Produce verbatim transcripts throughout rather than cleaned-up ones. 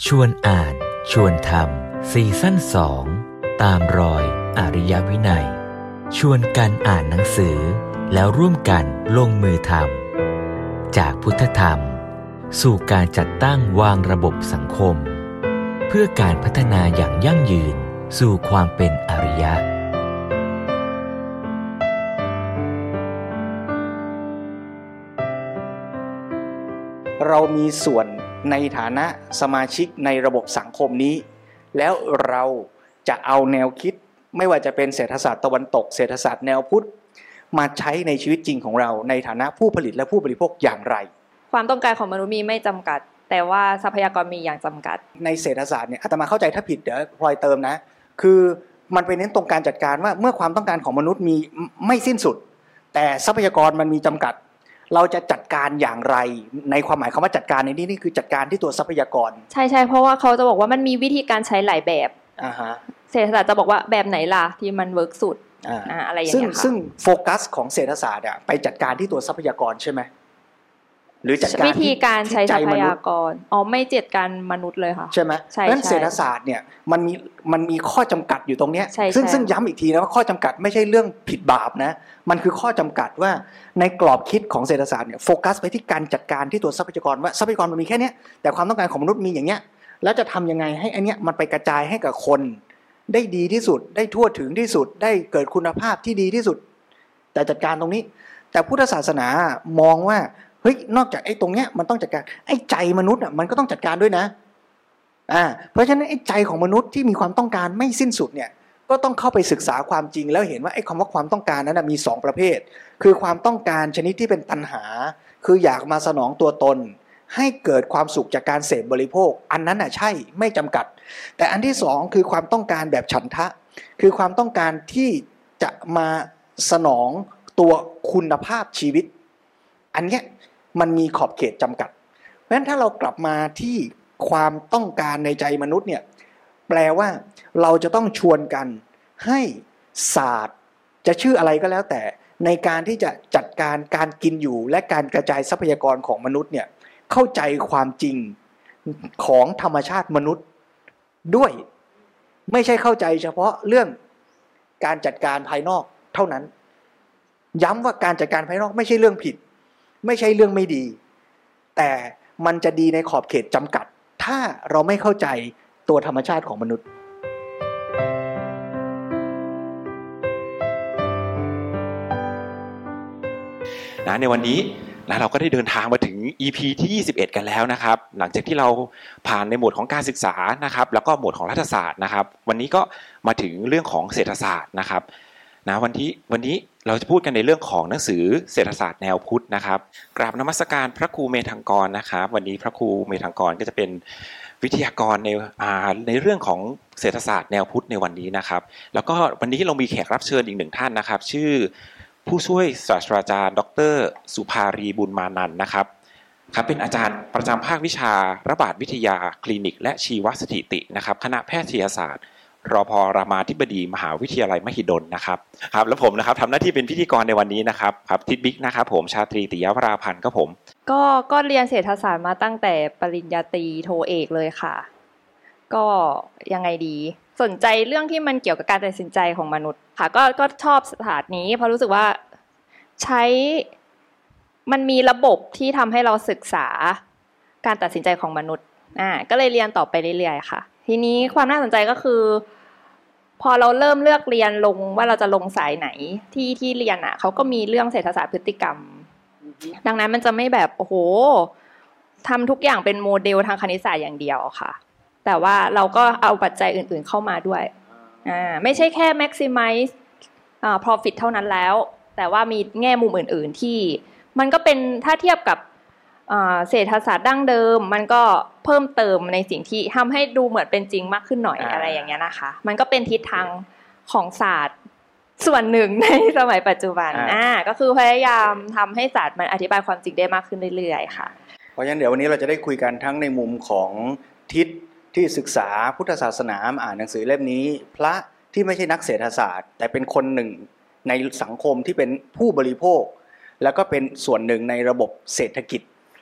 ชวนอ่านชวนทำซีซั่นสองตามรอยอริยวินัยชวนกันอ่านหนังสือแล้วร่วมกันลงมือทำจากพุทธธรรมสู่การจัดตั้งวางระบบสังคมเพื่อการพัฒนาอย่างยั่งยืนสู่ความเป็นอริยะเรามีส่วนในฐานะสมาชิกในระบบสังคมนี้แล้วเราจะเอาแนวคิดไม่ว่าจะเป็นเศรษฐศาสตร์ตะวันตกเศรษฐศาสตร์แนวพุทธมาใช้ในชีวิตจริงของเราในฐานะผู้ผลิตและผู้บริโภคอย่างไรความต้องการของมนุษย์มีไม่จำกัดแต่ว่าทรัพยากรมีอย่างจำกัดในเศรษฐศาสตร์เนี่ยอาตมาเข้าใจถ้าผิดเดี๋ยวพลอยเติมนะคือมันไปเน้นตรงการจัดการว่าเมื่อความต้องการของมนุษย์มีไม่สิ้นสุดแต่ทรัพยากรมันมีจำกัดเราจะจัดการอย่างไรในความหมายคำว่าจัดการในที่นี่คือจัดการที่ตัวทรัพยากรใช่ใช่เพราะว่าเขาจะบอกว่ามันมีวิธีการใช้หลายแบบอ่าฮะเศรษฐศาสตร์จะบอกว่าแบบไหนล่ะที่มันเวิร์กสุดอ่าอะไรอย่างเงี้ยค่ะซึ่งซึ่งโฟกัสของเศรษฐศาสตร์อะไปจัดการที่ตัวทรัพยากรใช่ไหมหรือจัดการวิธีการใช้ทรัพยากรอ๋อไม่จัดการมนุษย์เลยค่ะใช่ไหมเพราะฉะนั้นเศรษฐศาสตร์เนี่ยมันมีมันมีข้อจำกัดอยู่ตรงนี้ซึ่งซึ่งย้ำอีกทีนะว่าข้อจำกัดไม่ใช่เรื่องผิดบาปนะมันคือข้อจำกัดว่าในกรอบคิดของเศรษฐศาสตร์เนี่ยโฟกัสไปที่การจัดการที่ตัวทรัพยากรว่าทรัพยากรมันมีแค่นี้แต่ความต้องการของมนุษย์มีอย่างเงี้ยแล้วจะทำยังไงให้อันเนี้ยมันไปกระจายให้กับคนได้ดีที่สุดได้ทั่วถึงที่สุดได้เกิดคุณภาพที่ดีที่สุดแต่จัดการตรงนี้แต่พุทธศาสนามองว่าเฮ้ยนอกจากไอ้ตรงเนี้ยมันต้องจัดการไอ้ใจมนุษย์อ่ะมันก็ต้องจัดการด้วยนะอ่าเพราะฉะนั้นไอ้ใจของมนุษย์ที่มีความต้องการไม่สิ้นสุดเนี่ยก็ต้องเข้าไปศึกษาความจริงแล้วเห็นว่าไอ้คำว่าความต้องการนั้นมีสองประเภทคือความต้องการชนิดที่เป็นตัณหาคืออยากมาสนองตัวตนให้เกิดความสุขจากการเสพบริโภคอันนั้นน่ะใช่ไม่จำกัดแต่อันที่สองคือความต้องการแบบฉันทะคือความต้องการที่จะมาสนองตัวคุณภาพชีวิตอันเนี้ยมันมีขอบเขตจำกัดเพราะฉะนั้นถ้าเรากลับมาที่ความต้องการในใจมนุษย์เนี่ยแปลว่าเราจะต้องชวนกันให้ศาสตร์จะชื่ออะไรก็แล้วแต่ในการที่จะจัดการการกินอยู่และการกระจายทรัพยากรของมนุษย์เนี่ยเข้าใจความจริงของธรรมชาติมนุษย์ด้วยไม่ใช่เข้าใจเฉพาะเรื่องการจัดการภายนอกเท่านั้นย้ำว่าการจัดการภายนอกไม่ใช่เรื่องผิดไม่ใช่เรื่องไม่ดีแต่มันจะดีในขอบเขตจำกัดถ้าเราไม่เข้าใจตัวธรรมชาติของมนุษย์นะในวันนี้นะเราก็ได้เดินทางมาถึง อี พี ที่ยี่สิบเอ็ดกันแล้วนะครับหลังจากที่เราผ่านในหมวดของการศึกษานะครับแล้วก็หมวดของรัฐศาสตร์นะครับวันนี้ก็มาถึงเรื่องของเศรษฐศาสตร์นะครับนะวันที่วันนี้เราจะพูดกันในเรื่องของหนังสือเศรษฐศาสตร์แนวพุทธนะครับกราบนมัสการพระครูเมธังกรนะครับวันนี้พระครูเมธังกรก็จะเป็นวิทยากรในอ่าในเรื่องของเศรษฐศาสตร์แนวพุทธในวันนี้นะครับแล้วก็วันนี้เรามีแขกรับเชิญอีกหนึ่งท่านนะครับชื่อผู้ช่วยศาสตราจารย์ดร.สุภารีบุญมานันท์นะครับครับเป็นอาจารย์ประจำภาควิชาระบาดวิทยาคลินิกและชีวสถิตินะครับคณะแพทยศาสตร์รพ.รามาธิบดีมหาวิทยาลัยมหิดลนะครับครับแล้วผมนะครับทำหน้าที่เป็นพิธีกรในวันนี้นะครับครับทิดบิ๊กนะครับผมชาตรีติยวราพันธ์ครับผมก็ก็เรียนเศรษฐศาสตร์มาตั้งแต่ปริญญาตรีโทเอกเลยค่ะก็ยังไงดีสนใจเรื่องที่มันเกี่ยวกับการตัดสินใจของมนุษย์ค่ะก็ก็ชอบศาสตร์นี้เพราะรู้สึกว่าใช้มันมีระบบที่ทำให้เราศึกษาการตัดสินใจของมนุษย์อ่าก็เลยเรียนต่อไปเรื่อยๆค่ะทีนี้ความน่าสนใจก็คือพอเราเริ่มเลือกเรียนลงว่าเราจะลงสายไหนที่ที่เรียนอ่ะเขาก็มีเรื่องเศรษฐศาสตร์พฤติกรรมดังนั้นมันจะไม่แบบโอ้โหทำทุกอย่างเป็นโมเดลทางคณิตศาสตร์อย่างเดียวค่ะแต่ว่าเราก็เอาปัจจัยอื่นๆเข้ามาด้วยอ่าไม่ใช่แค่ maximize อ่า profit เท่านั้นแล้วแต่ว่ามีแง่มุมอื่นๆที่มันก็เป็นถ้าเทียบกับเศรษฐศาสตร์ดั้งเดิมมันก็เพิ่มเติมในสิ่งที่ทำให้ดูเหมือนเป็นจริงมากขึ้นหน่อยอะไรอย่างเงี้ยนะคะมันก็เป็นทิศทางของศาสตร์ส่วนหนึ่งในสมัยปัจจุบันอ่าก็คือพยายามทำให้ศาสตร์มันอธิบายความจริงได้มากขึ้นเรื่อยๆค่ะเพราะฉะนั้นเดี๋ยววันนี้เราจะได้คุยกันทั้งในมุมของทิศที่ศึกษาพุทธศาสนาอ่านหนังสือเล่มนี้พระที่ไม่ใช่นักเศรษฐศาสตร์แต่เป็นคนหนึ่งในสังคมที่เป็นผู้บริโภคแล้วก็เป็นส่วนหนึ่งในระบบเศรษฐกิจ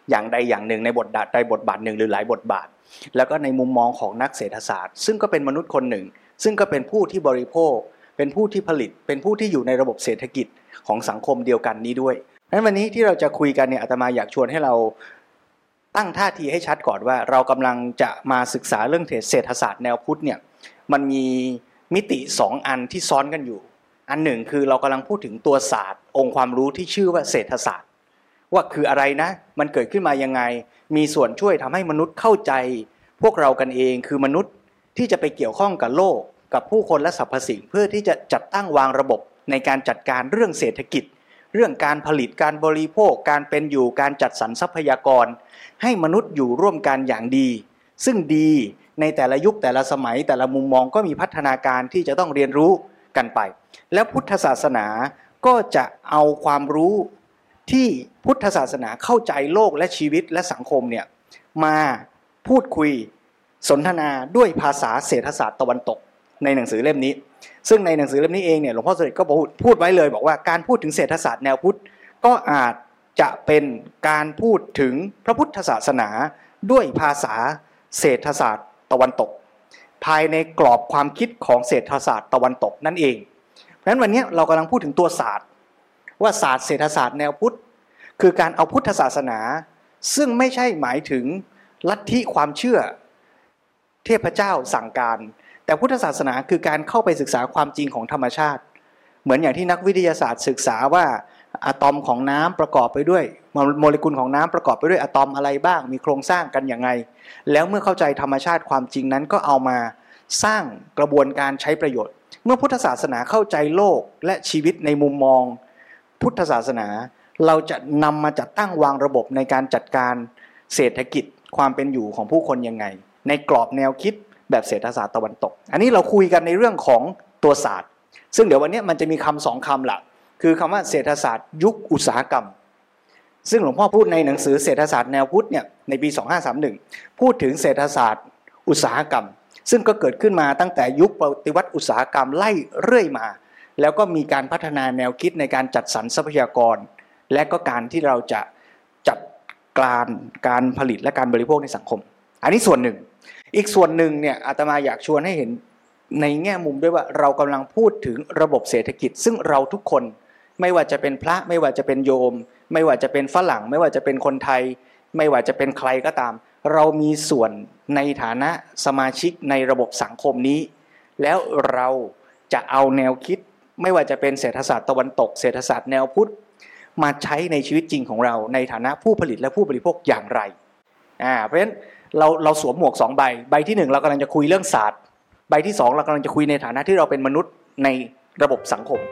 อย่างใดอย่างหนึ่งในบทบาทใดบทบาทหนึ่งหรือหลายบทบาทแล้วก็ในมุมมองของนักเศรษฐศาสตร์ซึ่งก็เป็นมนุษย์คนหนึ่งซึ่งก็เป็นผู้ที่บริโภคเป็นผู้ที่ผลิตเป็นผู้ที่อยู่ในระบบเศรษฐกิจของสังคมเดียวกันนี้ด้วยเพราะฉะนั้นวันนี้ที่เราจะคุยกันเนี่ยอาตมาอยากชวนให้เราตั้งท่าทีให้ชัดก่อนว่าเรากำลังจะมาศึกษาเรื่องเศรษฐศาสตร์แนวพุทธเนี่ยมันมีมิติสองอันที่ซ้อนกันอยู่อันหนึ่งคือเรากำลังพูดถึงตัวศาสตร์องค์ความรู้ที่ชื่อว่าเศรษฐศาสตร์ว่าคืออะไรนะมันเกิดขึ้นมายังไงมีส่วนช่วยทำให้มนุษย์เข้าใจพวกเรากันเองคือมนุษย์ที่จะไปเกี่ยวข้องกับโลกกับผู้คนและสรรพสิ่งเพื่อที่จะจัดตั้งวางระบบในการจัดการเรื่องเศรษฐกิจเรื่องการผลิตการบริโภคการเป็นอยู่การจัดสรรทรัพยากรให้มนุษย์อยู่ร่วมกันอย่างดีซึ่งดีในแต่ละยุคแต่ละสมัยแต่ละมุมมองก็มีพัฒนาการที่จะต้องเรียนรู้กันไปแล้วพุทธศาสนาก็จะเอาความรู้ที่พุทธศาสนาเข้าใจโลกและชีวิตและสังคมเนี่ยมาพูดคุยสนทนาด้วยภาษาเศรษฐศาสตร์ตะวันตกในหนังสือเล่มนี้ซึ่งในหนังสือเล่มนี้เองเนี่ยหลวงพ่อสมเด็จก็พูดไว้เลยบอกว่าการพูดถึงเศรษฐศาสตร์แนวพุทธก็อาจจะเป็นการพูดถึงพระพุทธศาสนาด้วยภาษาเศรษฐศาสตร์ตะวันตกภายในกรอบความคิดของเศรษฐศาสตร์ตะวันตกนั่นเองเพราะฉะนั้นวันนี้เรากำลังพูดถึงตัวศาสตร์ว่าศาสตร์เศรษฐศาสตร์แนวพุทธคือการเอาพุทธศาสนาซึ่งไม่ใช่หมายถึงลัทธิความเชื่อเทพเจ้าสั่งการแต่พุทธศาสนาคือการเข้าไปศึกษาความจริงของธรรมชาติเหมือนอย่างที่นักวิทยาศาสตร์ศึกษาว่าอะตอมของน้ำประกอบไปด้วยโมเลกุลของน้ำประกอบไปด้วยอะตอมอะไรบ้างมีโครงสร้างกันอย่างไรแล้วเมื่อเข้าใจธรรมชาติความจริงนั้นก็เอามาสร้างกระบวนการใช้ประโยชน์เมื่อพุทธศาสนาเข้าใจโลกและชีวิตในมุมมองพุทธศาสนาเราจะนำมาจัดตั้งวางระบบในการจัดการเศรษฐกิจความเป็นอยู่ของผู้คนยังไงในกรอบแนวคิดแบบเศรษฐศาสตร์ตะวันตกอันนี้เราคุยกันในเรื่องของตัวศาสตร์ซึ่งเดี๋ยววันนี้มันจะมีคำสองคำหลักคือคำว่าเศรษฐศาสตร์ยุคอุตสาหกรรมซึ่งหลวงพ่อพูดในหนังสือเศรษฐศาสตร์แนวพุทธเนี่ยในปีสองพันห้าร้อยสามสิบเอ็ดพูดถึงเศรษฐศาสตร์อุตสาหกรรมซึ่งก็เกิดขึ้นมาตั้งแต่ยุคปฏิวัติอุตสาหกรรมไล่เรื่อยมาแล้วก็มีการพัฒนาแนวคิดในการจัดสรรทรัพยากรและก็การที่เราจะจัดการการผลิตและการบริโภคในสังคมอันนี้ส่วนหนึ่งอีกส่วนหนึ่งเนี่ยอาตมาอยากชวนให้เห็นในแง่มุมด้วยว่าเรากำลังพูดถึงระบบเศรษฐกิจซึ่งเราทุกคนไม่ว่าจะเป็นพระไม่ว่าจะเป็นโยมไม่ว่าจะเป็นฝรั่งไม่ว่าจะเป็นคนไทยไม่ว่าจะเป็นใครก็ตามเรามีส่วนในฐานะสมาชิกในระบบสังคมนี้แล้วเราจะเอาแนวคิดไม่ว่าจะเป็นเศรษฐศาสตร์ตะวันตกเศรษฐศาสตร์แนวพุทธมาใช้ในชีวิตจริงของเราในฐานะผู้ผลิตและผู้บริโภคอย่างไรอ่าเพราะฉะนั้นเราเราสวมหมวกสองใบใบที่หนึ่งเรากำลังจะคุยเรื่องศาสตร์ใบที่สองเรากำลังจะคุยในฐานะที่เราเป็นมนุษย์ในระบบสังคม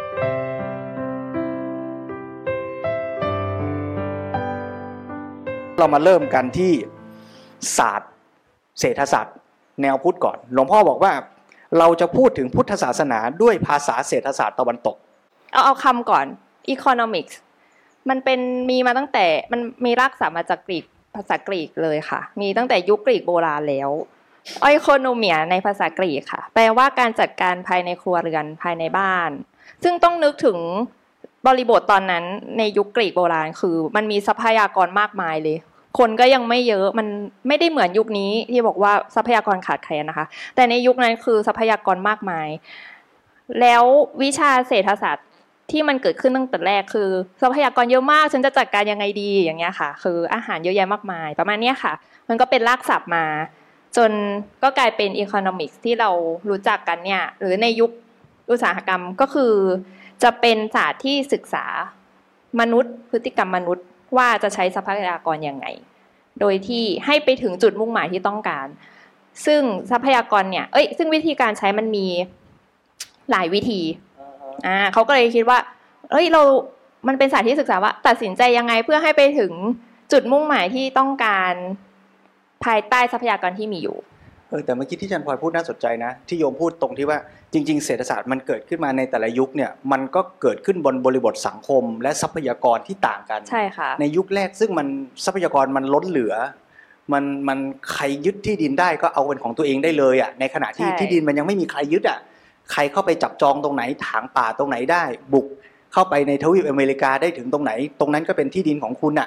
เรามาเริ่มกันที่ศาสตร์เศรษฐศาสตร์แนวพุทธก่อนหลวงพ่อบอกว่าเราจะพูดถึงพุทธศาสนาด้วยภาษาเศรษฐศาสตร์ตะวันตกเอาเอาคำก่อน economics มันเป็นมีมาตั้งแต่มันมีรากศัพท์มาจากกรีกภาษากรีกเลยค่ะมีตั้งแต่ยุคกรีกโบราณแล้วeconomiaในภาษากรีกค่ะแปลว่าการจัดการภายในครัวเรือนภายในบ้านซึ่งต้องนึกถึงบริบทตอนนั้นในยุคกรีกโบราณคือมันมีทรัพยากรมากมายเลยคนก็ยังไม่เยอะมันไม่ได้เหมือนยุคนี้ที่บอกว่าทรัพยากรขาดแคลนนะคะแต่ในยุคนั้นคือทรัพยากรมากมายแล้ววิชาเศรษฐศาสตร์ที่มันเกิดขึ้นตั้งแต่แรกคือทรัพยากรเยอะมากฉันจะจัดการยังไงดีอย่างเงี้ยค่ะคืออาหารเยอะแยะมากมายประมาณนี้ค่ะมันก็เป็นรากศัพท์มาจนก็กลายเป็น economics ที่เรารู้จักกันเนี่ยหรือในยุคอุตสาหกรรมก็คือจะเป็นศาสตร์ที่ศึกษามนุษย์พฤติกรรมมนุษย์ว่าจะใช้ทรัพยากรยังไงโดยที่ให้ไปถึงจุดมุ่งหมายที่ต้องการซึ่งทรัพยากรเนี่ยเอ้ยซึ่งวิธีการใช้มันมีหลายวิธีอ่าเขาก็เลยคิดว่าเอ้ยเรามันเป็นศาสตร์ที่ศึกษาว่าตัดสินใจยังไงเพื่อให้ไปถึงจุดมุ่งหมายที่ต้องการภายใต้ทรัพยากรที่มีอยู่เออแต่เมื่อกี้ที่อาจารย์พลอยพูดน่าสนใจนะที่โยมพูดตรงที่ว่าจริงๆเศรษฐศาสตร์มันเกิดขึ้นมาในแต่ละยุคเนี่ยมันก็เกิดขึ้นบนบริบทสังคมและทรัพยากรที่ต่างกันใช่ค่ะในยุคแรกซึ่งมันทรัพยากรมันล้นเหลือมันมันใครยึดที่ดินได้ก็เอาเป็นของตัวเองได้เลยอ่ะในขณะที่ที่ดินมันยังไม่มีใครยึดอ่ะใครเข้าไปจับจองตรงไหนถางป่าตรงไหนได้บุกเข้าไปในทวีปอเมริกาได้ถึงตรงไหนตรงนั้นก็เป็นที่ดินของคุณอ่ะ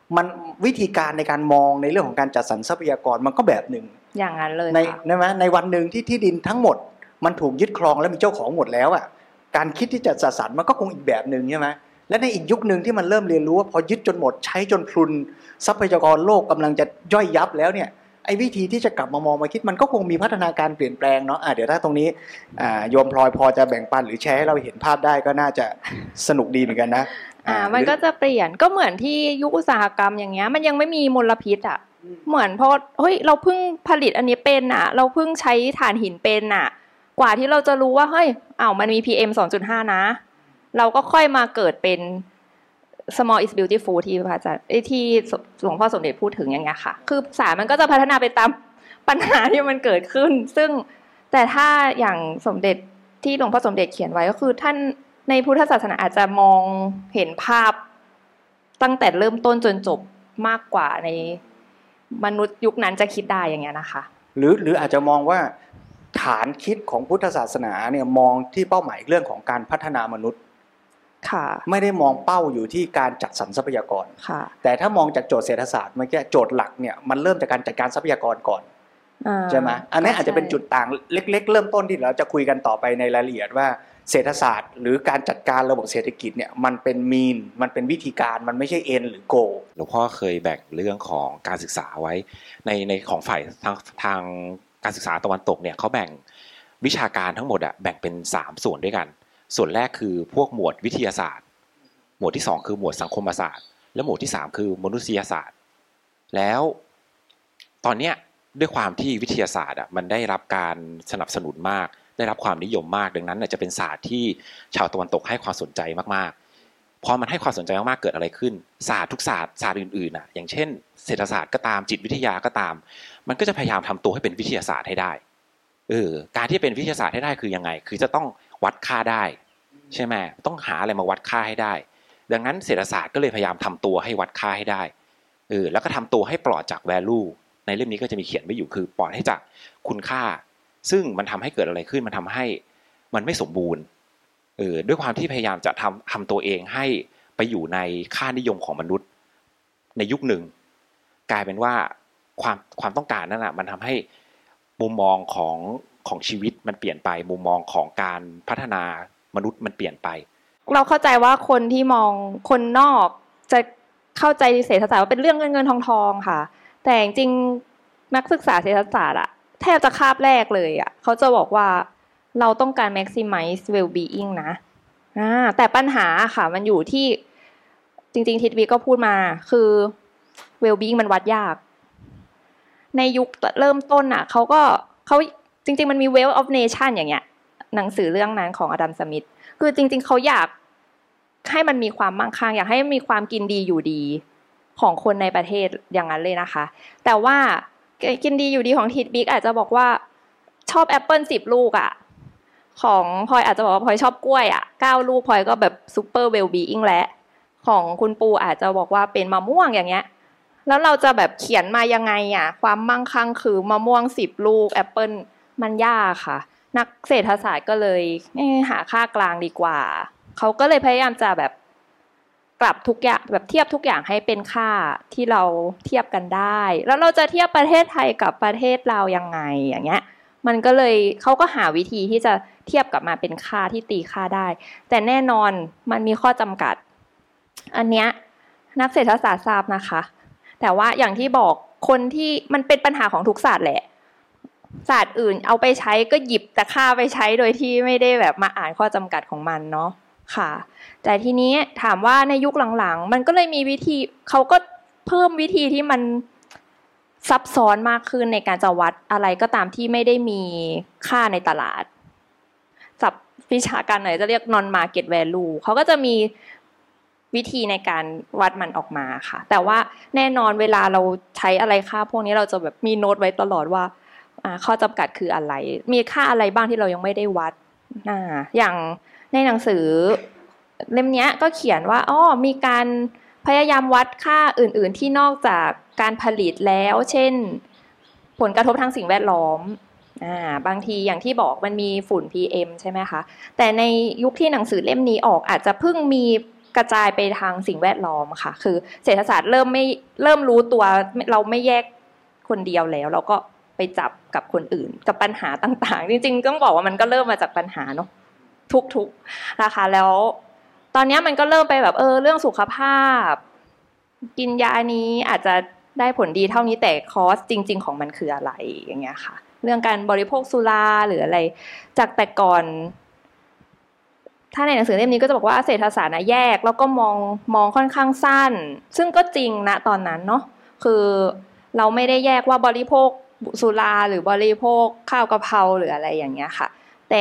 มันวิธีการในการมองในเรื่องของการจัดสรรทรัพยากรมันก็แบบหนึ่งอย่างนั้นเลยในใช่ไหมในวันหนึ่งที่ที่ดินทั้งหมดมันถูกยึดครองแล้วมีเจ้าของหมดแล้วอ่ะการคิดที่จะจัดสรรมันก็คงอีกแบบหนึ่งใช่ไหมและในอีกยุคหนึ่งที่มันเริ่มเรียนรู้ว่าพอยึดจนหมดใช้จนพลุนทรัพยากรโลกกำลังจะย่อยยับแล้วเนี่ยไอ้วิธีที่จะกลับมามองมาคิดมันก็คงมีพัฒนาการเปลี่ยนแปลงเนาะอ่ะเดี๋ยวถ้าตรงนี้อ่าโยมพลอยพอจะแบ่งปันหรือแชร์ให้เราเห็นภาพได้ก็น่าจะสนุกดีเหมือนกันนะอ่ามันก็จะเปลี่ยนก็เหมือนที่ยุคอุตสาหกรรมอย่างเงี้ยมันยังไม่มีมลพิษอ่ะเหมือนพอเฮ้ยเราเพิ่งผลิตอันนี้เป็นอ่ะเราเพิ่งใช้ถ่านหินเป็นอ่ะกว่าที่เราจะรู้ว่าเฮ้ยอ้าวมันมี พี เอ็ม สองจุดห้า นะเราก็ค่อยมาเกิดเป็น small is beautiful ที่พระอาจารย์ที่หลวงพ่อสมเด็จพูดถึงอย่างเงี้ยค่ะคือศาสตร์มันก็จะพัฒนาไปตามปัญหาที่มันเกิดขึ้นซึ่งแต่ถ้าอย่างสมเด็จที่หลวงพ่อสมเด็จเขียนไว้ก็คือท่านในพุทธศาสนาอาจจะมองเห็นภาพตั้งแต่เริ่มต้นจนจบมากกว่าในมนุษย์ยุคนั้นจะคิดได้อย่างเงี้ยนะคะหรือหรืออาจจะมองว่าฐานคิดของพุทธศาสนาเนี่ยมองที่เป้าหมายเรื่องของการพัฒนามนุษย์ค่ะไม่ได้มองเป้าอยู่ที่การจัดสรรทรัพยากรค่ะแต่ถ้ามองจากโจทย์เศรษฐศาสตร์เมื่อกี้โจทย์หลักเนี่ยมันเริ่มจากการจัดการทรัพยากรก่อนใช่ไหมอันนี้อาจจะเป็นจุดต่างเล็กๆเริ่มต้นที่เราจะคุยกันต่อไปในรายละเอียดว่าเศรษฐศาสตร์หรือการจัดการระบบเศรษฐกิจเนี่ยมันเป็นมีนมันเป็นวิธีการมันไม่ใช่เอ็นหรือโกหลวงพ่อเคยแบ่งเรื่องของการศึกษาไว้ในในของฝ่ายทางทางการศึกษาตะวันตกเนี่ยเขาแบ่งวิชาการทั้งหมดอะแบ่งเป็นสามส่วนด้วยกันส่วนแรกคือพวกหมวดวิทยาศาสตร์หมวดที่สองคือหมวดสังคมศาสตร์และหมวดที่สามคือมนุษยศาสตร์แล้วตอนเนี้ยด้วยความที่วิทยาศาสตร์อ่ะมันได้รับการสนับสนุนมากได้รับความนิยมมากดังนั้นจะเป็นศาสตร์ที่ชาวตะวันตกให้ความสนใจมากๆพอมันให้ความสนใจมากๆเกิดอะไรขึ้นศาสตร์ทุกศาสตร์ศาสตร์อื่นๆอ่ะอย่างเช่นเศรษฐศาสตร์ก็ตามจิตวิทยาก็ตามมันก็จะพยายามทำตัวให้เป็นวิทยาศาสตร์ให้ได้เออการที่เป็นวิทยาศาสตร์ให้ได้คือยังไงคือจะต้องวัดค่าได้ใช่ไหมต้องหาอะไรมาวัดค่าให้ได้ดังนั้นเศรษฐศาสตร์ก็เลยพยายามทำตัวให้วัดค่าให้ได้เออแล้วก็ทำตัวให้ปลอดจาก value ในเล่มนี้ก็จะมีเขียนไว้อยู่คือปลอดให้จากคุณค่าซึ่งมันทำให้เกิดอะไรขึ้นมันทำให้มันไม่สมบูรณ์เออด้วยความที่พยายามจะทำทำตัวเองให้ไปอยู่ในค่านิยมของมนุษย์ในยุคหนึ่งกลายเป็นว่าความความต้องการนั่นแหะมันทำให้มุมมองของของชีวิตมันเปลี่ยนไปมุมมองของการพัฒนามนุษย์มันเปลี่ยนไปเราเข้าใจว่าคนที่มองคนนอกจะเข้าใจเศรษฐศาสตร์ว่าเป็นเรื่องเงินเงินทองทองค่ะแต่จริงๆนักศึกษาเศรษฐศาสตร์อะแทบจะคาบแรกเลยอะเขาจะบอกว่าเราต้องการ maximize well-being นะอ่าแต่ปัญหาค่ะมันอยู่ที่จริงๆทิศวีก็พูดมาคือ well-being มันวัดยากในยุคเริ่มต้นอะเขาก็เขาจริงๆมันมี wealth of nation อย่างเงี้ยหนังสือเรื่องนั้นของอดัมสมิธคือจริงๆเขาอยากให้มันมีความมั่งคั่งอยากให้มีความกินดีอยู่ดีของคนในประเทศอย่างนั้นเลยนะคะแต่ว่ากินดีอยู่ดีของทิดบิ๊กอาจจะบอกว่าชอบแอปเปิ้ลสิบลูกอ่ะของพลอยอาจจะบอกว่าพลอยชอบกล้วยอ่ะเก้าลูกพลอยก็แบบซูเปอร์เวลบีอิงแล้วของคุณปูอาจจะบอกว่าเป็นมะม่วงอย่างเงี้ยแล้วเราจะแบบเขียนมายังไงอ่ะความมั่งคั่งคือมะม่วงสิบลูกแอปเปิ้ลมันยากค่ะนักเศรษฐศาสตร์ก็เลยหาค่ากลางดีกว่าเขาก็เลยพยายามจะแบบปรับทุกอย่างแบบเทียบทุกอย่างให้เป็นค่าที่เราเทียบกันได้แล้วเราจะเทียบประเทศไทยกับประเทศลาวยังไงอย่างเงี้ยมันก็เลยเขาก็หาวิธีที่จะเทียบกลับมาเป็นค่าที่ตีค่าได้แต่แน่นอนมันมีข้อจำกัดอันเนี้ยนักเศรษฐศาสตร์ทราบนะคะแต่ว่าอย่างที่บอกคนที่มันเป็นปัญหาของทุกศาสตร์แหละศาสตร์อื่นเอาไปใช้ก็หยิบแต่ค่าไปใช้โดยที่ไม่ได้แบบมาอ่านข้อจำกัดของมันเนาะค่ะแต่ทีนี้ถามว่าในยุคหลังๆมันก็เลยมีวิธีเขาก็เพิ่มวิธีที่มันซับซ้อนมากขึ้นในการจะวัดอะไรก็ตามที่ไม่ได้มีค่าในตลาดศัพท์วิชาการหน่อยจะเรียก non market value เขาก็จะมีวิธีในการวัดมันออกมาค่ะแต่ว่าแน่นอนเวลาเราใช้อะไรค่าพวกนี้เราจะแบบมีโน้ตไว้ตลอดว่าข้อจำกัดคืออะไรมีค่าอะไรบ้างที่เรายังไม่ได้วัดอ่าอย่างในหนังสือเล่มนี้ก็เขียนว่าอ๋อมีการพยายามวัดค่าอื่นๆที่นอกจากการผลิตแล้วเช่นผลกระทบทางสิ่งแวดล้อมอ่าบางทีอย่างที่บอกมันมีฝุ่น พี เอ็ม ใช่ไหมคะแต่ในยุคที่หนังสือเล่มนี้ออกอาจจะเพิ่งมีกระจายไปทางสิ่งแวดล้อมค่ะคือเศรษฐศาสตร์เริ่มไม่เริ่มรู้ตัวเราไม่แยกคนเดียวแล้วเราก็ไปจับกับคนอื่นกับปัญหาต่างๆจริงๆต้องบอกว่ามันก็เริ่มมาจากปัญหาเนาะทุกๆนะคะแล้วตอนนี้มันก็เริ่มไปแบบเออเรื่องสุขภาพกินยานี้อาจจะได้ผลดีเท่านี้แต่คอสจริงๆของมันคืออะไรอย่างเงี้ยค่ะเรื่องการบริโภคสุราหรืออะไรจากแต่ก่อนถ้าในหนังสือเล่มนี้ก็จะบอกว่าเศรษฐศาสตร์นะแยกแล้วก็มองมองค่อนข้างสั้นซึ่งก็จริงนะตอนนั้นเนาะคือเราไม่ได้แยกว่าบริโภคสุราหรือบริโภคข้าวกะเพราหรืออะไรอย่างเงี้ยค่ะแต่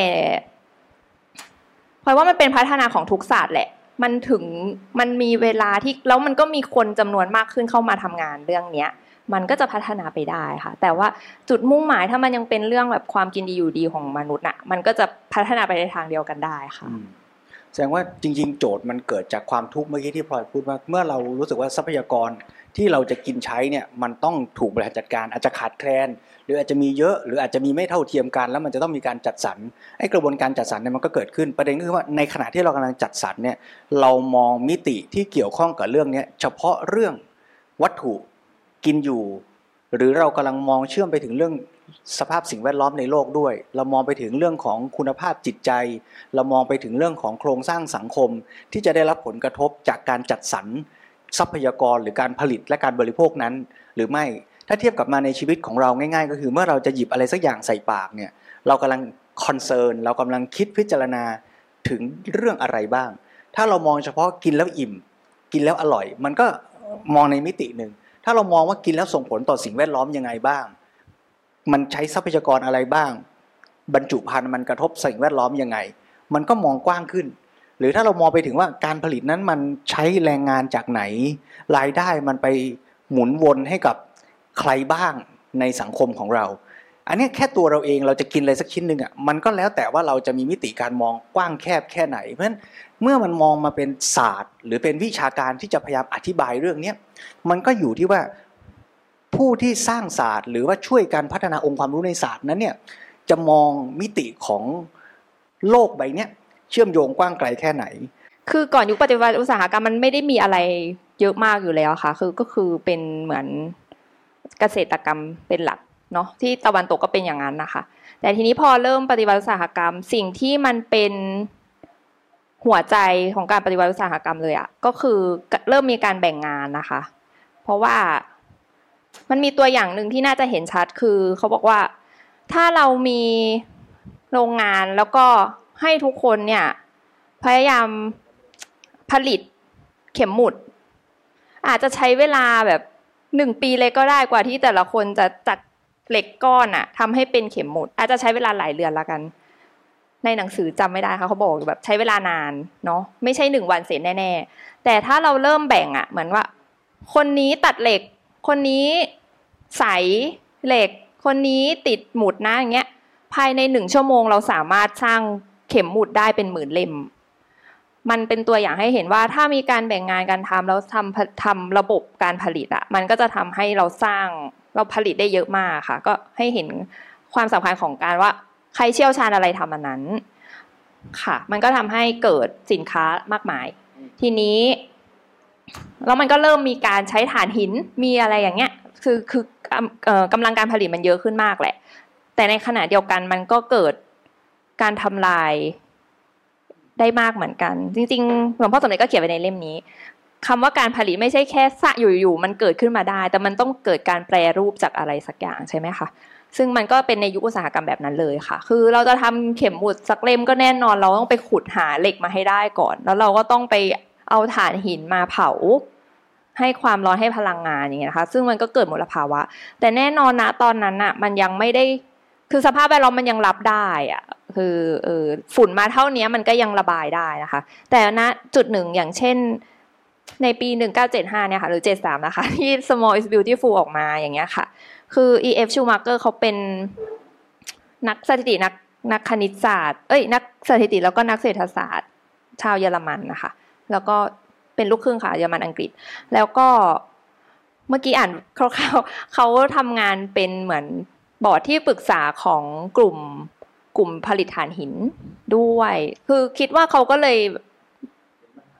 เพราะว่ามันเป็นพัฒนาของทุกศาสตร์แหละมันถึงมันมีเวลาที่แล้วมันก็มีคนจำนวนมากขึ้นเข้ามาทำงานเรื่องเนี้ยมันก็จะพัฒนาไปได้ค่ะแต่ว่าจุดมุ่งหมายถ้ามันยังเป็นเรื่องแบบความกินดีอยู่ดีของมนุษย์น่ะมันก็จะพัฒนาไปในทางเดียวกันได้ค่ะแสดงว่าจริงๆโจทย์มันเกิดจากความทุกข์เมื่อกี้ที่พลอยพูดว่าเมื่อเรารู้สึกว่าทรัพยากรที่เราจะกินใช้เนี่ยมันต้องถูกบริหารจัดการอาจจะขาดแคลนหรืออาจจะมีเยอะหรืออาจจะมีไม่เท่าเทียมกันแล้วมันจะต้องมีการจัดสรรไอ้กระบวนการจัดสรรเนี่ยมันก็เกิดขึ้นประเด็นก็คือว่าในขณะที่เรากำลังจัดสรรเนี่ยเรามองมิติที่เกี่ยวข้องกับเรื่องนี้เฉพาะเรื่องวัตถุกินอยู่หรือเรากำลังมองเชื่อมไปถึงเรื่องสภาพสิ่งแวดล้อมในโลกด้วยเรามองไปถึงเรื่องของคุณภาพจิตใจเรามองไปถึงเรื่องของโครงสร้างสังคมที่จะได้รับผลกระทบจากการจัดสรรทรัพยากรหรือการผลิตและการบริโภคนั้นหรือไม่ถ้าเทียบกับมาในชีวิตของเราง่ายๆก็คือเมื่อเราจะหยิบอะไรสักอย่างใส่ปากเนี่ยเรากำลังคอนเซิร์นเรากำลังคิดพิจารณาถึงเรื่องอะไรบ้างถ้าเรามองเฉพาะกินแล้วอิ่มกินแล้วอร่อยมันก็มองในมิตินึงถ้าเรามองว่ากินแล้วส่งผลต่อสิ่งแวดล้อมยังไงบ้างมันใช้ทรัพยากรอะไรบ้างบรรจุภัณฑ์มันกระทบสิ่งแวดล้อมยังไงมันก็มองกว้างขึ้นหรือถ้าเรามองไปถึงว่าการผลิตนั้นมันใช้แรงงานจากไหนรายได้มันไปหมุนวนให้กับใครบ้างในสังคมของเราอันนี้แค่ตัวเราเองเราจะกินอะไรสักชิ้นนึงอ่ะมันก็แล้วแต่ว่าเราจะมีมิติการมองกว้างแคบแค่ไหนเพราะฉะนั้นเมื่อมันมองมาเป็นศาสตร์หรือเป็นวิชาการที่จะพยายามอธิบายเรื่องนี้มันก็อยู่ที่ว่าผู้ที่สร้างศาสตร์หรือว่าช่วยการพัฒนาองค์ความรู้ในศาสตร์นั้นเนี่ยจะมองมิติของโลกใบนี้เชื่อมโยงกว้างไกลแค่ไหนคือก่อนยุคปฏิวัติอุตสาหกรรมมันไม่ได้มีอะไรเยอะมากอยู่แล้วค่ะคือก็คือเป็นเหมือนเกษตรกรรมเป็นหลักเนาะที่ตะวันตกก็เป็นอย่างนั้นนะคะแต่ทีนี้พอเริ่มปฏิวัติอุตสาหกรรมสิ่งที่มันเป็นหัวใจของการปฏิวัติอุตสาหกรรมเลยอ่ะก็คือเริ่มมีการแบ่งงานนะคะเพราะว่ามันมีตัวอย่างหนึ่งที่น่าจะเห็นชัดคือเขาบอกว่าถ้าเรามีโรงงานแล้วก็ให้ทุกคนเนี่ยพยายามผลิตเข็มหมุดอาจจะใช้เวลาแบบหนึ่งปีเลยก็ได้กว่าที่แต่ละคนจะจัดเหล็กก้อนอะทำให้เป็นเข็มหมุดอาจจะใช้เวลาหลายเดือนละกันในหนังสือจำไม่ได้ค่ะเขาบอกแบบใช้เวลานานเนาะไม่ใช่หนึ่งวันเสร็จแน่ๆแต่ถ้าเราเริ่มแบ่งอะเหมือนว่าคนนี้ตัดเหล็กคนนี้ใสเหล็กคนนี้ติดหมุดนะอย่างเงี้ยภายในหนึ่งชั่วโมงเราสามารถสร้างเข็มหมุดได้เป็นหมื่นเล่มมันเป็นตัวอย่างให้เห็นว่าถ้ามีการแบ่งงานการทำแล้วทำทำระบบการผลิตอะมันก็จะทำให้เราสร้างเราผลิตได้เยอะมากค่ะก็ให้เห็นความสำคัญของการว่าใครเชี่ยวชาญอะไรทำอันนั้นค่ะมันก็ทำให้เกิดสินค้ามากมายทีนี้แล้วมันก็เริ่มมีการใช้ถ่านหินมีอะไรอย่างเงี้ยคือคือกำลังการผลิตมันเยอะขึ้นมากแหละแต่ในขณะเดียวกันมันก็เกิดการทำลายได้มากเหมือนกันจริงๆหลวงพ่อสมเด็จก็เขียนไว้ในเล่มนี้คำว่าการผลิตไม่ใช่แค่สะอยู่ๆมันเกิดขึ้นมาได้แต่มันต้องเกิดการแปรรูปจากอะไรสักอย่างใช่ไหมคะซึ่งมันก็เป็นในยุคอุตสาหกรรมแบบนั้นเลยค่ะคือเราจะทำเข็มหมุดสักเล่มก็แน่นอนเราต้องไปขุดหาเหล็กมาให้ได้ก่อนแล้วเราก็ต้องไปเอาถ่านหินมาเผาให้ความร้อนให้พลังงานอย่างเงี้ยนะคะซึ่งมันก็เกิดมลภาวะแต่แน่นอนนะตอนนั้นอ่ะมันยังไม่ได้คือสภาพแวดล้อมมันยังรับได้อ่ะคือเออฝุ่นมาเท่านี้มันก็ยังระบายได้นะคะแต่ณจุดหนึ่งอย่างเช่นในปีหนึ่งพันเก้าร้อยเจ็ดสิบห้าเนี่ยค่ะหรือเจ็ดสิบสามนะคะที่ Small is Beautiful ออกมาอย่างเงี้ยค่ะคือ อี เอฟ Schumacher เขาเป็นนักสถิตินักนักคณิตศาสตร์เอ้ยนักสถิติแล้วก็นักเศรษฐศาสตร์ชาวเยอรมันนะคะแล้วก็เป็นลูกครึ่งค่ะเยอรมันอังกฤษแล้วก็เมื่อกี้อ่านคร่าวๆเขาทำงานเป็นเหมือนบอร์ดที่ปรึกษาของกลุ่มกลุ่มผลิตถ่านหินด้วยคือคิดว่าเขาก็เลย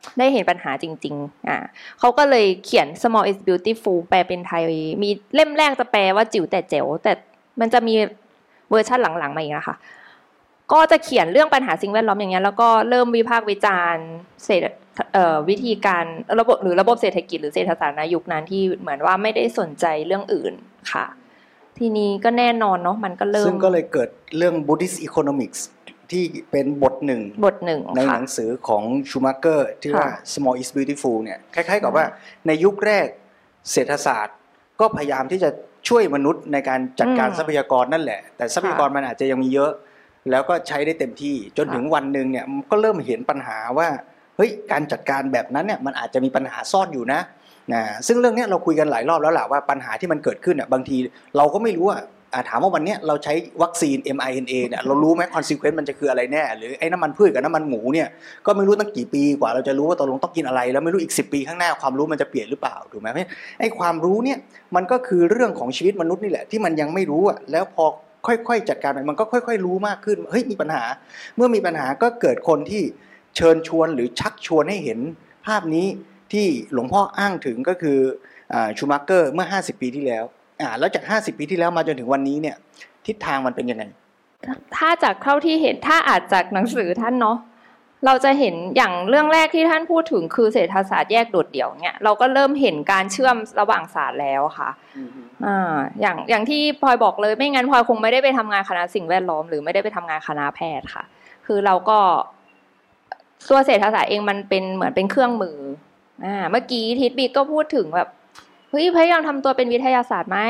ได้เห็นปัญหาจริงๆอ่าเขาก็เลยเขียน Small is Beautiful แปลเป็นไทยมีเล่มแรกจะแปลว่าจิ๋วแต่เจ๋วแต่มันจะมีเวอร์ชันหลังๆมาอีกนะคะก็จะเขียนเรื่องปัญหาสิ่งแวดล้อมอย่างเงี้ยแล้วก็เริ่มวิพากษ์วิจารณ์เศรษฐเอ่อวิธีการระบบหรือระบบเศรษฐกิจหรือเศรษฐศาสตร์ในยุคนั้นที่เหมือนว่าไม่ได้สนใจเรื่องอื่นค่ะทีนี้ก็แน่นอนเนาะมันก็เริ่มซึ่งก็เลยเกิดเรื่อง Buddhist Economics ที่เป็นบทหนึ่งบทหนึ่งในหนังสือของชูมาเกอร์ที่ว่า Small is Beautiful เนี่ยคล้ายๆกับว่าในยุคแรกเศรษฐศาสตร์ก็พยายามที่จะช่วยมนุษย์ในการจัดการทรัพยากรนั่นแหละแต่ทรัพยากรมันอาจจะยังมีเยอะแล้วก็ใช้ได้เต็มที่จนถึงวันนึงเนี่ยก็เริ่มเห็นปัญหาว่าเฮ้ยการจัดการแบบนั้นเนี่ยมันอาจจะมีปัญหาซ่อนอยู่นะนะซึ่งเรื่องนี้เราคุยกันหลายรอบแล้วแหละว่าปัญหาที่มันเกิดขึ้นอ่ะบางทีเราก็ไม่รู้อ่ะถามว่าวันนี้เราใช้วัคซีน เอ็ม ไอ เอ็น เอ เนี่ยเรารู้ไหม consequence มันจะคืออะไรแน่หรือไอ้น้ำมันพืชกับน้ำมันหมูเนี่ยก็ไม่รู้ตั้งกี่ปีกว่าเราจะรู้ว่าตกลงต้องกินอะไรแล้วไม่รู้อีกสิบปีข้างหน้าความรู้มันจะเปลี่ยนหรือเปล่าถูกไหมเพราะไอ้ความรู้เนี่ยมันก็คือเรื่องของชีวิตมนุษย์นี่แหละที่มันยังไม่รู้อ่ะแล้วพอค่อยๆจัดการมันก็ค่อยๆรู้มากขึ้นเฮ้ยมีปัญหาเมื่อมีปัญหาก็เกิดคนที่เชิญชวนหรือชักชวนให้เห็นภาพนี้ที่หลวงพ่ออ้างถึงก็คือชูมาเกอร์เมื่อห้าสิบปีที่แล้วอ่าแล้วจากห้าสิบปีที่แล้วมาจนถึงวันนี้เนี่ยทิศทางมันเป็นยังไงถ้าจากเท่าที่เห็นถ้าอาจจากหนังสือท่านเนาะเราจะเห็นอย่างเรื่องแรกที่ท่านพูดถึงคือเศรษฐศาสตร์แยกโดดเดี่ยวเนี่ยเราก็เริ่มเห็นการเชื่อมระหว่างศาสตร์แล้วค่ะอ่าอย่างอย่างที่พลอยบอกเลยไม่งั้นพลอยคงไม่ได้ไปทำงานคณะสิ่งแวดล้อมหรือไม่ได้ไปทำงานคณะแพทย์ค่ะคือเราก็ตัวเศรษฐศาสตร์เองมันเป็นเหมือนเป็นเครื่องมืออ่าเมื่อกี้ทิศบิ๊กก็พูดถึงแบบเฮ้ยพยายามทำตัวเป็นวิทยาศาสตร์ไหม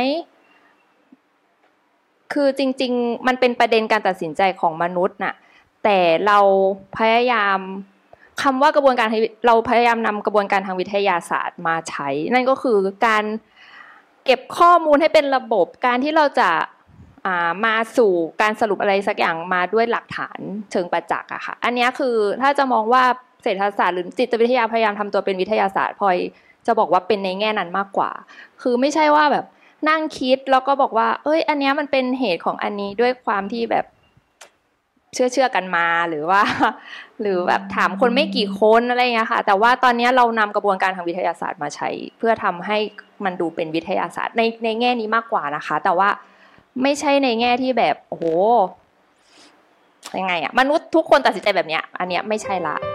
คือจริงๆมันเป็นประเด็นการตัดสินใจของมนุษย์น่ะแต่เราพยายามคำว่ากระบวนการเราพยายามนำกระบวนการทางวิทยาศาสตร์มาใช้นั่นก็คือการเก็บข้อมูลให้เป็นระบบการที่เราจะมาสู่การสรุปอะไรสักอย่างมาด้วยหลักฐานเชิงประจักษ์อะค่ะอันนี้คือถ้าจะมองว่าเศรษฐศาสตร์หรือจิตวิทยาพยายามทำตัวเป็นวิทยาศาสตร์พลอยจะบอกว่าเป็นในแง่นั้นมากกว่าคือไม่ใช่ว่าแบบนั่งคิดแล้วก็บอกว่าเอ้ยอันนี้มันเป็นเหตุของอันนี้ด้วยความที่แบบเชื่อเชื่อกันมาหรือว่าหรือแบบถามคนไม่กี่คนอะไรเงี้ยค่ะแต่ว่าตอนนี้เรานำกระบวนการทางวิทยาศาสตร์มาใช้เพื่อทำให้มันดูเป็นวิทยาศาสตร์ในในแง่นี้มากกว่านะคะแต่ว่าไม่ใช่ในแง่ที่แบบโอ้โหยังไงอะมนุษย์ทุกคนตัดสินใจแบบเนี้ยอันเนี้ยไม่ใช่ละ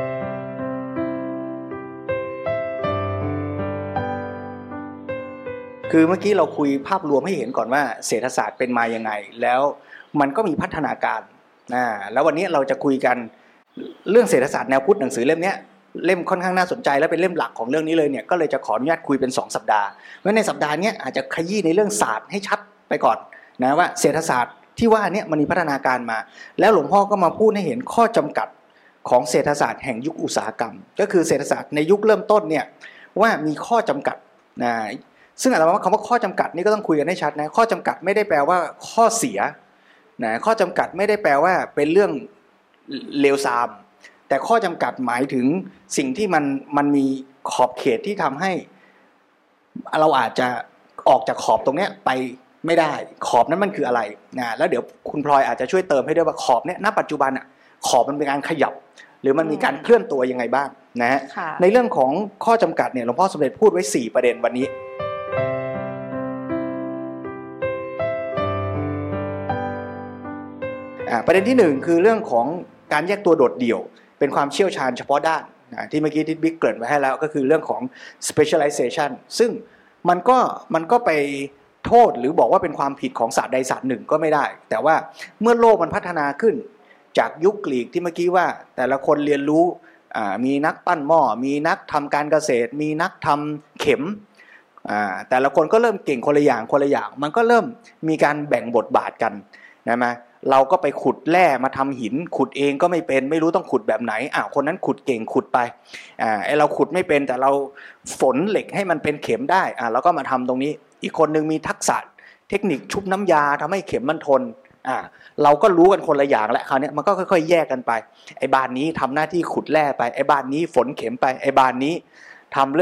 คือเมื่อกี้เราคุยภาพรวมให้เห็นก่อนว่าเศรษฐศาสตร์เป็นมายังไงแล้วมันก็มีพัฒนาการอ่าแล้ววันนี้เราจะคุยกันเรื่องเศรษฐศาสตร์แนวพุทธหนังสือเล่มนี้เล่มค่อนข้างน่าสนใจและเป็นเล่มหลักของเรื่องนี้เลยเนี่ยก็เลยจะขออนุญาตคุยเป็นสองสัปดาห์เพราะในสัปดาห์นี้อาจจะขยี้ในเรื่องศาสตร์ให้ชัดไปก่อนนะว่าเศรษฐศาสตร์ที่ว่านี้มันมีพัฒนาการมาแล้วหลวงพ่อก็มาพูดให้เห็นข้อจำกัดของเศรษฐศาสตร์แห่งยุคอุตสาหกรรมก็คือเศรษฐศาสตร์ในยุคเริ่มต้นเนี่ยว่ามีข้อจำกัดนะซึ่งอาจจะว่าคำว่าข้อจำกัดนี่ก็ต้องคุยกันให้ชัดนะข้อจำกัดไม่ได้แปลว่าข้อเสียนะข้อจำกัดไม่ได้แปลว่าเป็นเรื่องเลวทรามแต่ข้อจำกัดหมายถึงสิ่งที่มันมันมีขอบเขตที่ทำให้เราอาจจะออกจากขอบตรงเนี้ยไปไม่ได้ขอบนั้นมันคืออะไรนะแล้วเดี๋ยวคุณพลอยอาจจะช่วยเติมให้ด้วยว่าขอบเนี้ยณปัจจุบันอ่ะขอบมันเป็นการขยับหรือมันมีการเคลื่อนตัวยังไงบ้างนะฮะในเรื่องของข้อจำกัดเนี่ยหลวงพ่อสมเด็จพูดไว้สี่ประเด็นวันนี้ประเด็นที่หนึ่งคือเรื่องของการแยกตัวโดดเดี่ยวเป็นความเชี่ยวชาญเฉพาะด้านนะที่เมื่อกี้ที่บิ๊กเกริ่นไว้ให้แล้วก็คือเรื่องของ specialization ซึ่งมันก็มันก็ไปโทษหรือบอกว่าเป็นความผิดของศาสตร์ใดศาสตร์หนึ่งก็ไม่ได้แต่ว่าเมื่อโลกมันพัฒนาขึ้นจากยุคกรีกที่เมื่อกี้ว่าแต่ละคนเรียนรู้มีนักปั้นหม้อมีนักทำการเกษตรมีนักทำเข็มแต่ละคนก็เริ่มเก่งคนละอย่างคนละอย่างมันก็เริ่มมีการแบ่งบทบาทกันนะมั้ยเราก็ไปขุดแร่มาทำหินขุดเองก็ไม่เป็นไม่รู้ต้องขุดแบบไหนอ้าวคนนั้นขุดเก่งขุดไปอ่าไอเราขุดไม่เป็นแต่เราฝนเหล็กให้มันเป็นเข็มได้อ่าเราก็มาทำตรงนี้อีกคนนึงมีทักษะเทคนิคชุบน้ำยาทำให้เข็มมันทนอ่าเราก็รู้กันคนละอย่างแหละคราวนี้มันก็ค่อยๆแยกกันไปไอ้บ้านนี้ทำหน้าที่ขุดแร่ไปไอ้บ้านนี้ฝนเข็มไปไอ้บ้านนี้ทำเรื่อง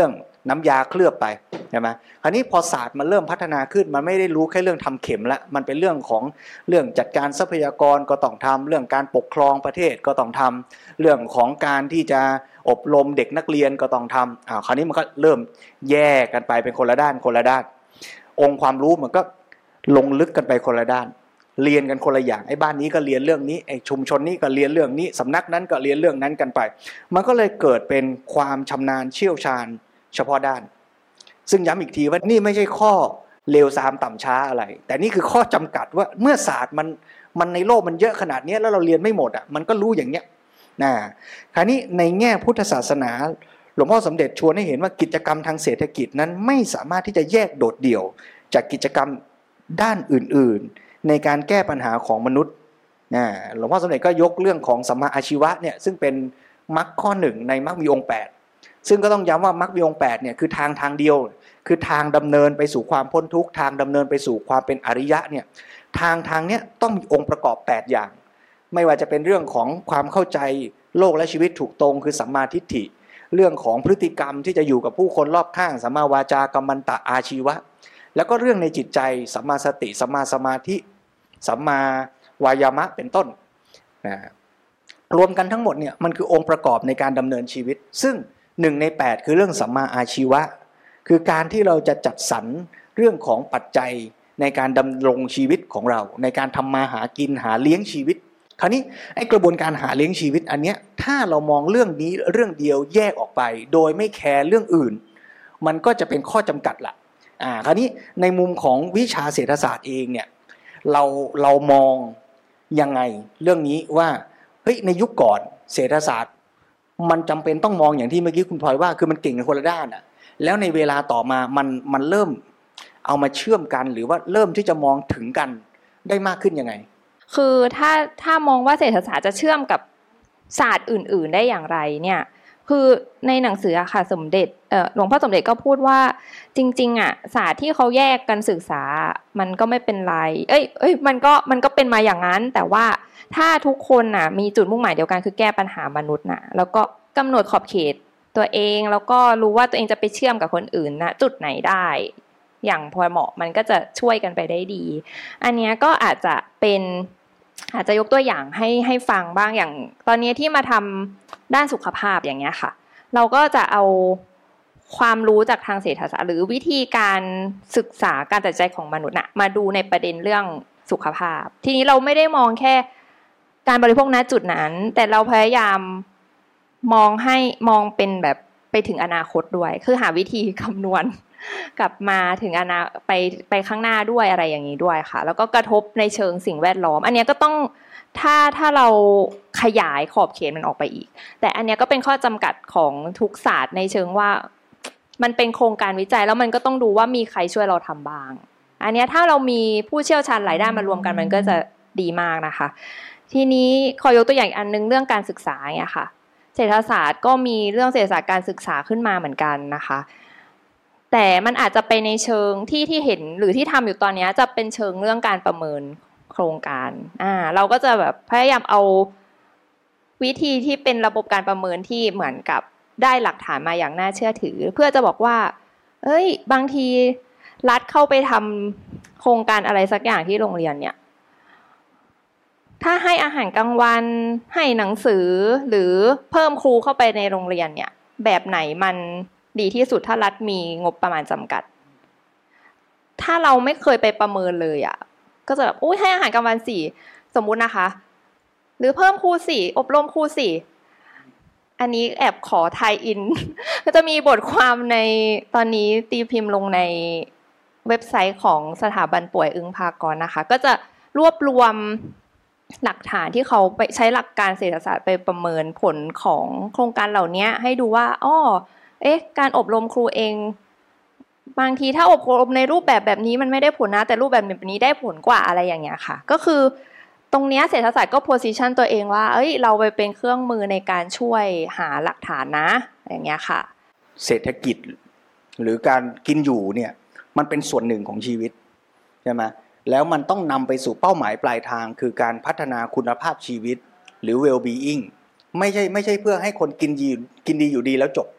น้ำยาเคลือบไปใช่ไหมคราวนี้พอศาสตร์มันเริ่มพัฒนาขึ้นมันไม่ได้รู้แค่เรื่องทำเข็มละมันเป็นเรื่องของเรื่องจัดการทรัพยากรก็ต้องทำเรื่องการปกครองประเทศก็ต้องทำเรื่องของการที่จะอบรมเด็กนักเรียนก็ต้องทำอ่าคราวนี้มันก็เริ่มแยกกันไปเป็นคนละด้านคนละด้านองค์ความรู้มันก็ลงลึกกันไปคนละด้านเรียนกันคนละอย่างไอ้บ้านนี้ก็เรียนเรื่องนี้ไอ้ชุมชนนี้ก็เรียนเรื่องนี้สำนักนั้นก็เรียนเรื่องนั้นกันไปมันก็เลยเกิดเป็นความชำนาญเชี่ยวชาญเฉพาะด้านซึ่งย้ำอีกทีว่านี่ไม่ใช่ข้อเลวทรามต่ำช้าอะไรแต่นี่คือข้อจำกัดว่าเมื่อศาสตร์มันมันในโลกมันเยอะขนาดนี้แล้วเราเรียนไม่หมดอ่ะมันก็รู้อย่างเนี้ยนะคราวนี้ในแง่พุทธศาสนาหลวงพ่อสมเด็จชวนให้เห็นว่ากิจกรรมทางเศรษฐกิจนั้นไม่สามารถที่จะแยกโดดเดี่ยวจากกิจกรรมด้านอื่นๆในการแก้ปัญหาของมนุษย์นะหลวงพ่อสมเด็จก็ยกเรื่องของสัมมาอาชีวะเนี่ยซึ่งเป็นมรรคข้อหนึ่งในมรรคมีองค์แปดซึ่งก็ต้องย้ำว่ามรรคมีองค์แปดเนี่ยคือทางทางเดียวคือทางดำเนินไปสู่ความพ้นทุกข์ทางดำเนินไปสู่ความเป็นอริยะเนี่ยทางทางเนี้ยต้องมีองค์ประกอบแปดอย่างไม่ว่าจะเป็นเรื่องของความเข้าใจโลกและชีวิตถูกตรงคือสัมมาทิฏฐิเรื่องของพฤติกรรมที่จะอยู่กับผู้คนรอบข้างสัมมาวาจากัมมันตะอาชีวะแล้วก็เรื่องในจิตใจสัมมาสติสัมมาสมาธิสัมมาวายามะเป็นต้นนะรวมกันทั้งหมดเนี่ยมันคือองค์ประกอบในการดำเนินชีวิตซึ่งหนึ่งในแปดคือเรื่องสัมมาอาชีวะคือการที่เราจะจัดสรรเรื่องของปัจจัยในการดำรงชีวิตของเราในการทำมาหากินหาเลี้ยงชีวิตคราวนี้ไอ้กระบวนการหาเลี้ยงชีวิตอันเนี้ยถ้าเรามองเรื่องนี้เรื่องเดียวแยกออกไปโดยไม่แคร์เรื่องอื่นมันก็จะเป็นข้อจำกัดละอ่าคราวนี้ในมุมของวิชาเศรษฐศาสตร์เองเนี่ยเราเรามองยังไงเรื่องนี้ว่าเฮ้ยในยุคก่อนเศรษฐศาสตร์มันจำเป็นต้องมองอย่างที่เมื่อกี้คุณพลอยว่าคือมันเก่งในคนละด้านอ่ะแล้วในเวลาต่อมามันมันเริ่มเอามาเชื่อมกันหรือว่าเริ่มที่จะมองถึงกันได้มากขึ้นยังไงคือถ้าถ้ามองว่าเศรษฐศาสตร์จะเชื่อมกับศาสตร์อื่นๆได้อย่างไรเนี่ยคือในหนังสืออะค่ะสมเด็จเอ่อหลวงพ่อสมเด็จก็พูดว่าจริงๆอะศาสตร์ที่เขาแยกกันศึกษามันก็ไม่เป็นไรเอ้ยเอ้ยมันก็มันก็เป็นมาอย่างนั้นแต่ว่าถ้าทุกคนน่ะมีจุดมุ่งหมายเดียวกันคือแก้ปัญหามนุษย์น่ะแล้วก็กำหนดขอบเขตตัวเองแล้วก็รู้ว่าตัวเองจะไปเชื่อมกับคนอื่นนะจุดไหนได้อย่างพอเหมาะมันก็จะช่วยกันไปได้ดีอันนี้ก็อาจจะเป็นอาจจะยกตัวอย่างให้ให้ฟังบ้างอย่างตอนนี้ที่มาทำด้านสุขภาพอย่างเงี้ยค่ะเราก็จะเอาความรู้จากทางเศรษฐศาสตร์หรือวิธีการศึกษาการตัดสินใจของมนุษย์น่ะมาดูในประเด็นเรื่องสุขภาพทีนี้เราไม่ได้มองแค่การบริโภคณจุดนั้นแต่เราพยายามมองให้มองเป็นแบบไปถึงอนาคตด้วยคือหาวิธีคำนวณกลับมาถึงอนาไปไปข้างหน้าด้วยอะไรอย่างนี้ด้วยค่ะแล้วก็กระทบในเชิงสิ่งแวดล้อมอันนี้ก็ต้องถ้าถ้าเราขยายขอบเขตมันออกไปอีกแต่อันนี้ก็เป็นข้อจำกัดของทุกศาสตร์ในเชิงว่ามันเป็นโครงการวิจัยแล้วมันก็ต้องดูว่ามีใครช่วยเราทำบ้างอันนี้ถ้าเรามีผู้เชี่ยวชาญหลายด้านมารวมกันมันก็จะดีมากนะคะทีนี้ขอยกตัวอย่างอันนึงเรื่องการศึกษาเนี่ยค่ะเศรษฐศาสตร์ก็มีเรื่องเศรษฐศาสตร์การศึกษาขึ้นมาเหมือนกันนะคะแต่มันอาจจะไปในเชิงที่ที่เห็นหรือที่ทำอยู่ตอนนี้จะเป็นเชิงเรื่องการประเมินโครงการอ่าเราก็จะแบบพยายามเอาวิธีที่เป็นระบบการประเมินที่เหมือนกับได้หลักฐานมาอย่างน่าเชื่อถือเพื่อจะบอกว่าเอ้ยบางทีรัฐเข้าไปทำโครงการอะไรสักอย่างที่โรงเรียนเนี่ยถ้าให้อาหารกลางวันให้หนังสือหรือเพิ่มครูเข้าไปในโรงเรียนเนี่ยแบบไหนมันดีที่สุดถ้ารัฐมีงบประมาณจำกัดถ้าเราไม่เคยไปประเมินเลยอ่ะก็จะแบบอุ้ยให้อาหารกลางวันสี่สมมุตินะคะหรือเพิ่มครูสี่อบรมครูสี่อันนี้แอบขอไทยอิน ก็จะมีบทความในตอนนี้ตีพิมพ์ลงในเว็บไซต์ของสถาบันป่วยอึ้งภากรนะคะก็จะรวบรวมหลักฐานที่เขาไปใช้หลักการเศรษฐศาสตร์ไปประเมินผลของโครงการเหล่านี้ให้ดูว่าอ้อเอ๊ะการอบรมครูเองบางทีถ้าอบรมในรูปแบบแบบนี้มันไม่ได้ผลนะแต่รูปแบบแบบนี้ได้ผลกว่าอะไรอย่างเงี้ยค่ะก็คือตรงนี้เศรษฐศาสตร์ก็โพสิชันตัวเองว่าเอ้ยเราไปเป็นเครื่องมือในการช่วยหาหลักฐานนะอย่างเงี้ยค่ะเศรษฐกิจหรือการกินอยู่เนี่ยมันเป็นส่วนหนึ่งของชีวิตใช่ไหมแล้วมันต้องนำไปสู่เป้าหมายปลายทางคือการพัฒนาคุณภาพชีวิตหรือ well being ไม่ใช่ไม่ใช่เพื่อให้คนกินดีกินดีอยู่ดีแล้วจบ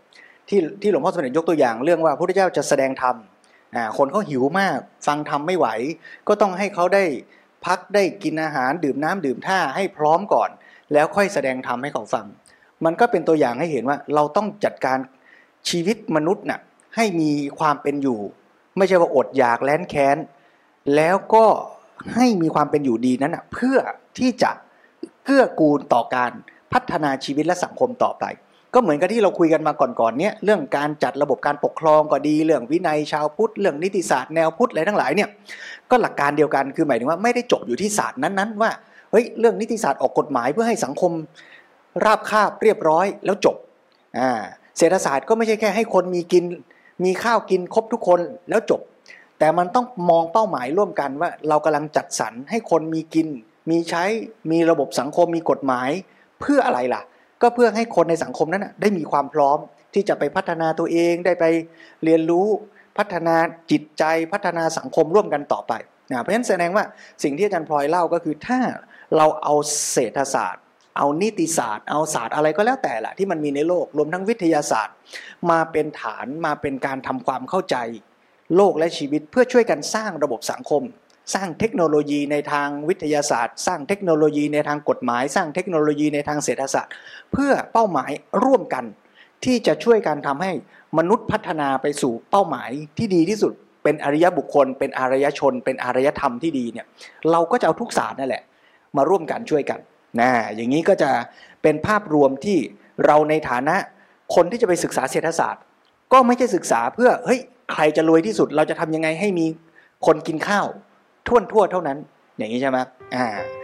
ที่ที่หลวงพ่อสมเด็จยกตัวอย่างเรื่องว่าพระพุทธเจ้าจะแสดงธรรมอ่าคนเขาหิวมากฟังธรรมไม่ไหวก็ต้องให้เขาได้พักได้กินอาหารดื่มน้ำดื่มท่าให้พร้อมก่อนแล้วค่อยแสดงธรรมให้เขาฟังมันก็เป็นตัวอย่างให้เห็นว่าเราต้องจัดการชีวิตมนุษย์น่ะให้มีความเป็นอยู่ไม่ใช่ว่าอดอยากแล้นแค้นแล้วก็ให้มีความเป็นอยู่ดีนั้นน่ะเพื่อที่จะเกื้อกูลต่อการพัฒนาชีวิตและสังคมต่อไปก็เหมือนกับที่เราคุยกันมาก่อนๆเนี้ยเรื่องการจัดระบบการปกครองก็ดีเรื่องวินัยชาวพุทธเรื่องนิติศาสตร์แนวพุทธอะไรทั้งหลายเนี่ยก็หลักการเดียวกันคือหมายถึงว่าไม่ได้จบอยู่ที่ศาสตร์นั้นๆว่าเฮ้ยเรื่องนิติศาสตร์ออกกฎหมายเพื่อให้สังคมราบคาบเรียบร้อยแล้วจบอ่าเศรษฐศาสตร์ก็ไม่ใช่แค่ให้คนมีกินมีข้าวกินครบทุกคนแล้วจบแต่มันต้องมองเป้าหมายร่วมกันว่าเรากำลังจัดสรรให้คนมีกินมีใช้มีระบบสังคมมีกฎหมายเพื่ออะไรล่ะก็เพื่อให้คนในสังคมนั้นได้มีความพร้อมที่จะไปพัฒนาตัวเองได้ไปเรียนรู้พัฒนาจิตใจพัฒนาสังคมร่วมกันต่อไปนะเพราะฉะนั้นแสดงว่าสิ่งที่อาจารย์พลอยเล่าก็คือถ้าเราเอาเศรษฐศาสตร์เอานิติศาสตร์เอาศาสตร์อะไรก็แล้วแต่ละที่มันมีในโลกรวมทั้งวิทยาศาสตร์มาเป็นฐานมาเป็นการทำความเข้าใจโลกและชีวิตเพื่อช่วยกันสร้างระบบสังคมสร้างเทคโนโลยีในทางวิทยาศาสตร์สร้างเทคโนโลยีในทางกฎหมายสร้างเทคโนโลยีในทางเศรษฐศาสตร์เพื่อเป้าหมายร่วมกันที่จะช่วยกันทำให้มนุษย์พัฒนาไปสู่เป้าหมายที่ดีที่สุดเป็นอริยบุคคลเป็นอารยชนเป็นอารยธรรมที่ดีเนี่ยเราก็จะเอาทุกศาสตร์นั่นแหละมาร่วมกันช่วยกันนะอย่างนี้ก็จะเป็นภาพรวมที่เราในฐานะคนที่จะไปศึกษาเศรษฐศาสตร์ก็ไม่ใช่ศึกษาเพื่อเฮ้ยใครจะรวยที่สุดเราจะทำยังไงให้มีคนกินข้าวทั่วทั่วเท่านั้นอย่างนี้ใช่ไหมอ่า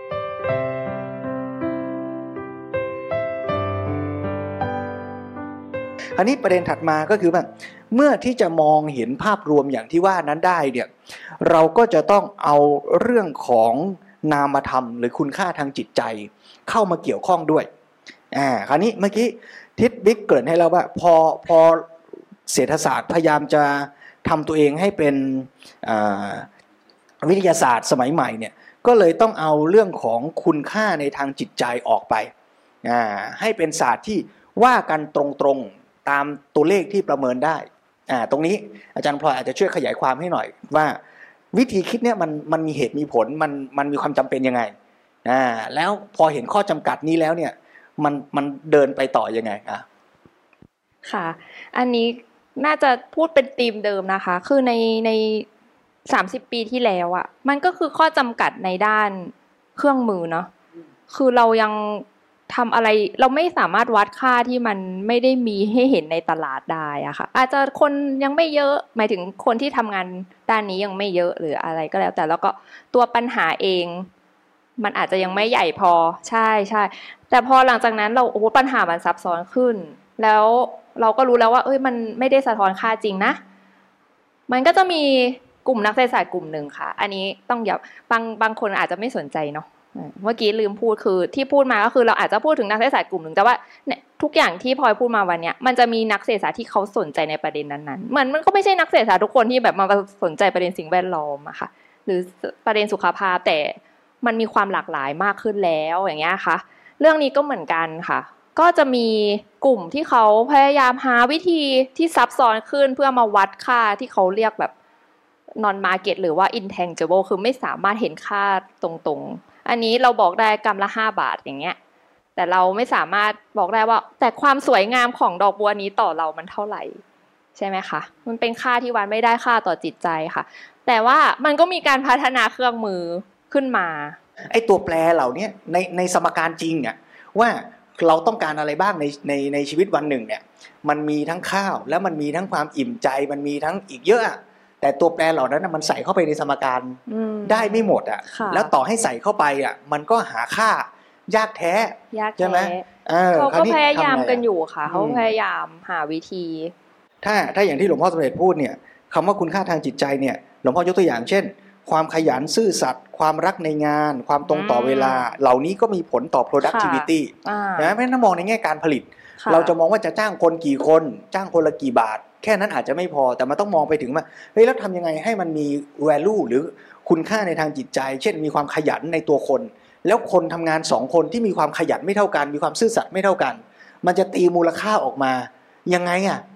อันนี้ประเด็นถัดมาก็คือว่าเมื่อที่จะมองเห็นภาพรวมอย่างที่ว่านั้นได้เนี่ยเราก็จะต้องเอาเรื่องของนามธรรมหรือคุณค่าทางจิตใจเข้ามาเกี่ยวข้องด้วยอ่าคราวนี้เมื่อกี้ทิศบิ๊กเกริ่นให้เราว่าพอพอเศรษฐศาสตร์พยายามจะทำตัวเองให้เป็นอ่าวิทยาศาสตร์สมัยใหม่เนี่ยก็เลยต้องเอาเรื่องของคุณค่าในทางจิตใจออกไปอ่าให้เป็นศาสตร์ที่ว่ากันตรงๆตามตัวเลขที่ประเมินได้อ่าตรงนี้อาจารย์พลอยอาจจะช่วยขยายความให้หน่อยว่าวิธีคิดเนี่ยมันมันมีเหตุมีผลมันมันมีความจำเป็นยังไงอ่าแล้วพอเห็นข้อจำกัดนี้แล้วเนี่ยมันมันเดินไปต่อยังไงอ่ะค่ะอันนี้น่าจะพูดเป็นธีมเดิมนะคะคือในในสามสิบปีที่แล้วอ่ะมันก็คือข้อจำกัดในด้านเครื่องมือเนาะคือเรายังทำอะไรเราไม่สามารถวัดค่าที่มันไม่ได้มีให้เห็นในตลาดได้อะค่ะอาจจะคนยังไม่เยอะหมายถึงคนที่ทำงานด้านนี้ยังไม่เยอะหรืออะไรก็แล้วแต่แล้วก็ตัวปัญหาเองมันอาจจะยังไม่ใหญ่พอใช่ใช่แต่พอหลังจากนั้นเราโอ้โหปัญหามันซับซ้อนขึ้นแล้วเราก็รู้แล้วว่าเอ้ยมันไม่ได้สะท้อนค่าจริงนะมันก็จะมีกลุ่มนักเศรษฐศาสตร์กลุ่มหนึ่งค่ะอันนี้ต้องอย่าบางบางคนอาจจะไม่สนใจเนาะเมื่อกี้ลืมพูดคือที่พูดมาก็คือเราอาจจะพูดถึงนักเศรษฐศาสตร์กลุ่มหนึ่งแต่ว่าเนี่ยทุกอย่างที่พลอยพูดมาวันเนี้ยมันจะมีนักเศรษฐศาสตร์ที่เขาสนใจในประเด็นนั้นๆเหมือนมันก็ไม่ใช่นักเศรษฐศาสตร์ทุกคนที่แบบมาสนใจประเด็นสิ่งแวดล้อมอะค่ะหรือประเด็นสุขภาพแต่มันมีความหลากหลายมากขึ้นแล้วอย่างเงี้ยค่ะเรื่องนี้ก็เหมือนกันค่ะก็จะมีกลุ่มที่เขาพยายามหาวิธีที่ซับซ้อนขึ้นเพื่อมาวัดค่าที่เขาเรียกแบบ non market หรือว่า intangible คือไม่สามารถเห็นค่าตรงๆอันนี้เราบอกได้กำละห้าบาทอย่างเงี้ยแต่เราไม่สามารถบอกได้ว่าแต่ความสวยงามของดอกบัวนี้ต่อเรามันเท่าไหร่ใช่ไหมคะมันเป็นค่าที่วัดไม่ได้ค่าต่อจิตใจค่ะแต่ว่ามันก็มีการพัฒนาเครื่องมือขึ้นมาไอ้ตัวแปรเหล่านี้ในในสมการจริงอ่ะว่าเราต้องการอะไรบ้างในในในชีวิตวันหนึ่งเนี่ยมันมีทั้งข้าวแล้วมันมีทั้งความอิ่มใจมันมีทั้งอีกเยอะแต่ตัวแปรเหล่านั้นมันใส่เข้าไปในสมการได้ไม่หมดอ่ะแล้วต่อให้ใส่เข้าไปอ่ะมันก็หาค่ายากแท้ใช่ไหมเขาก็พยายามกันอยู่ค่ะเขาพยายามหาวิธีถ้าถ้าอย่างที่หลวงพ่อสมเด็จพูดเนี่ยคำว่าคุณค่าทางจิตใจเนี่ยหลวงพ่อยกตัวอย่างเช่นความขยันซื่อสัตย์ความรักในงานความตรงต่อเวลาเหล่านี้ก็มีผลต่อ productivity นะเพราะฉะนั้นมองในแง่การผลิตเราจะมองว่าจะจ้างคนกี่คนจ้างคนละกี่บาทแค่นั้นอาจจะไม่พอแต่มันต้องมองไปถึงว่าเฮ้ยแล้วทำยังไงให้มันมี value หรือคุณค่าในทางจิตใจเช่นมีความขยันในตัวคนแล้วคนทำงานสองคนที่มีความขยันไม่เท่ากันมีความซื่อสัตย์ไม่เท่ากันมันจะตีมูลค่าออกมายังไงอ่ะ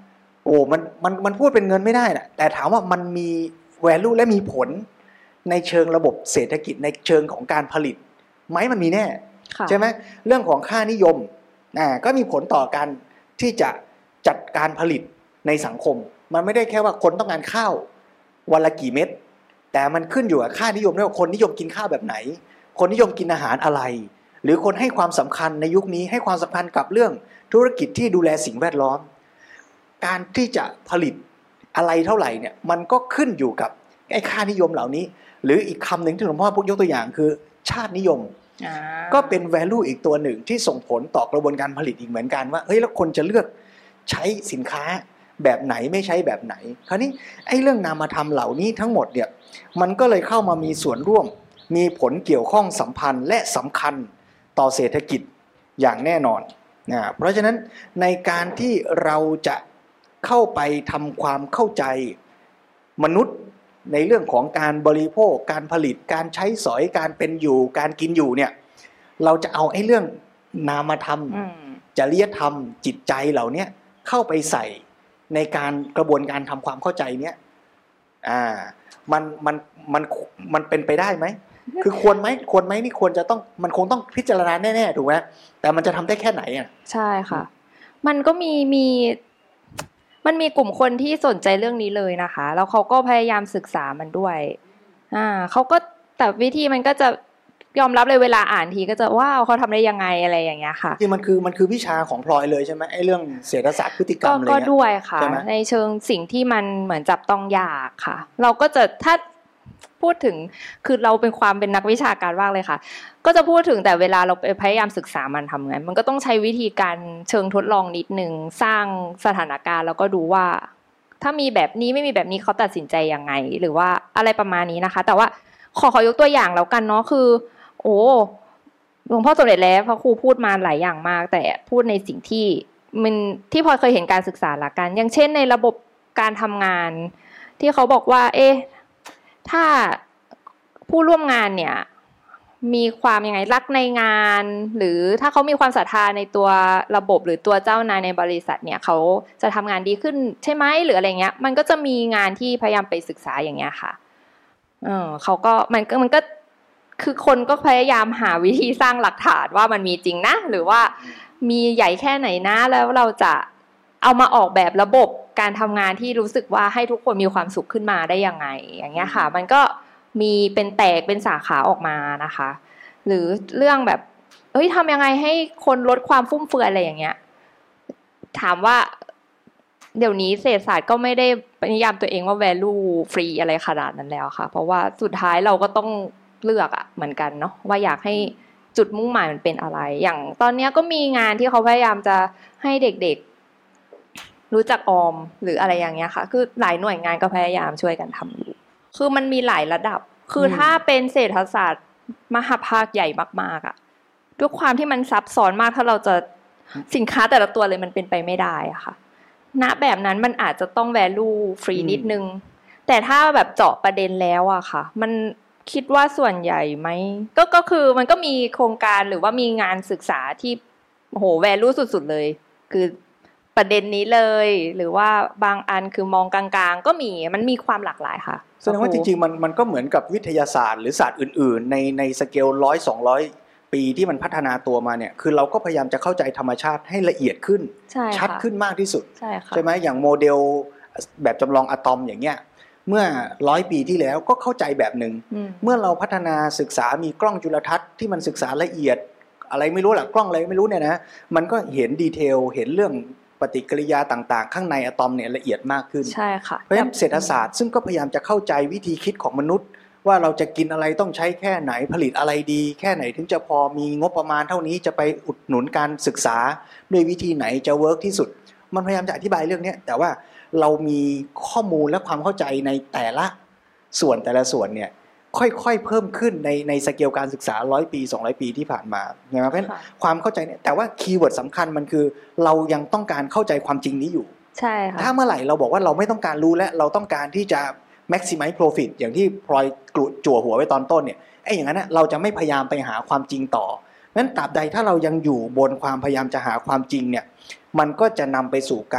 โอ้มันมันมันพูดเป็นเงินไม่ได้นะแต่ถามว่ามันมี value และมีผลในเชิงระบบเศรษฐกิจในเชิงของการผลิตไหมมันมีแน่ใช่ไหมเรื่องของค่านิยมอ่าก็มีผลต่อการที่จะจัดการผลิตในสังคมมันไม่ได้แค่ว่าคนต้องการข้าววันละกี่เม็ดแต่มันขึ้นอยู่กับค่านิยมด้วยว่าคนนิยมกินข้าวแบบไหนคนนิยมกินอาหารอะไรหรือคนให้ความสำคัญในยุคนี้ให้ความสำคัญกับเรื่องธุรกิจที่ดูแลสิ่งแวดล้อมการที่จะผลิตอะไรเท่าไหร่เนี่ยมันก็ขึ้นอยู่กับไอ้ค่านิยมเหล่านี้หรืออีกคำหนึ่งที่หลวงพ่อพูดยกตัวอย่างคือชาตินิยมก็เป็น value อีกตัวหนึ่งที่ส่งผลต่อกระบวนการผลิตอีกเหมือนกันว่าเฮ้ยแล้วคนจะเลือกใช้สินค้าแบบไหนไม่ใช้แบบไหนคราวนี้ไอ้เรื่องนามธรรมเหล่านี้ทั้งหมดเนี่ยมันก็เลยเข้ามามีส่วนร่วมมีผลเกี่ยวข้องสัมพันธ์และสำคัญต่อเศรษฐกิจอย่างแน่นอนนะเพราะฉะนั้นในการที่เราจะเข้าไปทำความเข้าใจมนุษย์ในเรื่องของการบริโภคการผลิตการใช้สอยการเป็นอยู่การกินอยู่เนี่ยเราจะเอาไอ้เรื่องนามธรรมจริยธรรมจิตใจเหล่านี้เข้าไปใส่ในการกระบวนการทำความเข้าใจเนี้ยอ่ามันมันมันมันเป็นไปได้ไหมคือควรไหมควรไหมนี่ควรจะต้องมันคงต้องพิจารณาแน่ๆถูกไหมแต่มันจะทำได้แค่ไหนอ่ะใช่ค่ะมันก็มีมีมันมีกลุ่มคนที่สนใจเรื่องนี้เลยนะคะแล้วเขาก็พยายามศึกษามันด้วยอ่าเขาก็แต่วิธีมันก็จะยอมรับเลยเวลาอ่านทีก็จะว้าวเขาทำได้ยังไงอะไรอย่างเงี้ยค่ะที่มันคือมันคือวิชาของพลอยเลยใช่ไหมไอ้เรื่องเศรษฐศาสตร์พฤติกรรมอะไรเงี้ยก็ด้วยค่ะในเชิงสิ่งที่มันเหมือนจับต้องยากค่ะเราก็จะถ้าพูดถึงคือเราเป็นความเป็นนักวิชาการมากเลยค่ะก็จะพูดถึงแต่เวลาเราไปพยายามศึกษามันทำไงมันก็ต้องใช้วิธีการเชิงทดลองนิดนึงสร้างสถานการณ์แล้วก็ดูว่าถ้ามีแบบนี้ไม่มีแบบนี้เขาตัดสินใจยังไงหรือว่าอะไรประมาณนี้นะคะแต่ว่าขอขอยกตัวอย่างแล้วกันเนาะคือโอ้หลวงพ่อสมเด็จแล้วพระครูพูดมาหลายอย่างมากแต่พูดในสิ่งที่มันที่พอเคยเห็นการศึกษาละกันอย่างเช่นในระบบการทำงานที่เขาบอกว่าเอ๊ะถ้าผู้ร่วมงานเนี่ยมีความยังไงรักในงานหรือถ้าเขามีความศรัทธาในตัวระบบหรือตัวเจ้านายในบริษัทเนี่ยเขาจะทำงานดีขึ้นใช่ไหมหรืออะไรเงี้ยมันก็จะมีงานที่พยายามไปศึกษาอย่างเงี้ยค่ะเออเขาก็มันก็มันก็คือคนก็พยายามหาวิธีสร้างหลักฐานว่ามันมีจริงนะหรือว่ามีใหญ่แค่ไหนนะแล้วเราจะเอามาออกแบบระบบการทำงานที่รู้สึกว่าให้ทุกคนมีความสุขขึ้นมาได้ยังไงอย่างเงี้ยค่ะมันก็มีเป็นแตกเป็นสาขาออกมานะคะหรือเรื่องแบบเอ้ยทำยังไงให้คนลดความฟุ่มเฟือยอะไรอย่างเงี้ยถามว่าเดี๋ยวนี้เศรษฐศาสตร์ก็ไม่ได้นิยามตัวเองว่า value free อะไรขนาดนั้นแล้วค่ะเพราะว่าสุดท้ายเราก็ต้องเลือกอะเหมือนกันเนาะว่าอยากให้จุดมุ่งหมายมันเป็นอะไรอย่างตอนนี้ก็มีงานที่เขาพยายามจะให้เด็กๆรู้จักออมหรืออะไรอย่างเงี้ยค่ะคือหลายหน่วยงานก็พยายามช่วยกันทำอยู่คือมันมีหลายระดับคือถ้าเป็นเศรษฐศาสตร์มหภาคใหญ่มากๆอะด้วยความที่มันซับซ้อนมากถ้าเราจะสินค้าแต่ละตัวเลยมันเป็นไปไม่ได้อะค่ะณแบบนั้นมันอาจจะต้อง value free นิดนึงแต่ถ้าแบบเจาะประเด็นแล้วอะค่ะมันคิดว่าส่วนใหญ่ไหมก็ก็คือมันก็มีโครงการหรือว่ามีงานศึกษาที่โห value สุดๆเลยคือประเด็นนี้เลยหรือว่าบางอันคือมองกลางๆก็มีมันมีความหลากหลายค่ะแสดงว่าจริงๆมันมันก็เหมือนกับวิทยาศาสตร์หรือศาสตร์อื่นๆในในสเกลร้อยสองร้อยปีที่มันพัฒนาตัวมาเนี่ยคือเราก็พยายามจะเข้าใจธรรมชาติให้ละเอียดขึ้นชัดขึ้นมากที่สุดใช่ใช่ไหมอย่างโมเดลแบบจำลองอะตอมอย่างเงี้ยเมื่อร้อยปีที่แล้วก็เข้าใจแบบหนึ่งเมื่อเราพัฒนาศึกษามีกล้องจุลทรรศน์ที่มันศึกษาละเอียดอะไรไม่รู้แหละกล้องอะไรไม่รู้เนี่ยนะมันก็เห็นดีเทลเห็นเรื่องปฏิกิริยาต่างๆข้างในอะตอมเนี่ยละเอียดมากขึ้นใช่ค่ะเพราะฉะนั้นเศรษฐศาสตร์ซึ่งก็พยายามจะเข้าใจวิธีคิดของมนุษย์ว่าเราจะกินอะไรต้องใช้แค่ไหนผลิตอะไรดีแค่ไหนถึงจะพอมีงบประมาณเท่านี้จะไปอุดหนุนการศึกษาด้วยวิธีไหนจะเวิร์กที่สุดมันพยายามจะอธิบายเรื่องนี้แต่ว่าเรามีข้อมูลและความเข้าใจในแต่ละส่วนแต่ละส่วนเนี่ยค่อยๆเพิ่มขึ้นในในสเกลการศึกษาหนึ่งร้อยปีสองร้อยปีที่ผ่านมานะครับเพราะฉะนั้นความเข้าใจเนี่ยแต่ว่าคีย์เวิร์ดสำคัญมันคือเรายังต้องการเข้าใจความจริงนี้อยู่ใช่ค่ะถ้าเมื่อไหร่เราบอกว่าเราไม่ต้องการรู้และเราต้องการที่จะ maximize profit อย่างที่พลอยจั่วหัวไว้ตอนต้นเนี่ยไอ้อย่างนั้นนะเราจะไม่พยายามไปหาความจริงต่องั้นตราบใดถ้าเรายังอยู่บนความพยายามจะหาความจริงเนี่ยมันก็จะนำไปสู่การ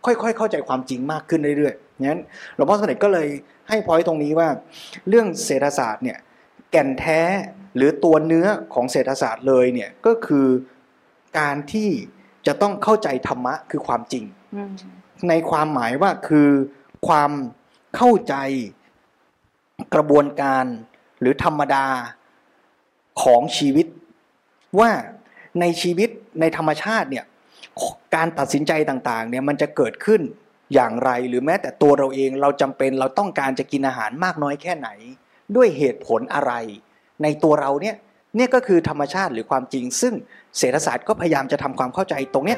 ค่อยๆเข้าใจความจริงมากขึ้นเรื่อยๆงั้นหลวงพ่อสมเด็จก็เลยให้พอยต์ตรงนี้ว่าเรื่องเศรษฐศาสตร์เนี่ยแก่นแท้หรือตัวเนื้อของเศรษฐศาสตร์เลยเนี่ยก็คือการที่จะต้องเข้าใจธรรมะคือความจริงในความหมายว่าคือความเข้าใจกระบวนการหรือธรรมดาของชีวิตว่าในชีวิตในธรรมชาติเนี่ยการตัดสินใจต่างๆเนี่ยมันจะเกิดขึ้นอย่างไรหรือแม้แต่ตัวเราเองเราจำเป็นเราต้องการจะกินอาหารมากน้อยแค่ไหนด้วยเหตุผลอะไรในตัวเราเนี่ยเนี่ยก็คือธรรมชาติหรือความจริงซึ่งเศรษฐศาสตร์ก็พยายามจะทำความเข้าใจตรงเนี้ย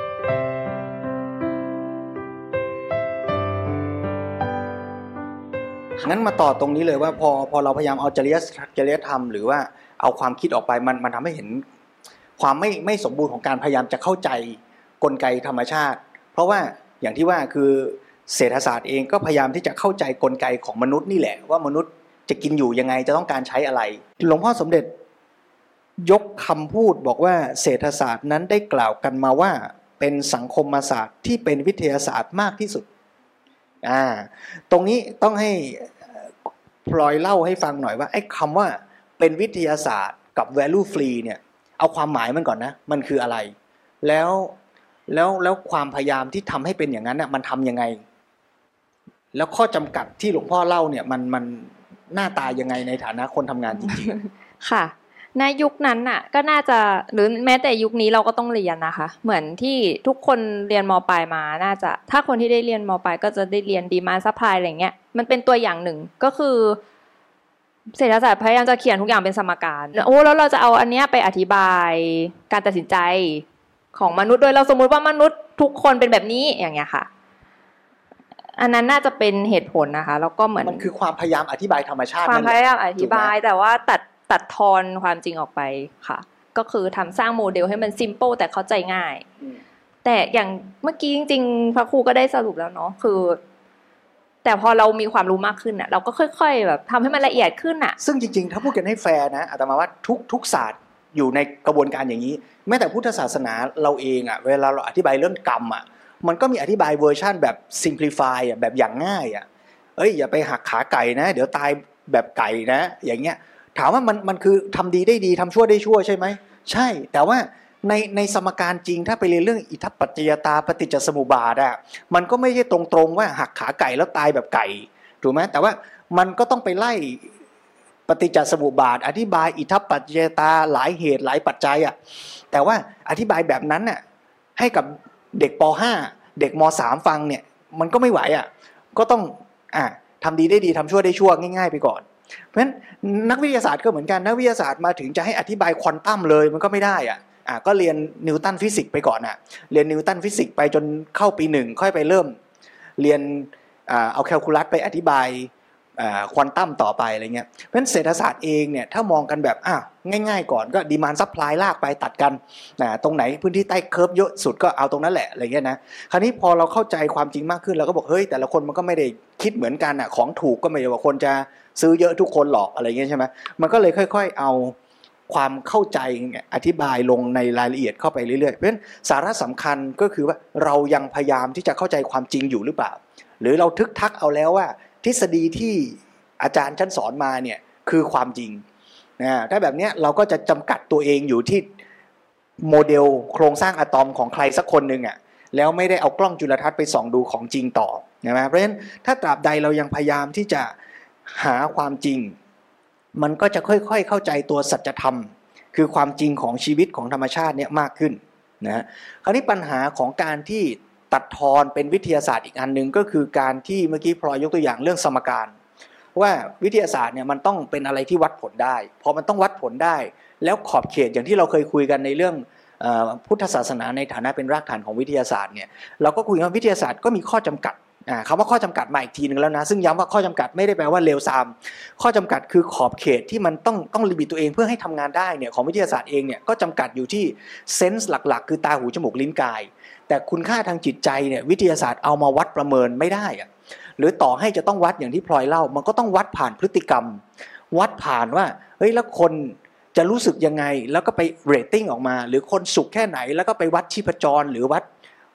งั้นมาต่อตรงนี้เลยว่าพอพอเราพยายามเอาจริยจริยธรรมหรือว่าเอาความคิดออกไปมันมันทำให้เห็นความไม่ไม่สมบูรณ์ของการพยายามจะเข้าใจกลไกธรรมชาติเพราะว่าอย่างที่ว่าคือเศรษฐศาสตร์เองก็พยายามที่จะเข้าใจกลไกของมนุษย์นี่แหละว่ามนุษย์จะกินอยู่ยังไงจะต้องการใช้อะไรหลวงพ่อสมเด็จยกคำพูดบอกว่าเศรษฐศาสตร์นั้นได้กล่าวกันมาว่าเป็นสังคมศาสตร์ที่เป็นวิทยาศาสตร์มากที่สุดอ่าตรงนี้ต้องให้พลอยเล่าให้ฟังหน่อยว่าไอ้คำว่าเป็นวิทยาศาสตร์กับ value free เนี่ยเอาความหมายมันก่อนนะมันคืออะไรแล้วแล้วแล้วความพยายามที่ทำให้เป็นอย่างนั้นน่ะมันทำยังไงแล้วข้อจำกัดที่หลวงพ่อเล่าเนี่ยมันมันหน้าตายังไงในฐานะคนทำงานจริงๆค่ะในยุคนั้นน่ะก็น่าจะหรือแม้แต่ยุคนี้เราก็ต้องเรียนนะคะเหมือนที่ทุกคนเรียนม.ปลายมาน่าจะถ้าคนที่ได้เรียนม.ปลายก็จะได้เรียน demand supply อะไรเงี้ยมันเป็นตัวอย่างหนึ่งก็คือเศรษฐศาสตร์พยายามจะเขียนทุกอย่างเป็นสมการโอ้แล้วเราจะเอาอันเนี้ยไปอธิบายการตัดสินใจของมนุษย์โดยเราสมมุติว่ามนุษย์ทุกคนเป็นแบบนี้อย่างเงี้ยค่ะอันนั้นน่าจะเป็นเหตุผลนะคะแล้วก็เหมือนมันคือความพยายามอธิบายธรรมชาติความพยายามอธิบายแต่ว่าตัดตัดทอนความจริงออกไปค่ะก็คือทำสร้างโมเดลให้มันซิมเปิลแต่เข้าใจง่ายแต่อย่างเมื่อกี้จริงๆพระครูก็ได้สรุปแล้วเนาะคือแต่พอเรามีความรู้มากขึ้นอ่ะเราก็ค่อยๆแบบทำให้มันละเอียดขึ้นอ่ะซึ่งจริงๆถ้าพูดกันให้แฟร์นะอาตมาว่าทุกทุกศาสตร์อยู่ในกระบวนการอย่างนี้แม้แต่พุทธศาสนาเราเองอ่ะเวลาเราอธิบายเรื่องกรรมอ่ะมันก็มีอธิบายเวอร์ชันแบบ simplify อ่ะแบบอย่างง่ายอ่ะเอ้ยอย่าไปหักขาไก่นะเดี๋ยวตายแบบไก่นะอย่างเงี้ยถามว่ามันมันคือทำดีได้ดีทำชั่วได้ชั่วใช่ไหมใช่แต่ว่าในในสมการจริงถ้าไปเรียนเรื่องอิทัปปัจจยตาปฏิจจสมุปบาทอ่ะมันก็ไม่ใช่ตรงๆว่าหักขาไก่แล้วตายแบบไก่ถูกไหมแต่ว่ามันก็ต้องไปไล่ปฏิจจสมุปบาทอธิบายอิทัปปัจจยตาหลายเหตุหลายปัจจัยอ่ะแต่ว่าอธิบายแบบนั้นน่ะให้กับเด็กป.ห้า เด็กม.สาม ฟังเนี่ยมันก็ไม่ไหวอ่ะก็ต้องอ่ะทำดีได้ดีทำชั่วได้ชั่วง่ายๆไปก่อนเพราะฉะนั้นนักวิทยาศาสตร์ก็เหมือนกันนักวิทยาศาสตร์มาถึงจะให้อธิบายควอนตัมเลยมันก็ไม่ได้อ่ะอ่ะก็เรียนนิวตันฟิสิกส์ไปก่อนอ่ะเรียนนิวตันฟิสิกส์ไปจนเข้าปีหนึ่งค่อยไปเริ่มเรียนอ่าเอาแคลคูลัสไปอธิบายอ่าควอนตัมต่อไปอะไรเงี้ยเพราะฉะนั้นเศรษฐศาสตร์เองเนี่ยถ้ามองกันแบบอ่ะง่ายๆก่อนก็ดีมานด์ซัพพลายลากไปตัดกันนะตรงไหนพื้นที่ใต้เคิร์ฟเยอะสุดก็เอาตรงนั้นแหละอะไรเงี้ยนะคราวนี้พอเราเข้าใจความจริงมากขึ้นเราก็บอกเฮ้ยแต่ละคนมันก็ไม่ได้คิดเหมือนกันอ่ะของถูกก็ไม่ได้ว่าคนจะซื้อเยอะทุกคนหรอกอะไรเงี้ยใช่ไหมมันก็เลยค่อยๆเอาความเข้าใจอธิบายลงในรายละเอียดเข้าไปเรื่อยๆเพราะฉะนั้นสาระสำคัญก็คือว่าเรายังพยายามที่จะเข้าใจความจริงอยู่หรือเปล่าหรือเราทึกทักเอาแล้วว่าทฤษฎีที่อาจารย์ชั้นสอนมาเนี่ยคือความจริงนะถ้าแบบนี้เราก็จะจำกัดตัวเองอยู่ที่โมเดลโครงสร้างอะตอมของใครสักคนหนึ่งอ่ะแล้วไม่ได้เอากล้องจุลทรรศน์ไปส่องดูของจริงต่อนะเพราะฉะนั้นถ้าตราบใดเรายังพยายามที่จะหาความจริงมันก็จะค่อยๆเข้าใจตัวสัจธรรมคือความจริงของชีวิตของธรรมชาติเนี่ยมากขึ้นนะคราวนี้ปัญหาของการที่ตัดทอนเป็นวิทยาศาสตร์อีกอันนึงก็คือการที่เมื่อกี้พลอยยกตัวอย่างเรื่องสมการว่าวิทยาศาสตร์เนี่ยมันต้องเป็นอะไรที่วัดผลได้พอมันต้องวัดผลได้แล้วขอบเขตอย่างที่เราเคยคุยกันในเรื่องพุทธศาสนาในฐานะเป็นรากฐานของวิทยาศาสตร์เนี่ยเราก็คุยว่าวิทยาศาสตร์ก็มีข้อจำกัดคำว่าข้อจำกัดมาอีกทีนึงแล้วนะซึ่งย้ำว่าข้อจำกัดไม่ได้แปลว่าเลวทรามข้อจำกัดคือขอบเขตที่มันต้องต้องลิมิตตัวเองเพื่อให้ทำงานได้เนี่ยของวิทยาศาสตร์เองเนี่ยก็จำกัดอยู่ที่เซนส์หลักๆคือตาหูจมูกลิ้นกายแต่คุณค่าทางจิตใจเนี่ยวิทยาศาสตร์เอามาวัดประเมินไม่ได้อะหรือต่อให้จะต้องวัดอย่างที่พลอยเล่ามันก็ต้องวัดผ่านพฤติกรรมวัดผ่านว่าเฮ้ยแล้วคนจะรู้สึกยังไงแล้วก็ไปเรตติ้งออกมาหรือคนสุขแค่ไหนแล้วก็ไปวัดชีพจรหรือวัด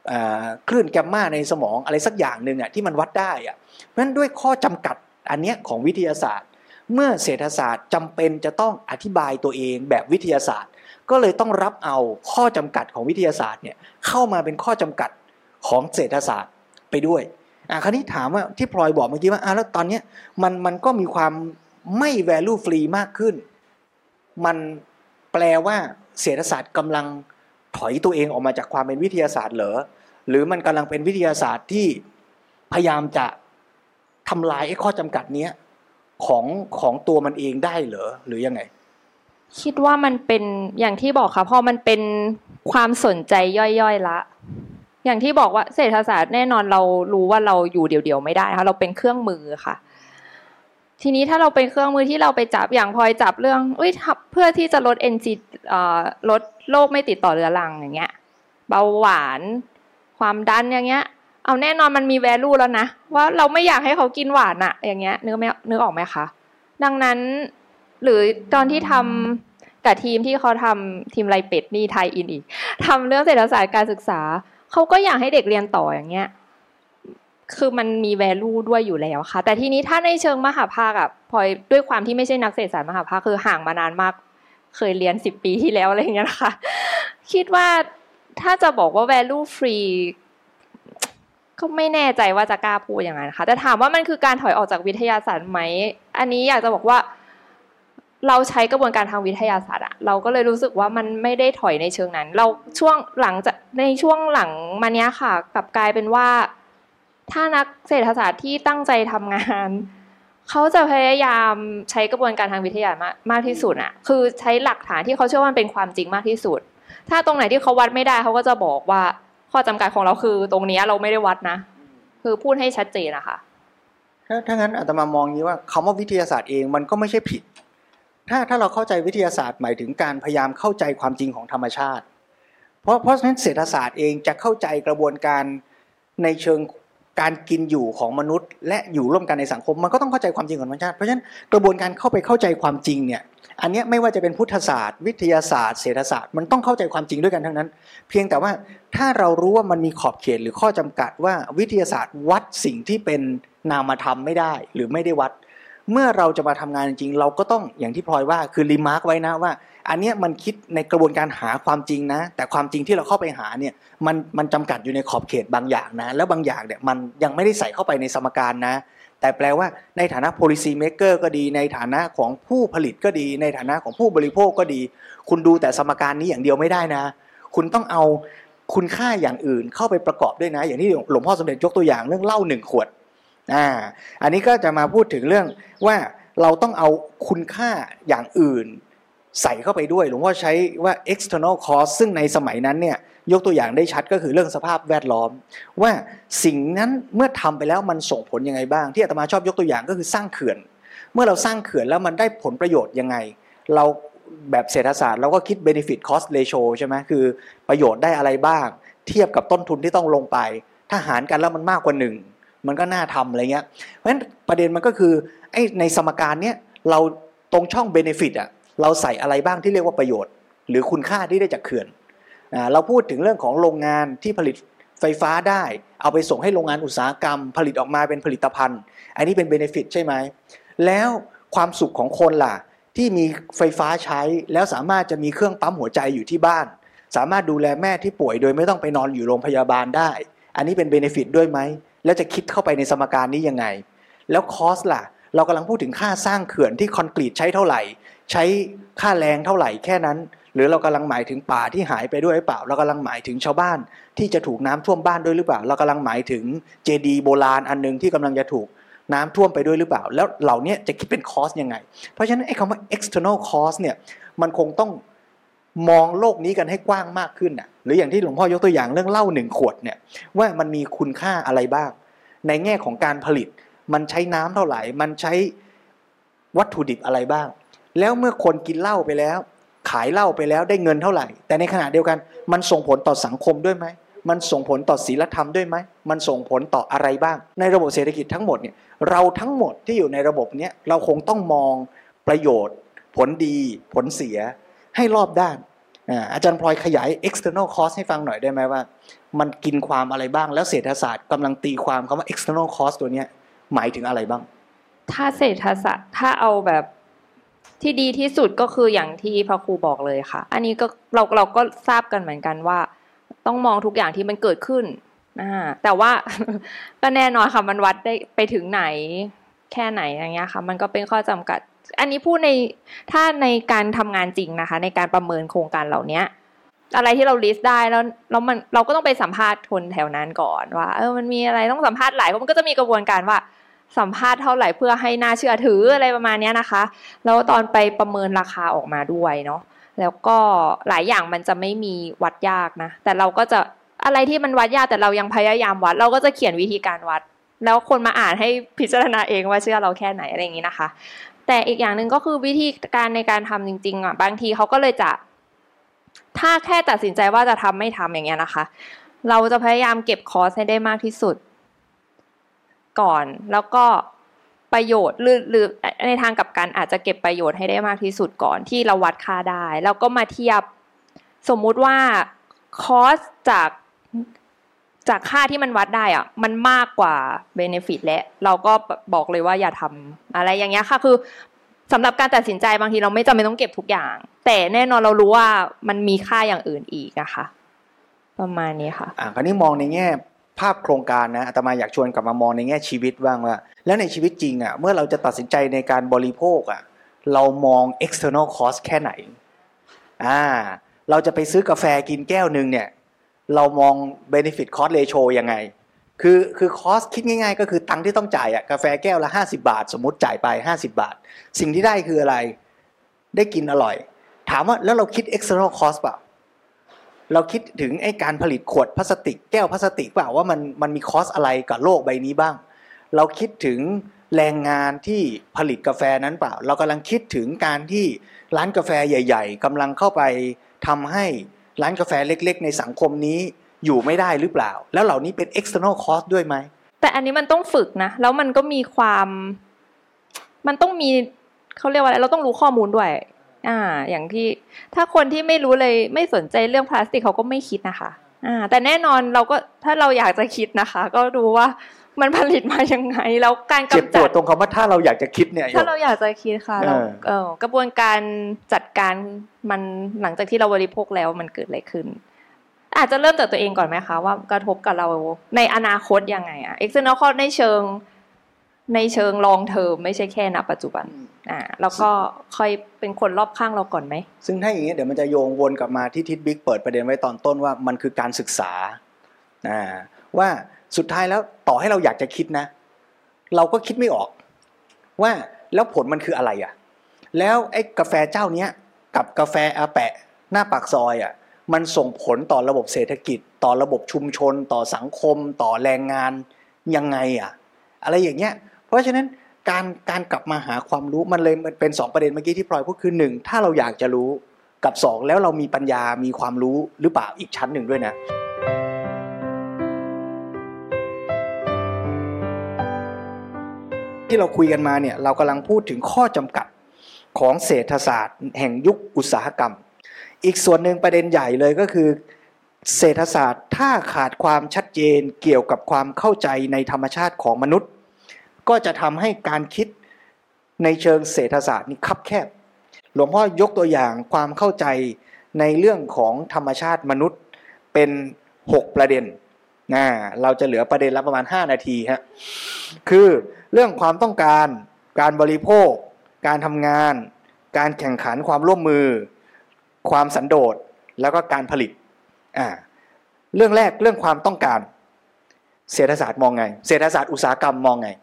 คลื่นแกมมาในสมองอะไรสักอย่างนึงอ่ะที่มันวัดได้อ่ะเพราะฉะนั้นด้วยข้อจำกัดอันเนี้ยของวิทยาศาสตร์เมื่อเศรษฐศาสตร์จำเป็นจะต้องอธิบายตัวเองแบบวิทยาศาสตร์ก็เลยต้องรับเอาข้อจำกัดของวิทยาศาสตร์เนี่ยเข้ามาเป็นข้อจำกัดของเศรษฐศาสตร์ไปด้วยอ่ะคราวนี้ถามว่าที่พลอยบอกเมื่อกี้ว่าอ่ะแล้วตอนเนี้ยมันมันก็มีความไม่ value free มากขึ้นมันแปลว่าเศรษฐศาสตร์กำลังถอยตัวเองออกมาจากความเป็นวิทยาศาสตร์เหรอหรือมันกำลังเป็นวิทยาศาสตร์ที่พยายามจะทำลายไอ้ข้อจำกัดเนี้ยของของตัวมันเองได้เหรอหรือยังไงคิดว่ามันเป็นอย่างที่บอกค่ะพอมันเป็นความสนใจย่อยๆละอย่างที่บอกว่าเศรษฐศาสตร์แน่นอนเรารู้ว่าเราอยู่เดี่ยวๆไม่ได้ค่ะเราเป็นเครื่องมือค่ะทีนี้ถ้าเราเป็นเครื่องมือที่เราไปจับอย่างพลอยจับเรื่องอุ้ยเพื่อที่จะลด เอ็น จี เอ่อลดโรคไม่ติดต่อเรื้อรังอย่างเงี้ยเบาหวานความดันอย่างเงี้ยเอาแน่นอนมันมี value แล้วนะว่าเราไม่อยากให้เขากินหวานอะอย่างเงี้ยนึกไม่นึกออกไหมคะดังนั้นหรือตอนที่ทำกับทีมที่เขาทำทีมไรเป็ดนี่ไทยอินอีกทำเรื่องเศรษฐศาสตร์การศึกษาเขาก็อยากให้เด็กเรียนต่ออย่างเงี้ยคือมันมี value ด้วยอยู่แล้วค่ะแต่ทีนี้ถ้าในเชิงมหาภาคอะพลอยด้วยความที่ไม่ใช่นักเศรษฐศาสตร์มหาภาคคือห่างมานานมากเคยเรียนสิบปีที่แล้วอะไรอย่างเงี้ยนะคะคิดว่าถ้าจะบอกว่า value free ก็ไม่แน่ใจว่าจะกล้าพูดอย่างนั้นค่ะแต่ถามว่ามันคือการถอยออกจากวิทยาศาสตร์ไหมอันนี้อยากจะบอกว่าเราใช้กระบวนการทางวิทยาศาสตร์อะเราก็เลยรู้สึกว่ามันไม่ได้ถอยในเชิงนั้นเราช่วงหลังจากในช่วงหลังมาเนี้ยค่ะกลับกลายเป็นว่าถ้านักเศรษฐศาสตร์ที่ตั้งใจทำงานเขาจะพยายามใช้กระบวนการทางวิทยาศาสตร์มากที่สุดอะคือใช้หลักฐานที่เขาเชื่อว่ามันเป็นความจริงมากที่สุดถ้าตรงไหนที่เขาวัดไม่ได้เขาก็จะบอกว่าข้อจำกัดของเราคือตรงนี้เราไม่ได้วัดนะคือพูดให้ชัดเจนนะคะถ้าถ้างั้นอาตมามองนี้ว่าคำว่าวิทยาศาสตร์เองมันก็ไม่ใช่ผิดถ้าถ้าเราเข้าใจวิทยาศาสตร์หมายถึงการพยายามเข้าใจความจริงของธรรมชาติเพราะเพราะฉะนั้นเศรษฐศาสตร์เองจะเข้าใจกระบวนการในเชิงการกินอยู่ของมนุษย์และอยู่ร่วมกันในสังคมมันก็ต้องเข้าใจความจริงของธรรมชาติเพราะฉะนั้นกระบวนการเข้าไปเข้าใจความจริงเนี่ยอันนี้ไม่ว่าจะเป็นพุทธศาสตร์วิทยาศาสตร์เศรษฐศาสตร์มันต้องเข้าใจความจริงด้วยกันทั้งนั้นเพียงแต่ว่าถ้าเรารู้ว่ามันมีขอบเขตหรือข้อจำกัดว่าวิทยาศาสตร์วัดสิ่งที่เป็นนามธรรมไม่ได้หรือไม่ได้วัดเมื่อเราจะมาทำงานจริงเราก็ต้องอย่างที่พลอยว่าคือรีมาร์คไว้นะว่าอันนี้มันคิดในกระบวนการหาความจริงนะแต่ความจริงที่เราเข้าไปหาเนี่ยมันมันจำกัดอยู่ในขอบเขตบางอย่างนะแล้วบางอย่างเนี่ยมันยังไม่ได้ใส่เข้าไปในสมการนะแต่แปลว่าในฐานะ policy maker ก็ดีในฐานะของผู้ผลิตก็ดีในฐานะของผู้บริโภคก็ดีคุณดูแต่สมการนี้อย่างเดียวไม่ได้นะคุณต้องเอาคุณค่าอย่างอื่นเข้าไปประกอบด้วยนะอย่างที่หลวงพ่อสมเด็จยกตัวอย่างเรื่องเหล้าหนึ่งขวดอ่าอันนี้ก็จะมาพูดถึงเรื่องว่าเราต้องเอาคุณค่าอย่างอื่นใส่เข้าไปด้วยหลวงพ่อใช้ว่า external cost ซึ่งในสมัยนั้นเนี่ยยกตัวอย่างได้ชัดก็คือเรื่องสภาพแวดล้อมว่าสิ่งนั้นเมื่อทำไปแล้วมันส่งผลยังไงบ้างที่อาตมาชอบยกตัวอย่างก็คือสร้างเขื่อนเมื่อเราสร้างเขื่อนแล้วมันได้ผลประโยชน์ยังไงเราแบบเศรษฐศาสตร์เราก็คิด benefit cost ratio ใช่ไหมคือประโยชน์ได้อะไรบ้างเทียบกับต้นทุนที่ต้องลงไปถ้าหารกันแล้วมันมากกว่าหนึ่งมันก็น่าทำอะไรเงี้ยเพราะฉะนั้นประเด็นมันก็คือไอ้ในสมการเนี้ยเราตรงช่อง benefit อ่ะเราใส่อะไรบ้างที่เรียกว่าประโยชน์หรือคุณค่าที่ได้จากเขื่อนเราพูดถึงเรื่องของโรงงานที่ผลิตไฟฟ้าได้เอาไปส่งให้โรงงานอุตสาหกรรมผลิตออกมาเป็นผลิตภัณฑ์อันนี้เป็น benefit ใช่ไหมแล้วความสุขของคนล่ะที่มีไฟฟ้าใช้แล้วสามารถจะมีเครื่องปั๊มหัวใจอยู่ที่บ้านสามารถดูแลแม่ที่ป่วยโดยไม่ต้องไปนอนอยู่โรงพยาบาลได้อันนี้เป็น benefit ด้วยไหมแล้วจะคิดเข้าไปในสมการนี้ยังไงแล้วคอสล่ะเรากำลังพูดถึงค่าสร้างเขื่อนที่คอนกรีตใช้เท่าไหร่ใช้ค่าแรงเท่าไหร่แค่นั้นหรือเรากำลังหมายถึงป่าที่หายไปด้วยหรือเปล่าเรากำลังหมายถึงชาวบ้านที่จะถูกน้ำท่วมบ้านด้วยหรือเปล่าเรากำลังหมายถึงเจดีย์โบราณอันนึงที่กำลังจะถูกน้ำท่วมไปด้วยหรือเปล่าแล้วเหล่านี้จะคิดเป็นคอสยังไงเพราะฉะนั้นไอ้คำว่า external cost เนี่ยมันคงต้องมองโลกนี้กันให้กว้างมากขึ้นน่ะหรืออย่างที่หลวงพ่อยกตัวอย่างเรื่องเหล้าหนึ่งขวดเนี่ยว่ามันมีคุณค่าอะไรบ้างในแง่ของการผลิตมันใช้น้ำเท่าไหร่มันใช้วัตถุดิบอะไรบ้างแล้วเมื่อคนกินเหล้าไปแล้วขายเหล้าไปแล้วได้เงินเท่าไหร่แต่ในขณะเดียวกันมันส่งผลต่อสังคมด้วยไหมมันส่งผลต่อศีลธรรมด้วยไหมมันส่งผลต่ออะไรบ้างในระบบเศรษฐกิจทั้งหมดเนี่ยเราทั้งหมดที่อยู่ในระบบเนี้ยเราคงต้องมองประโยชน์ผลดีผลเสียให้รอบด้านอาจารย์พลอยขยาย external cost ให้ฟังหน่อยได้ไหมว่ามันกินความอะไรบ้างแล้วเศรษฐศาสตร์กำลังตีความคำว่า external cost ตัวนี้หมายถึงอะไรบ้างถ้าเศรษฐศาสตร์ถ้าเอาแบบที่ดีที่สุดก็คืออย่างที่พระครูบอกเลยค่ะอันนี้ก็เราเราก็ทราบกันเหมือนกันว่าต้องมองทุกอย่างที่มันเกิดขึ้นอ่าแต่ว่าก็แน่นอนค่ะมันวัดได้ไปถึงไหนแค่ไหนอย่างเงี้ยค่ะมันก็เป็นข้อจำกัดอันนี้พูดในถ้าในการทำงานจริงนะคะในการประเมินโครงการเหล่านี้อะไรที่เราลิสต์ได้แล้วแล้วมันเราก็ต้องไปสัมภาษณ์คนแถวนั้นก่อนว่าเออมันมีอะไรต้องสัมภาษณ์หลายเพราะมันก็จะมีกระบวนการว่าสัมภาษณ์เท่าไหร่เพื่อให้น่าเชื่อถืออะไรประมาณนี้นะคะแล้วตอนไปประเมินราคาออกมาด้วยเนาะแล้วก็หลายอย่างมันจะไม่มีวัดยากนะแต่เราก็จะอะไรที่มันวัดยากแต่เรายังพยายามวัดเราก็จะเขียนวิธีการวัดแล้วคนมาอ่านให้พิจารณาเองว่าเชื่อเราแค่ไหนอะไรอย่างนี้นะคะแต่อีกอย่างหนึ่งก็คือวิธีการในการทำจริงๆอ่ะบางทีเขาก็เลยจะถ้าแค่ตัดสินใจว่าจะทำไม่ทำอย่างเงี้ยนะคะเราจะพยายามเก็บคอสให้ได้มากที่สุดก่อนแล้วก็ประโยชน์หรือหรือในทางกลับกันอาจจะเก็บประโยชน์ให้ได้มากที่สุดก่อนที่เราวัดค่าได้แล้วก็มาเทียบสมมุติว่าคอสจากจากค่าที่มันวัดได้อ่ะมันมากกว่าเบเนฟิตและเราก็บอกเลยว่าอย่าทำอะไรอย่างเงี้ยค่ะคือสำหรับการตัดสินใจบางทีเราไม่จำเป็นต้องเก็บทุกอย่างแต่แน่นอนเรารู้ว่ามันมีค่าอย่างอื่นอีกนะคะประมาณนี้ค่ะอ่าคราวนี้มองในแง่ภาพโครงการนะอาตมาอยากชวนกลับมามองในแง่ชีวิตบ้างว่าแล้วในชีวิตจริงอ่ะเมื่อเราจะตัดสินใจในการบริโภคอ่ะเรามอง external cost แค่ไหนอ่าเราจะไปซื้อกาแฟกินแก้วนึงเนี่ยเรามอง benefit cost ratio ยังไงคือคือ cost คิดง่ายๆก็คือตังค์ที่ต้องจ่ายอ่ะกาแฟแก้วละห้าสิบบาทสมมุติจ่ายไปห้าสิบบาทสิ่งที่ได้คืออะไรได้กินอร่อยถามว่าแล้วเราคิด external cost เปล่าเราคิดถึงไอ้การผลิตขวดพลาสติกแก้วพลาสติกเปล่าว่ามันมันมีคอสอะไรกับโลกใบนี้บ้างเราคิดถึงแรงงานที่ผลิตกาแฟนั้นเปล่าเรากำลังคิดถึงการที่ร้านกาแฟใหญ่ๆกำลังเข้าไปทำให้ร้านกาแฟเล็กๆในสังคมนี้อยู่ไม่ได้หรือเปล่าแล้วเหล่านี้เป็น external cost ด้วยไหมแต่อันนี้มันต้องฝึกนะแล้วมันก็มีความมันต้องมีเขาเรียกว่าอะไรเราต้องรู้ข้อมูลด้วยอ่าอย่างที่ถ้าคนที่ไม่รู้เลยไม่สนใจเรื่องพลาสติกเขาก็ไม่คิดนะคะอ่าแต่แน่นอนเราก็ถ้าเราอยากจะคิดนะคะก็ดูว่ามันผลิตมายังไงแล้วการกำจัดเจ็บปวดตรงคำว่าถ้าเราอยากจะคิดเนี่ยถ้าเราอยากจะคิดค่ะเราเออกระบวนการจัดการมันหลังจากที่เราบริโภคแล้วมันเกิดอะไรขึ้นอาจจะเริ่มจากตัวเองก่อนไหมคะว่ากระทบกับเราในอนาคตยังไงอะ external cost ในเชิงในเชิง long term ไม่ใช่แค่ณปัจจุบันอ่าแล้วก็ค่อยเป็นคนรอบข้างเราก่อนไหมซึ่งถ้าอย่างนี้เดี๋ยวมันจะโยงวนกลับมาที่ทิศบิ๊กเปิดประเด็นไว้ตอนต้นว่ามันคือการศึกษาอ่าว่าสุดท้ายแล้วต่อให้เราอยากจะคิดนะเราก็คิดไม่ออกว่าแล้วผลมันคืออะไรอ่ะแล้วไอ้กาแฟเจ้าเนี้ยกับกาแฟอาแปะหน้าปากซอยอ่ะมันส่งผลต่อระบบเศรษฐกิจต่อระบบชุมชนต่อสังคมต่อแรงงานยังไงอ่ะอะไรอย่างเงี้ยเพราะฉะนั้นการการกลับมาหาความรู้มันเลยมันเป็นสองประเด็นเมื่อกี้ที่พลอยพูดคือหนึ่งถ้าเราอยากจะรู้กับสองแล้วเรามีปัญญามีความรู้หรือเปล่าอีกชั้นหนึ่งด้วยนะที่เราคุยกันมาเนี่ยเรากำลังพูดถึงข้อจำกัดของเศรษฐศาสตร์แห่งยุคอุตสาหกรรมอีกส่วนหนึ่งประเด็นใหญ่เลยก็คือเศรษฐศาสตร์ถ้าขาดความชัดเจนเกี่ยวกับความเข้าใจในธรรมชาติของมนุษย์ก็จะทำให้การคิดในเชิงเศรษฐศาสตร์นี่คับแคบหลวงพ่อยกตัวอย่างความเข้าใจในเรื่องของธรรมชาติมนุษย์เป็นหกประเด็นนะเราจะเหลือประเด็นละประมาณห้านาทีฮะคือเรื่องความต้องการการบริโภคการทำงานการแข่งขันความร่วมมือความสันโดษแล้วก็การผลิตอ่าเรื่องแรกเรื่องความต้องการเศรษฐศาสตร์มองไงเศรษฐศาสตร์อุตสาหกรรมมองไง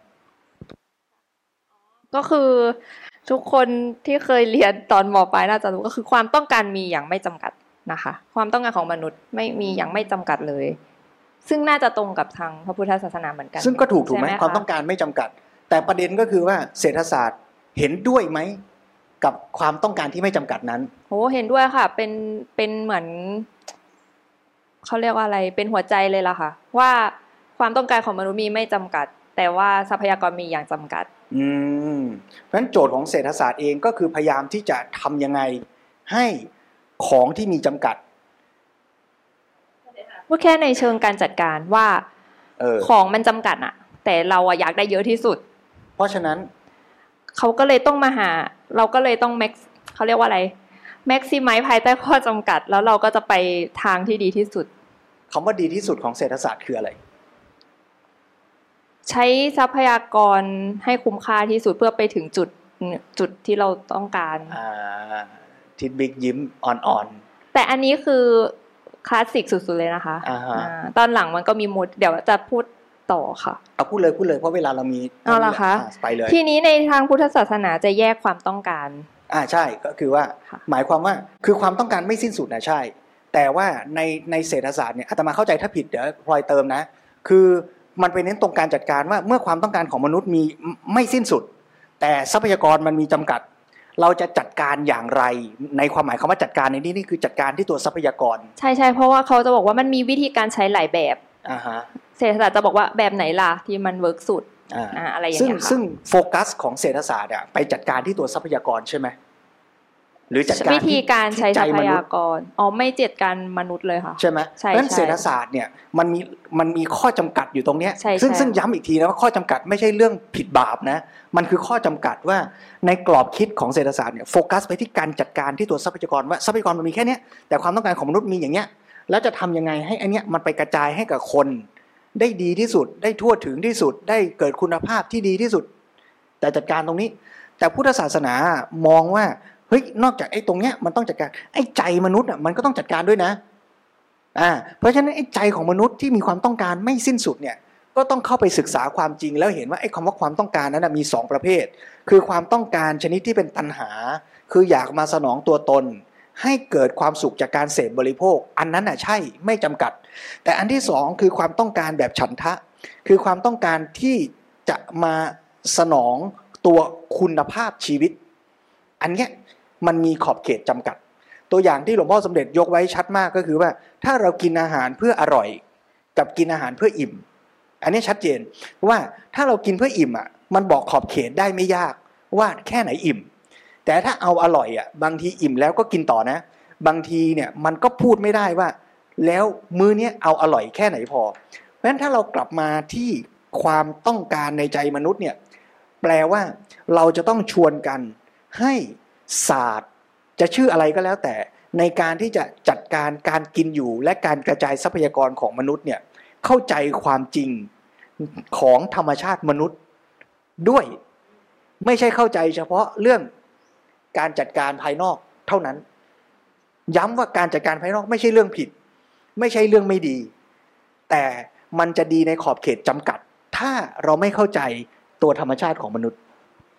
ก็คือทุกคนที่เคยเรียนตอนม.ปลายน่าจะรู้ก็คือความต้องการมีอย่างไม่จำกัดนะคะความต้องการของมนุษย์ไม่มีอย่างไม่จำกัดเลยซึ่งน่าจะตรงกับทางพระพุทธศาสนาเหมือนกันซึ่งก็ถูกถูกไหมความต้องการไม่จำกัดแต่ประเด็นก็คือว่าเศรษฐศาสตร์เห็นด้วยไหมกับความต้องการที่ไม่จำกัดนั้นโอ้เห็นด้วยค่ะเป็นเป็นเหมือนเขาเรียกว่าอะไรเป็นหัวใจเลยล่ะค่ะว่าความต้องการของมนุษย์มีไม่จำกัดแต่ว่าทรัพยากรมีอย่างจำกัดอืมเพราะฉะนั้นโจทย์ของเศรษฐศาสตร์เองก็คือพยายามที่จะทำยังไงให้ของที่มีจำกัดพูดแค่ในเชิงการจัดการว่าออของมันจำกัดอะแต่เราอะอยากได้เยอะที่สุดเพราะฉะนั้นเขาก็เลยต้องมาหาเราก็เลยต้องแม็กเขาเรียกว่าอะไรแม็กซิมัยภายใต้ข้อจำกัดแล้วเราก็จะไปทางที่ดีที่สุดคำว่าดีที่สุดของเศรษฐศาสตร์คืออะไรใช้ทรัพยากรให้คุ้มค่าที่สุดเพื่อไปถึงจุดจุดที่เราต้องการอ่าทิดบิ๊กยิ้มอ่อนๆแต่อันนี้คือคลาสสิกสุดๆเลยนะคะอ่าตอนหลังมันก็มีมูดเดี๋ยวจะพูดต่อค่ะเอาพูดเลยพูดเลยเพราะเวลาเรามีเอาล่ะคะไปเลยทีนี้ในทางพุทธศาสนาจะแยกความต้องการอ่าใช่ก็คือว่าหมายความว่าคือความต้องการไม่สิ้นสุดนะใช่แต่ว่าในในเศรษฐศาสตร์เนี่ยอาตมาเข้าใจถ้าผิดเดี๋ยวพลอยเติมนะคือมันไปเน้นตรงการจัดการว่าเมื่อความต้องการของมนุษย์มีไม่สิ้นสุดแต่ทรัพยากรมันมีจำกัดเราจะจัดการอย่างไรในความหมายคำว่าจัดการในนี้นี่คือจัดการที่ตัวทรัพยากรใช่ใช่เพราะว่าเขาจะบอกว่ามันมีวิธีการใช้หลายแบบอ่าฮะเศรษฐศาสตร์จะบอกว่าแบบไหนล่ะที่มันเวิร์กสุดอ่าอะไรอย่างเงี้ยค่ะซึ่งซึ่งโฟกัสของเศรษฐศาสตร์อ่ะไปจัดการที่ตัวทรัพยากรใช่ไหมหรือจัดการวิธีการใช้ทรัพยากรอ๋อไม่จัดการมนุษย์เลยค่ะใช่ไหมเพราะฉะนั้นเศรษฐศาสตร์เนี่ยมันมีมันมีข้อจำกัดอยู่ตรงเนี้ยซึ่งซึ่งย้ำอีกทีนะว่าข้อจำกัดไม่ใช่เรื่องผิดบาปนะมันคือข้อจำกัดว่าในกรอบคิดของเศรษฐศาสตร์เนี่ยโฟกัสไปที่การจัดการที่ตัวทรัพยากรว่าทรัพยากรมันมีแค่นี้แต่ความต้องการของมนุษย์มีอย่างเนี้ยแล้วจะทำยังไงให้อันเนี้ยมันไปกระจายให้กับคนได้ดีที่สุดได้ทั่วถึงที่สุดได้เกิดคุณภาพที่ดีที่สุดแต่จัดการตรงนี้แต่พุทธศาสนามองว่าเฮ้ยนอกจากไอ้ตรงเนี้ยมันต้องจัดการไอ้ใจมนุษย์อ่ะมันก็ต้องจัดการด้วยนะอ่าเพราะฉะนั้นไอ้ใจของมนุษย์ที่มีความต้องการไม่สิ้นสุดเนี่ยก็ต้องเข้าไปศึกษาความจริงแล้วเห็นว่าไอ้คำว่าความต้องการนั้นมีสองประเภทคือความต้องการชนิดที่เป็นตัณหาคืออยากมาสนองตัวตนให้เกิดความสุขจากการเสพบริโภคอันนั้นน่ะใช่ไม่จำกัดแต่อันที่สองคือความต้องการแบบฉันทะคือความต้องการที่จะมาสนองตัวคุณภาพชีวิตอันเนี้ยมันมีขอบเขตจำกัดตัวอย่างที่หลวงพ่อสมเด็จยกไว้ชัดมากก็คือว่าถ้าเรากินอาหารเพื่ออร่อยกับกินอาหารเพื่ออิ่มอันนี้ชัดเจนว่าถ้าเรากินเพื่ออิ่มอ่ะมันบอกขอบเขตได้ไม่ยากว่าแค่ไหนอิ่มแต่ถ้าเอาอร่อยอ่ะบางทีอิ่มแล้วก็กินต่อนะบางทีเนี่ยมันก็พูดไม่ได้ว่าแล้วมื้อนี้เอาอร่อยแค่ไหนพอเพราะฉะนั้นถ้าเรากลับมาที่ความต้องการในใจมนุษย์เนี่ยแปลว่าเราจะต้องชวนกันให้ศาสตร์จะชื่ออะไรก็แล้วแต่ในการที่จะจัดการการกินอยู่และการกระจายทรัพยากรของมนุษย์เนี่ยเข้าใจความจริงของธรรมชาติมนุษย์ด้วยไม่ใช่เข้าใจเฉพาะเรื่องการจัดการภายนอกเท่านั้นย้ำว่าการจัดการภายนอกไม่ใช่เรื่องผิดไม่ใช่เรื่องไม่ดีแต่มันจะดีในขอบเขตจำกัดถ้าเราไม่เข้าใจตัวธรรมชาติของมนุษย์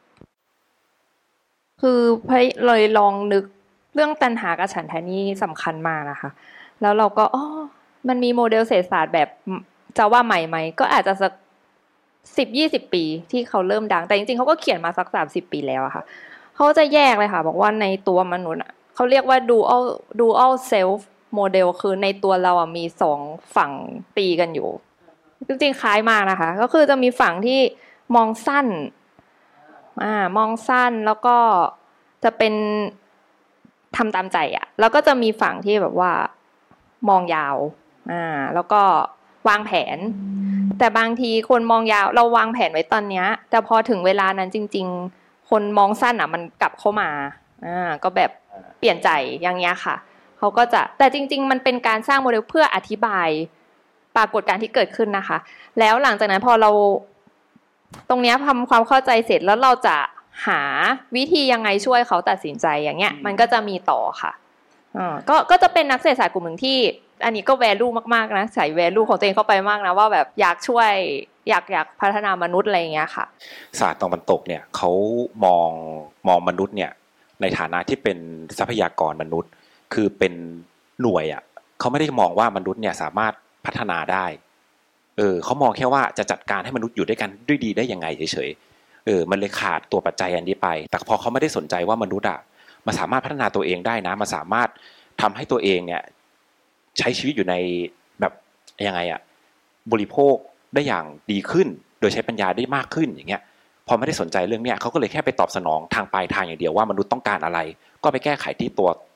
คือเลยลองนึกเรื่องตัณหากับฉันทะนี่สำคัญมากนะคะแล้วเราก็อ๋อมันมีโมเดลเศรษฐศาสตร์แบบจะว่าใหม่ไหมก็อาจจะสักสิบยี่สิบปีที่เขาเริ่มดังแต่จริงๆเขาก็เขียนมาสักสามสิบปีแล้วอะค่ะเขาจะแยกเลยค่ะบอกว่าในตัวมนุษย์เขาเรียกว่า dual dual self model คือในตัวเราอ่ะมีสองฝั่งตีกันอยู่จริงๆคล้ายมากนะคะก็คือจะมีฝั่งที่มองสั้นอ่ามองสั้นแล้วก็จะเป็นทำตามใจอ่ะแล้วก็จะมีฝั่งที่แบบว่ามองยาวอ่าแล้วก็วางแผนแต่บางทีคนมองยาวเราวางแผนไว้ตอนเนี้ยแต่พอถึงเวลานั้นจริงๆคนมองสั้นอ่ะมันกลับเข้ามาอ่าก็แบบเปลี่ยนใจอย่างเงี้ยค่ะเขาก็จะแต่จริงๆมันเป็นการสร้างโมเดลเพื่ออธิบายปรากฏการณ์ที่เกิดขึ้นนะคะแล้วหลังจากนั้นพอเราตรงนี้ทำความเข้าใจเสร็จแล้วเราจะหาวิธียังไงช่วยเขาตัดสินใจอย่างเงี้ยมันก็จะมีต่อค่ะอ่าก็ก็จะเป็นนักเศรษฐศาสตร์กลุ่มหนึ่งที่อันนี้ก็แวลูมากๆนะใส่แวลูของตัวเองเข้าไปมากนะว่าแบบอยากช่วยอยากอยากพัฒนามนุษย์อะไรอย่างเงี้ยค่ะศาสตร์ตะวันตกเนี่ยเขามองมองมนุษย์เนี่ยในฐานะที่เป็นทรัพยากรมนุษย์คือเป็นหน่วยอ่ะเขาไม่ได้มองว่ามนุษย์เนี่ยสามารถพัฒนาได้เออเขามองแค่ว่าจะจัดการให้มนุษย์อยู่ด้วยกันด้วยดีได้ยังไงเฉยๆเออมันเลยขาดตัวปัจจัยอันนี้ไปแต่พอเขาไม่ได้สนใจว่ามนุษย์อ่ะมันสามารถพัฒนาตัวเองได้นะมันสามารถทำให้ตัวเองเนี่ยใช้ชีวิตอยู่ในแบบยังไงอ่ะบริโภคได้อย่างดีขึ้นโดยใช้ปัญญาได้มากขึ้นอย่างเงี้ยพอไม่ได้สนใจเรื่องเนี้ยเขาก็เลยแค่ไปตอบสนองทางปลายทางอย่างเดียวว่ามนุษย์ต้องการอะไรก็ไปแก้ไขที่ตัว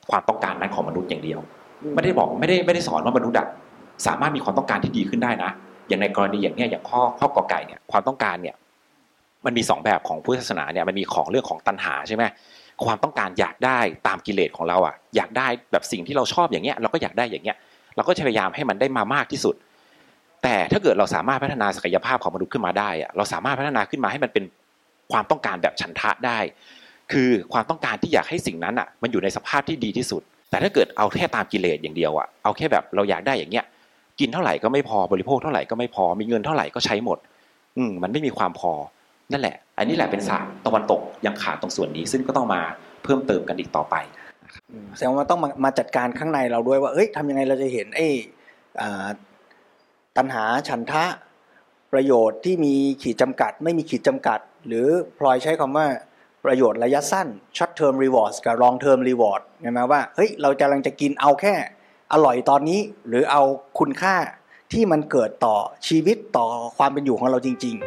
ความต้องการนั้นของมนุษย์อย่างเดียวไม่ได้บอกไม่ได้ไม่ได้สอนว่ามนุษย์อะสามารถมีความต้องการที่ดีขึ้นได้นะอย่างในกรณีอย่างเนี้ยอย่างข้อข้อกอไก่เนี่ยความต้องการเนี่ยมันมีสองแบบของพุทธศาสนาเนี่ยมันมีของเรื่องของตัณหาใช่ไหมความต้องการอยากได้ตามกิเลสของเราอ่ะอยากได้แบบสิ่งที่เราชอบอย่างเงี้ยเราก็อยากได้อย่างเงี้ยเราก็พยายามให้มันได้มามากที่สุดแต่ถ้าเกิดเราสามารถพัฒนาศักยภาพของมนุษย์ขึ้นมาได้อ่ะเราสามารถพัฒนาขึ้นมาให้มันเป็นความต้องการแบบฉันทะได้คือความต้องการที่อยากให้สิ่งนั้นอ่ะมันอยู่ในสภาพที่ดีที่สุดแต่ถ้าเกิดเอาแค่ตามกิเลสอย่างเดียวอ่ะเอาแค่แบบเราอยากได้อย่างเงี้ยกินเท่าไหร่ก็ไม่พอบริโภคเท่าไหร่ก็ไม่พอมีเงินเท่าไหร่ก็ใช้หมดอืมมันไม่มีความพอนั่นแหละอันนี้แหละเป็นศาสตร์ตะวันตกยังขาดตรงส่วนนี้ซึ่งก็ต้องมาเพิ่มเติมกันอีกต่อไปแสดงว่าต้องมามาจัดการข้างในเราด้วยว่าเอ้ยทำยังไงเราจะเห็นไอ้ตัณหาฉันทะประโยชน์ที่มีขีดจำกัดไม่มีขีดจำกัดหรือพลอยใช้คำว่าประโยชน์ระยะสั้น short term rewards กับ long term reward ใช่ไหมว่าเฮ้ยเรากำลังจะกินเอาแค่อร่อยตอนนี้หรือเอาคุณค่าที่มันเกิดต่อชีวิตต่อความเป็นอยู่ของเราจริงๆ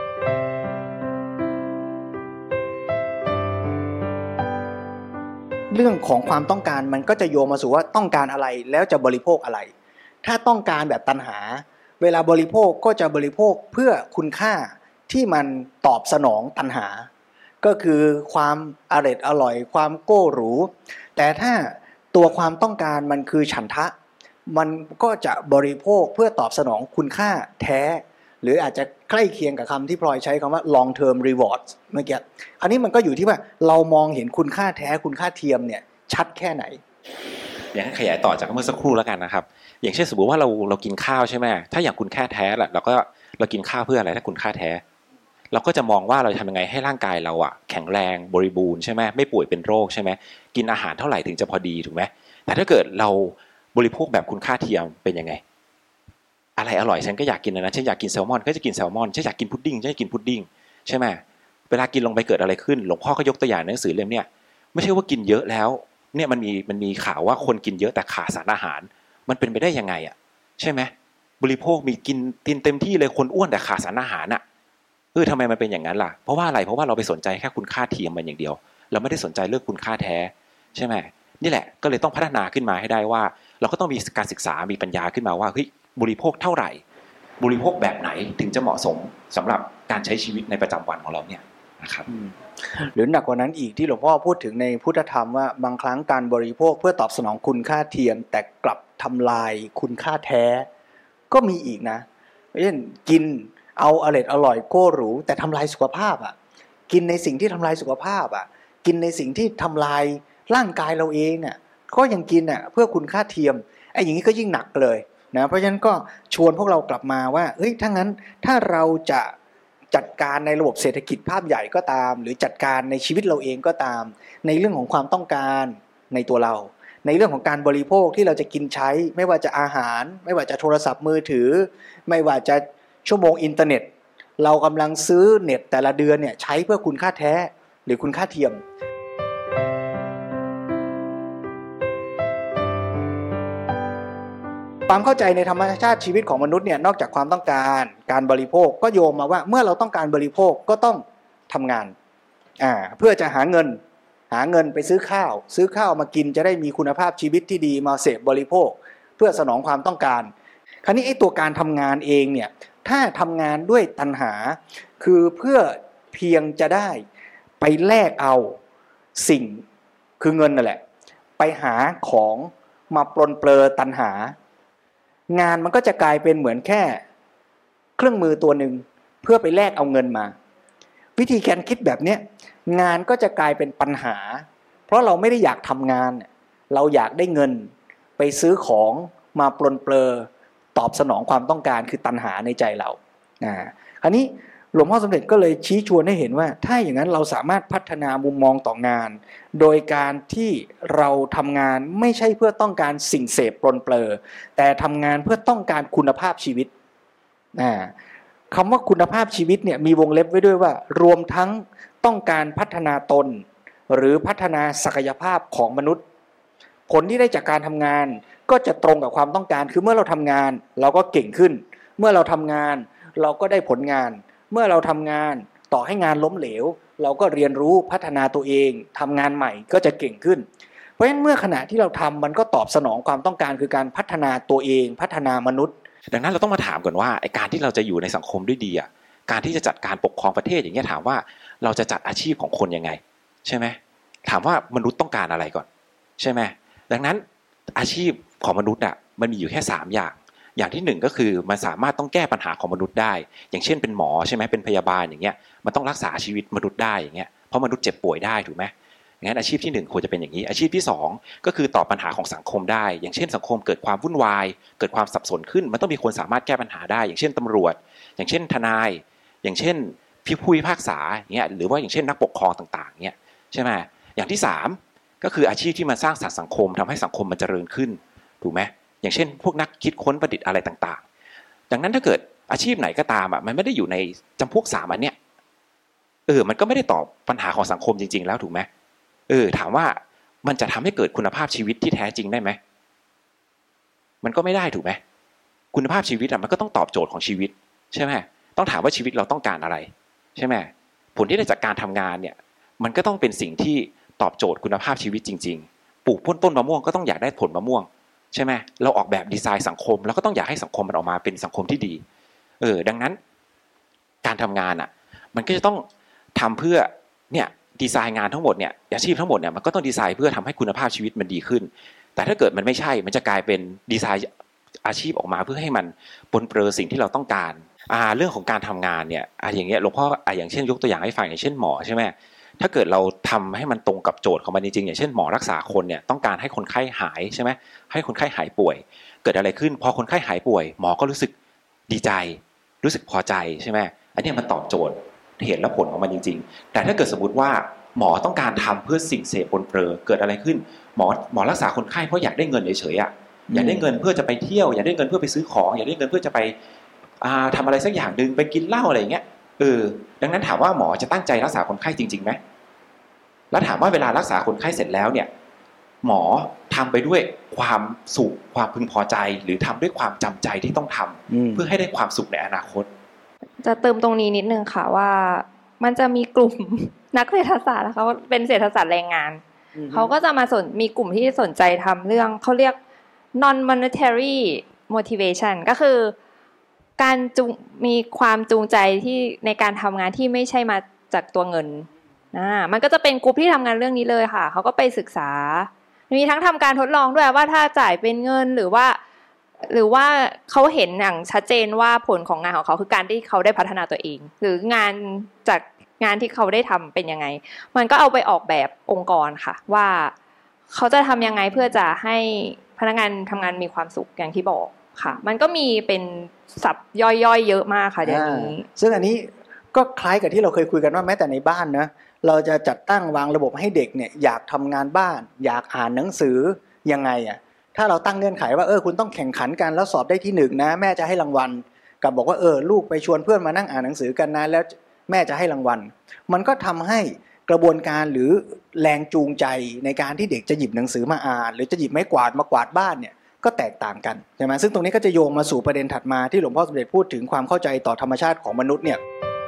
เรื่องของความต้องการมันก็จะโยงมาสู่ว่าต้องการอะไรแล้วจะบริโภคอะไรถ้าต้องการแบบตัณหาเวลาบริโภคก็จะบริโภคเพื่อคุณค่าที่มันตอบสนองตัณหาก็คือความอร่อยอร่อยความโก้หรูแต่ถ้าตัวความต้องการมันคือฉันทะมันก็จะบริโภคเพื่อตอบสนองคุณค่าแท้หรืออาจจะใกล้เคียงกับคำที่พลอยใช้คำว่า long term rewards เมื่อกี้อันนี้มันก็อยู่ที่ว่าเรามองเห็นคุณค่าแท้คุณค่าเทียมเนี่ยชัดแค่ไหนอย่างขยายต่อจากเมื่อสักครู่แล้วกันนะครับอย่างเช่นสมมติว่าเราเรากินข้าวใช่ไหมถ้าอย่างคุณค่าแท้แหละเราก็เรากินข้าวเพื่ออะไรถ้าคุณค่าแท้เราก็จะมองว่าเราทำยังไงให้ร่างกายเราอ่ะแข็งแรงบริบูรณ์ใช่ไหมไม่ป่วยเป็นโรคใช่ไหมกินอาหารเท่าไหร่ถึงจะพอดีถูกไหมแต่ถ้าเกิดเราบริโภคแบบคุณค่าเทียมเป็นยังไงอะไรอร่อยฉันก็อยากกินนะฉันอยากกินแซลมอนก็จะกินแซลมอนฉันอยากกินพุดดิ้งฉันจะกินพุดดิ้งใช่ไหมเวลากินลงไปเกิดอะไรขึ้นหลวงพ่อก็ยกตัวอย่างหนังสือเล่มเนี้ยไม่ใช่ว่ากินเยอะแล้วเนี่ยมันมีมันมีข่าวว่าคนกินเยอะแต่ขาดสารอาหารมันเป็นไปได้ยังไงอ่ะใช่ไหมบริโภคมีกินกินเต็มที่เลยคนอ้วนแต่ขาดสารอาหารอ่ะเออทำไมมันเป็นอย่างนั้นล่ะเพราะว่าอะไรเพราะว่าเราไปสนใจแค่คุณค่าเทียมมันอย่างเดียวเราไม่ได้สนใจเรื่องคุณค่าแท้ใช่ไหมนี่แหละก็เลยต้องพัฒนาขึ้นมาให้ได้ว่าเราก็ต้องมีการศึกษามีปัญญาขึ้นมาว่าเฮ้ยบริโภคเท่าไหร่บริโภคแบบไหนถึงจะเหมาะสมสำหรับการใช้ชีวิตในประจำวันของเราเนี่ยนะครับหรือหนักกว่านั้นอีกที่หลวงพ่อพูดถึงในพุทธธรรมว่าบางครั้งการบริโภคเพื่อตอบสนองคุณค่าเทียมแต่กลับทำลายคุณค่าแท้ก็มีอีกนะเช่นกินเอาอร่อยอร่อยโก้หรูแต่ทำลายสุขภาพอ่ะกินในสิ่งที่ทำลายสุขภาพอ่ะกินในสิ่งที่ทำลายร่างกายเราเองอ่ะก็ยังกินอ่ะเพื่อคุณค่าเทียมไอ้อย่างนี้ก็ยิ่งหนักเลยนะเพราะฉะนั้นก็ชวนพวกเรากลับมาว่าเฮ้ยถ้างั้นถ้าเราจะจัดการในระบบเศรษฐกิจภาพใหญ่ก็ตามหรือจัดการในชีวิตเราเองก็ตามในเรื่องของความต้องการในตัวเราในเรื่องของการบริโภคที่เราจะกินใช้ไม่ว่าจะอาหารไม่ว่าจะโทรศัพท์มือถือไม่ว่าจะชั่วโมงอินเทอร์เน็ตเรากำลังซื้อเน็ตแต่ละเดือนเนี่ยใช้เพื่อคุณค่าแท้หรือคุณค่าเทียมความเข้าใจในธรรมชาติชีวิตของมนุษย์เนี่ยนอกจากความต้องการการบริโภคก็โยงมาว่าเมื่อเราต้องการบริโภคก็ต้องทำงานอ่าเพื่อจะหาเงินหาเงินไปซื้อข้าวซื้อข้าวมากินจะได้มีคุณภาพชีวิตที่ดีมาเสพบริโภคเพื่อสนองความต้องการคราวนี้ไอ้ตัวการทำงานเองเนี่ยถ้าทำงานด้วยตัณหาคือเพื่อเพียงจะได้ไปแลกเอาสิ่งคือเงินนั่นแหละไปหาของมาปลนเปลือตัณหางานมันก็จะกลายเป็นเหมือนแค่เครื่องมือตัวหนึ่งเพื่อไปแลกเอาเงินมาวิธีการคิดแบบนี้งานก็จะกลายเป็นปัญหาเพราะเราไม่ได้อยากทำงานเราอยากได้เงินไปซื้อของมาปลนเปลือตอบสนองความต้องการคือตัณหาในใจเราอ่าคราวนี้หลวงพ่อสมเด็จก็เลยชี้ชวนให้เห็นว่าถ้าอย่างนั้นเราสามารถพัฒนามุมมองต่องานโดยการที่เราทำงานไม่ใช่เพื่อต้องการสิ่งเสพปลนเปลือแต่ทำงานเพื่อต้องการคุณภาพชีวิตอ่าคำว่าคุณภาพชีวิตเนี่ยมีวงเล็บไว้ด้วยว่ารวมทั้งต้องการพัฒนาตนหรือพัฒนาศักยภาพของมนุษย์ผลที่ได้จากการทำงานก็จะตรงกับความต้องการคือเมื่อเราทำงานเราก็เก่งขึ้นเมื่อเราทำงานเราก็ได้ผลงานเมื่อเราทำงานต่อให้งานล้มเหลวเราก็เรียนรู้พัฒนาตัวเองทำงานใหม่ก็จะเก่งขึ้นเพราะฉะนั้นเมื่อขณะที่เราทำมันก็ตอบสนองความต้องการคือการพัฒนาตัวเองพัฒนามนุษย์ดังนั้นเราต้องมาถามก่อนว่าไอ้การที่เราจะอยู่ในสังคมด้วยดีอ่ะการที่จะจัดการปกครองประเทศอย่างเงี้ยถามว่าเราจะจัดอาชีพของคนยังไงใช่ไหมถามว่ามนุษย์ต้องการอะไรก่อนใช่ไหมดังนั้นอาชีพของมนุษย์อ่ะมันมีอยู่แค่สามอย่างอย่างที่หนึ่งก็คือมันสามารถต้องแก้ปัญหาของมนุษย์ได้อย่างเช่นเป็นหมอใช่ไหมเป็นพยาบาลอย่างเงี้ยมันต้องรักษาชีวิตมนุษย์ได้อย่างเงี้ยเพราะมนุษย์เจ็บป่วยได้ถูกไหมงั้นอาชีพที่หนึ่งควรจะเป็นอย่างนี้อาชีพที่สองก็คือตอบปัญหาของสังคมได้อย่างเช่นสังคมเกิดความวุ่นวายเกิดความสับสนขึ้นมันต้องมีคนสามารถแก้ปัญหาได้อย่างเช่นตำรวจอย่างเช่นทนายอย่างเช่นผู้พิพากษาอย่างเงี้ยหรือว่าอย่างเช่นนักปกครองต่างๆเงี้ยใช่ไหมอย่างที่สามก็คืออาชีพที่มันสร้างสรรค์สังคมทำให้สังคมมันเจริญขึ้นถูกไหมอย่างเช่นพวกนักคิดค้นประดิษฐ์อะไรต่างๆดังนั้นถ้าเกิดอาชีพไหนก็ตามอ่ะมันไม่ได้อยู่ในจำพวกสามอันเนี้ยเออมันก็ไม่ได้ตอบปัญหาของสังคมจริงๆแล้วถูกไหมเออถามว่ามันจะทำให้เกิดคุณภาพชีวิตที่แท้จริงได้ไหมมันก็ไม่ได้ถูกไหมคุณภาพชีวิตอ่ะมันก็ต้องตอบโจทย์ของชีวิตใช่ไหมต้องถามว่าชีวิตเราต้องการอะไรใช่ไหมผลที่ได้จากการทำงานเนี่ยมันก็ต้องเป็นสิ่งที่ตอบโจทย์คุณภาพชีวิตจริงๆปลูกต้นมะม่วงก็ต้องอยากได้ผลมะม่วงใช่ไหมเราออกแบบดีไซน์สังคมแล้วก็ต้องอยากให้สังคมมันออกมาเป็นสังคมที่ดีเออดังนั้นการทำงานอ่ะมันก็จะต้องทำเพื่อเนี่ยดีไซน์งานทั้งหมดเนี่ยอาชีพทั้งหมดเนี่ยมันก็ต้องดีไซน์เพื่อทำให้คุณภาพชีวิตมันดีขึ้นแต่ถ้าเกิดมันไม่ใช่มันจะกลายเป็นดีไซน์อาชีพออกมาเพื่อให้มันปนเปื้อนสิ่งที่เราต้องการอ่าเรื่องของการทำงานเนี่ยอ่าอย่างเงี้ยหลวงพ่ออ่าอย่างเช่นยกตัวอย่างให้ฟังอย่างเช่นหมอใช่ไหมถ้าเกิดเราทำให้มันตรงกับโจทย์ของมันจริงๆอย่างเช่นหมอรักษาคนเนี่ยต้องการให้คนไข้หายใช่ไหมให้คนไข้หายป่วยเกิดอะไรขึ้นพอคนไข้หายป่วยหมอก็รู้สึกดีใจรู้สึกพอใจใช่ไหมอันนี้มันตอบโจทย์เหตุและผลของมันจริงๆแต่ถ้าเกิดสมมติว่าหมอต้องการทำเพื่อสิ่งเสพปนเปื้อนเกิดอะไรขึ้นหมอหมอรักษาคนไข้เพราะอยากได้เงินเฉยๆอ่ะอยากได้เงินเพื่อจะไปเที่ยวอยากได้เงินเพื่อไปซื้อของอยากได้เงินเพื่อจะไปอ่าทำอะไรสักอย่างนึงไปกินเหล้าอะไรอย่างเงี้ยเออดังนั้นถามว่าหมอจะตั้งใจรักษาคนไข้จริงๆไหมแล้วถามว่าเวลารักษาคนไข้เสร็จแล้วเนี่ยหมอทำไปด้วยความสุขความพึงพอใจหรือทำด้วยความจำใจที่ต้องทำเพื่อให้ได้ความสุขในอนาคตจะเติมตรงนี้นิดนึงค่ะว่ามันจะมีกลุ่มนักเศรษฐศาสตร์นะคะเป็นเศรษฐศาสตร์แรงงานเขาก็จะมาสนมีกลุ่มที่สนใจทำเรื่องเขาเรียก non monetary motivation ก็คือการจูงมีความจูงใจที่ในการทำงานที่ไม่ใช่มาจากตัวเงินอ่ามันก็จะเป็นกลุ่มที่ทำงานเรื่องนี้เลยค่ะเขาก็ไปศึกษามีทั้งทำการทดลองด้วยว่าถ้าจ่ายเป็นเงินหรือว่าหรือว่าเขาเห็นอย่างชัดเจนว่าผลของงานของเขาคือการที่เขาได้พัฒนาตัวเองหรืองานจากงานที่เขาได้ทำเป็นยังไงมันก็เอาไปออกแบบองค์กรค่ะว่าเขาจะทำยังไงเพื่อจะให้พนักงานทำงานมีความสุขอย่างที่บอกค่ะมันก็มีเป็นศัพท์ย่อยๆเยอะมากค่ะเดี๋ยวนี้ซึ่งอันนี้ก็คล้ายกับที่เราเคยคุยกันว่าแม้แต่ในบ้านนะเราจะจัดตั้งวางระบบให้เด็กเนี่ยอยากทำงานบ้านอยากอ่านหนังสือยังไงอ่ะถ้าเราตั้งเงื่อนไขว่าเออคุณต้องแข่งขันกันแล้วสอบได้ที่หนึ่งนะแม่จะให้รางวัลกับบอกว่าเออลูกไปชวนเพื่อนมานั่งอ่านหนังสือกันนะแล้วแม่จะให้รางวัลมันก็ทำให้กระบวนการหรือแรงจูงใจในการที่เด็กจะหยิบหนังสือมาอ่านหรือจะหยิบไม้กวาดมากวาดบ้านเนี่ยก็แตกต่างกันใช่ไหมซึ่งตรงนี้ก็จะโยงมาสู่ประเด็นถัดมาที่หลวงพ่อสมเด็จพูดถึงความเข้าใจต่อธรรมชาติของมนุษย์เนี่ย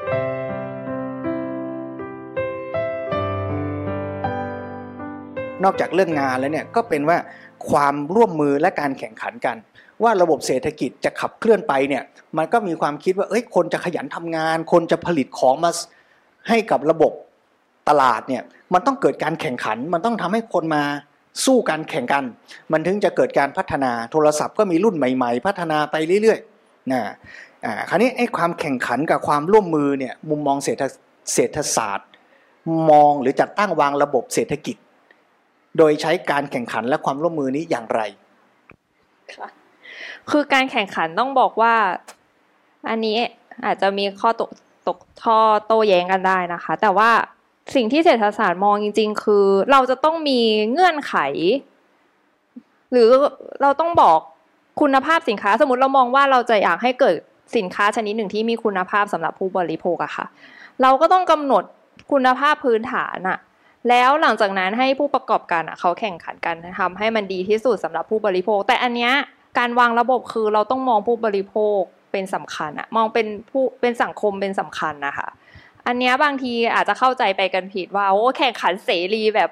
นอกจากเรื่องงานแล้วเนี่ยก็เป็นว่าความร่วมมือและการแข่งขันกันว่าระบบเศรษฐกิจจะขับเคลื่อนไปเนี่ยมันก็มีความคิดว่าเอ้ยคนจะขยันทำงานคนจะผลิตของมาให้กับระบบตลาดเนี่ยมันต้องเกิดการแข่งขันมันต้องทำให้คนมาสู้กันแข่งกันมันถึงจะเกิดการพัฒนาโทรศัพท์ก็มีรุ่นใหม่ๆพัฒนาไปเรื่อยๆนะอ่าคราวนี้ไอ้ความแข่งขันกับความร่วมมือเนี่ยมุมมองเศรษฐเศรษฐศาสตร์มองหรือจัดตั้งวางระบบเศรษฐกิจโดยใช้การแข่งขันและความร่วมมือนี้อย่างไรค่ะคือการแข่งขันต้องบอกว่าอันนี้อาจจะมีข้อตกตกท่อโต้แย้งกันได้นะคะแต่ว่าสิ่งที่เศรษฐศาสตร์มองจริงๆคือเราจะต้องมีเงื่อนไขหรือเราต้องบอกคุณภาพสินค้าสมมติเรามองว่าเราจะอยากให้เกิดสินค้าชนิดหนึ่งที่มีคุณภาพสำหรับผู้บริโภคอะค่ะเราก็ต้องกำหนดคุณภาพพื้นฐานอะแล้วหลังจากนั้นให้ผู้ประกอบการเขาแข่งขันกันทำให้มันดีที่สุดสำหรับผู้บริโภคแต่อันเนี้ยการวางระบบคือเราต้องมองผู้บริโภคเป็นสำคัญอะมองเป็นผู้เป็นสังคมเป็นสำคัญนะคะอันเนี้ยบางทีอาจจะเข้าใจไปกันผิดว่าโอ้แข่งขันเสรีแบบ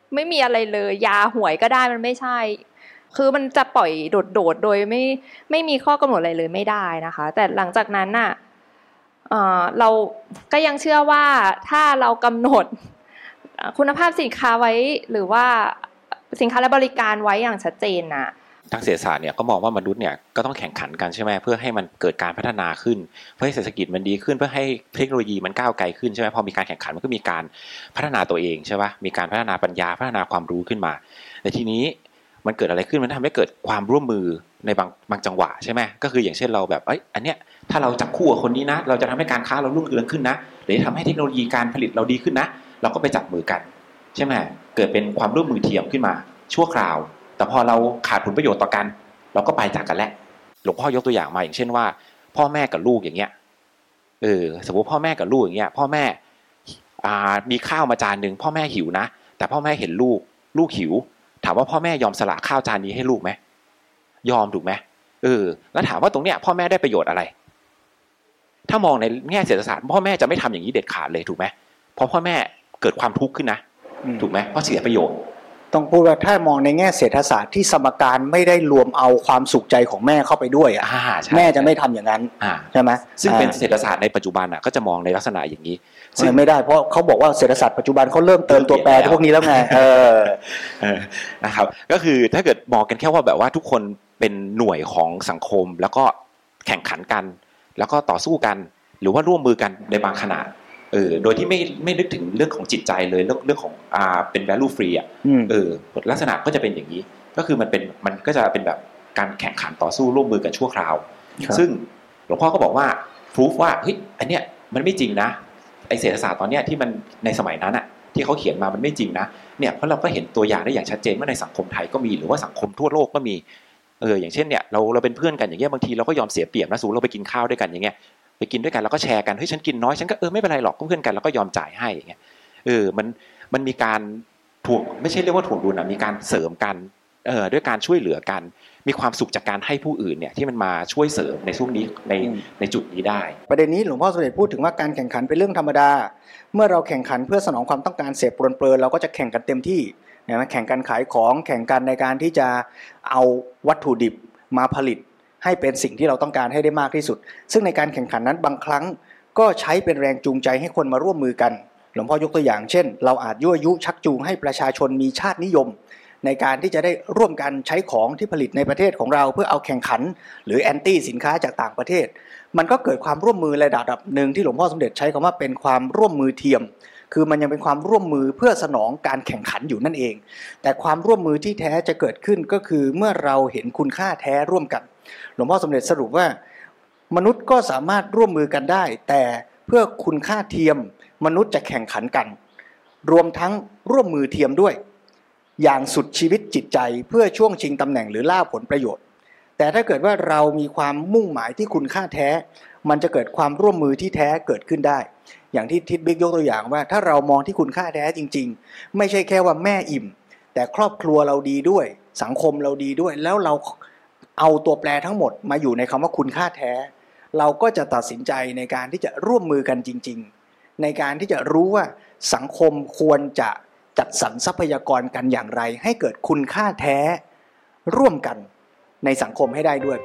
ไม่มีอะไรเลยยาหวยก็ได้มันไม่ใช่คือมันจะปล่อยโดดๆโดยไม่ไม่มีข้อกำหนดอะไรเลยไม่ได้นะคะแต่หลังจากนั้นน่ะเอ่อเราก็ยังเชื่อว่าถ้าเรากำหนดคุณภาพสินค้าไว้หรือว่าสินค้าและบริการไว้อย่างชัดเจนน่ะทางเศรษฐศาสตร์เนี่ยก็มองว่ามนุษย์เนี่ยก็ต้องแข่งขันกันใช่ไหมเพื่อให้มันเกิดการพัฒนาขึ้นเพื่อให้เศรษฐกิจมันดีขึ้นเพื่อให้เทคโนโลยีมันก้าวไกลขึ้นใช่ไหมพอมีการแข่งขันมันก็มีการพัฒนาตัวเองใช่ป่ะมีการพัฒนาปัญญาพัฒนาความรู้ขึ้นมาแต่ทีนี้มันเกิดอะไรขึ้นมันทำให้เกิดความร่วมมือในบางบางจังหวะใช่ไหมก็คืออย่างเช่นเราแบบเอ้ยอันเนี้ยถ้าเราจับคู่กับคนนี้นะเราจะทำให้การค้าเรารุ่งเรืองขึ้นนะหรือทำให้เทคโนโลยีการผลิตเราดีขึ้นนะเราก็ไปจับมือกันใช่ไหมเกิดเป็นความร่วมมือเทียมขึ้นมาชั่วคราวแต่พอเราขาดผลประโยชน์ต่อกันเราก็ไปจากกันแล้วหลวงพ่อยกตัวอย่างมาอย่างเช่นว่าพ่อแม่กับลูกอย่างเงี้ยเออสมมติพ่อแม่กับลูกอย่างเงี้ยพ่อแม่อ่ามีข้าวมาจานนึงพ่อแม่หิวนะแต่พ่อแม่เห็นลูกลูกหิวถามว่าพ่อแม่ยอมสละข้าวจานนี้ให้ลูกไหมยอมถูกไหมเออแล้วถามว่าตรงเนี้ยพ่อแม่ได้ประโยชน์อะไรถ้ามองในแง่เศรษฐศาสตร์พ่อแม่จะไม่ทำอย่างนี้เด็ดขาดเลยถูกไหมเพราะพ่อแม่เกิดความทุกข์ขึ้นนะถูกไหมเพราะเสียประโยชน์ต้องพูดว่าถ้ามองในแง่เศรษฐศาสตร์ที่สมการไม่ได้รวมเอาความสุขใจของแม่เข้าไปด้วยอ่ะแม่จะไม่ทำอย่างนั้นใช่ไหมซึ่งเป็นเศรษฐศาสตร์ในปัจจุบันอ่ะก็จะมองในลักษณะอย่างนี้ซึ่งไม่ได้เพราะเขาบอกว่าเศรษฐศาสตร์ปัจจุบันเขาเริ่มเติมตัวแปรพวกนี้แล้วไงเออนะครับก็คือถ้าเกิดมองกันแค่ว่าแบบว่าทุกคนเป็นหน่วยของสังคมแล้วก็แข่งขันกันแล้วก็ต่อสู้กันหรือว่าร่วมมือกันในบางขณะเออโดยที่ไม่ไม่นึกถึงเรื่องของจิตใจเลยเรื่องเรื่องของอ่าเป็น value free อ่ะเออลักษณะก็จะเป็นอย่างนี้ก็คือมันเป็นมันก็จะเป็นแบบการแข่งขันต่อสู้ร่วมมือกันชั่วคราวซึ่งหลวงพ่อก็บอกว่า proof ว่าเฮ้ยอันเนี้ยมันไม่จริงนะไอเศรษฐศาสตร์ตอนเนี้ยที่มันในสมัยนั้นอ่ะที่เขาเขียนมามันไม่จริงนะเนี่ยเพราะเราก็เห็นตัวอย่างได้อย่างชัดเจนว่าในสังคมไทยก็มีหรือว่าสังคมทั่วโลกก็มีเอออย่างเช่นเนี่ยเราเราเป็นเพื่อนกันอย่างเงี้ยบางทีเราก็ยอมเสียเปรียบนะสูเราไปกินข้าวด้วยกันอย่างเงี้ยไปกินด้วยกันแล้วก็แชร์กันเฮ้ยฉันกินน้อยฉันก็เออไม่เป็นไรหรอกก็เพื่อนกันแล้วก็ยอมจ่ายให้อย่างเงี้ยเออมันมันมีการถ่วงไม่ใช่เรียกว่าถ่วงดุลนะมีการเสริมกันเออด้วยการช่วยเหลือกันมีความสุขจากการให้ผู้อื่นเนี่ยที่มันมาช่วยเสริมในช่วงนี้ในในจุดนี้ได้ประเด็นนี้หลวงพ่อสมเด็จพูดถึงว่าการแข่งขันเป็นเรื่องธรรมดาเมื่อเราแข่งขันเพื่อสนองความต้องการเสพปรนเปรอเราก็จะแข่งกันเต็มที่นะแข่งกันขายของแข่งกันในการที่จะเอาวัตถุดิบมาผลิตให้เป็นสิ่งที่เราต้องการให้ได้มากที่สุดซึ่งในการแข่งขันนั้นบางครั้งก็ใช้เป็นแรงจูงใจให้คนมาร่วมมือกันหลวงพ่อยกตัวอย่างเช่นเราอาจยั่วยุชักจูงให้ประชาชนมีชาตินิยมในการที่จะได้ร่วมกันใช้ของที่ผลิตในประเทศของเราเพื่อเอาแข่งขันหรือแอนตี้สินค้าจากต่างประเทศมันก็เกิดความร่วมมือระดับหนึ่งที่หลวงพ่อสมเด็จใช้คำว่าเป็นความร่วมมือเทียมคือมันยังเป็นความร่วมมือเพื่อสนองการแข่งขันอยู่นั่นเองแต่ความร่วมมือที่แท้จะเกิดขึ้นก็คือเมื่อเราเห็นคุณค่าแท้ร่วมกันหลวงพ่อสมเด็จสรุปว่ามนุษย์ก็สามารถร่วมมือกันได้แต่เพื่อคุณค่าเทียมมนุษย์จะแข่งขันกันรวมทั้งร่วมมือเทียมด้วยอย่างสุดชีวิตจิตใจเพื่อช่วงชิงตำแหน่งหรือล่าผลประโยชน์แต่ถ้าเกิดว่าเรามีความมุ่งหมายที่คุณค่าแท้มันจะเกิดความร่วมมือที่แท้เกิดขึ้นได้อย่างที่ทิดบิ๊กยกตัวอย่างว่าถ้าเรามองที่คุณค่าแท้จริงๆไม่ใช่แค่ว่าแม่อิ่มแต่ครอบครัวเราดีด้วยสังคมเราดีด้วยแล้วเราเอาตัวแปรทั้งหมดมาอยู่ในคำว่าคุณค่าแท้เราก็จะตัดสินใจในการที่จะร่วมมือกันจริงๆในการที่จะรู้ว่าสังคมควรจะจัดสรรทรัพยากรกันอย่างไรให้เกิดคุณค่าแท้ร่วมกันในสังคมให้ได้ด้วย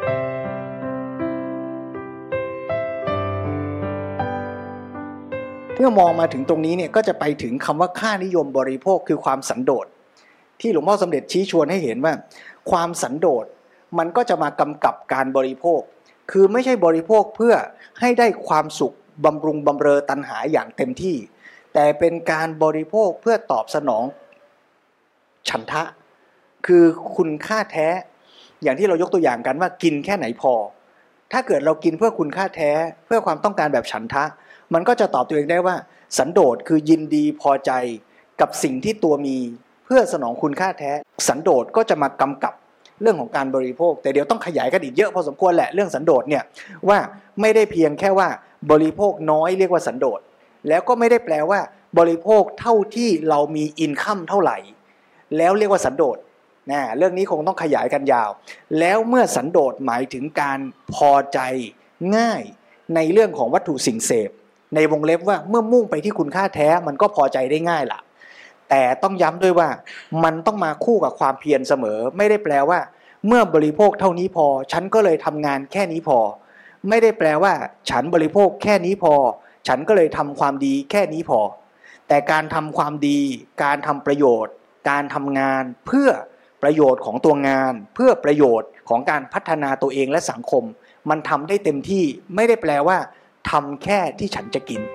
เมื่อมองมาถึงตรงนี้เนี่ยก็จะไปถึงคำว่าค่านิยมบริโภคคือความสันโดษที่หลวงพ่อสมเด็จชี้ชวนให้เห็นว่าความสันโดษมันก็จะมากำกับการบริโภคคือไม่ใช่บริโภคเพื่อให้ได้ความสุขบำรุงบำเรอตัณหาอย่างเต็มที่แต่เป็นการบริโภคเพื่อตอบสนองฉันทะคือคุณค่าแท้อย่างที่เรายกตัวอย่างกันว่ากินแค่ไหนพอถ้าเกิดเรากินเพื่อคุณค่าแท้เพื่อความต้องการแบบฉันทะมันก็จะตอบตัวเองได้ว่าสันโดษคือยินดีพอใจกับสิ่งที่ตัวมีเพื่อสนองคุณค่าแท้สันโดษก็จะมากำกับเรื่องของการบริโภคแต่เดี๋ยวต้องขยายกันอีกเยอะพอสมควรแหละเรื่องสันโดษเนี่ยว่าไม่ได้เพียงแค่ว่าบริโภคน้อยเรียกว่าสันโดษแล้วก็ไม่ได้แปลว่าบริโภคเท่าที่เรามีอินคัมเท่าไหร่แล้วเรียกว่าสันโดษนะเรื่องนี้คงต้องขยายกันยาวแล้วเมื่อสันโดษหมายถึงการพอใจง่ายในเรื่องของวัตถุสิ่งเสพในวงเล็บว่าเมื่อมุ่งไปที่คุณค่าแท้มันก็พอใจได้ง่ายล่ะแต่ต้องย้ำด้วยว่ามันต้องมาคู่กับความเพียรเสมอไม่ได้แปลว่าเมื่อบริโภคเท่านี้พอฉันก็เลยทำงานแค่นี้พอไม่ได้แปลว่าฉันบริโภคแค่นี้พอฉันก็เลยทำความดีแค่นี้พอแต่การทำความดีการทำประโยชน์การทำงานเพื่อประโยชน์ของตัวงานเพื่อประโยชน์ของการพัฒนาตัวเองและสังคมมันทำได้เต็มที่ไม่ได้แปลว่าทำแค่ที่ฉันจะกิน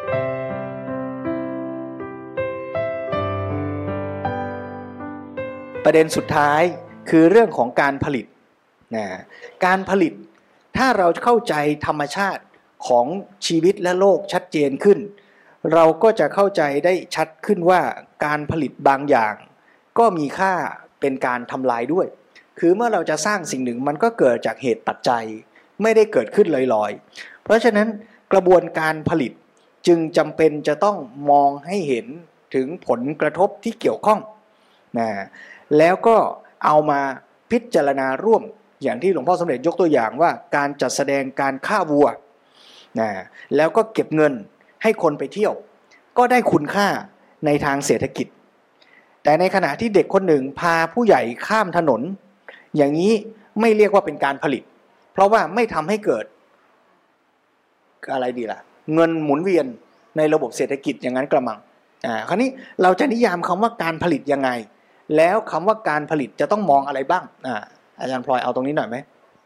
ประเด็นสุดท้ายคือเรื่องของการผลิตนะการผลิตถ้าเราเข้าใจธรรมชาติของชีวิตและโลกชัดเจนขึ้นเราก็จะเข้าใจได้ชัดขึ้นว่าการผลิตบางอย่างก็มีค่าเป็นการทำลายด้วยคือเมื่อเราจะสร้างสิ่งหนึ่งมันก็เกิดจากเหตุปัจจัยไม่ได้เกิดขึ้นลอยๆเพราะฉะนั้นกระบวนการผลิตจึงจำเป็นจะต้องมองให้เห็นถึงผลกระทบที่เกี่ยวข้องนะแล้วก็เอามาพิจารณาร่วมอย่างที่หลวงพ่อสมเด็จยกตัวอย่างว่าการจัดแสดงการฆ่าวัวนะแล้วก็เก็บเงินให้คนไปเที่ยวก็ได้คุณค่าในทางเศรษฐกิจแต่ในขณะที่เด็กคนหนึ่งพาผู้ใหญ่ข้ามถนนอย่างนี้ไม่เรียกว่าเป็นการผลิตเพราะว่าไม่ทำให้เกิดอะไรดีล่ะเงินหมุนเวียนในระบบเศรษฐกิจอย่างนั้นกระมังอ่าคราวนี้เราจะนิยามคำว่าการผลิตยังไงแล้วคำว่าการผลิตจะต้องมองอะไรบ้างอ่าอาจารย์พลอยเอาตรงนี้หน่อยไหม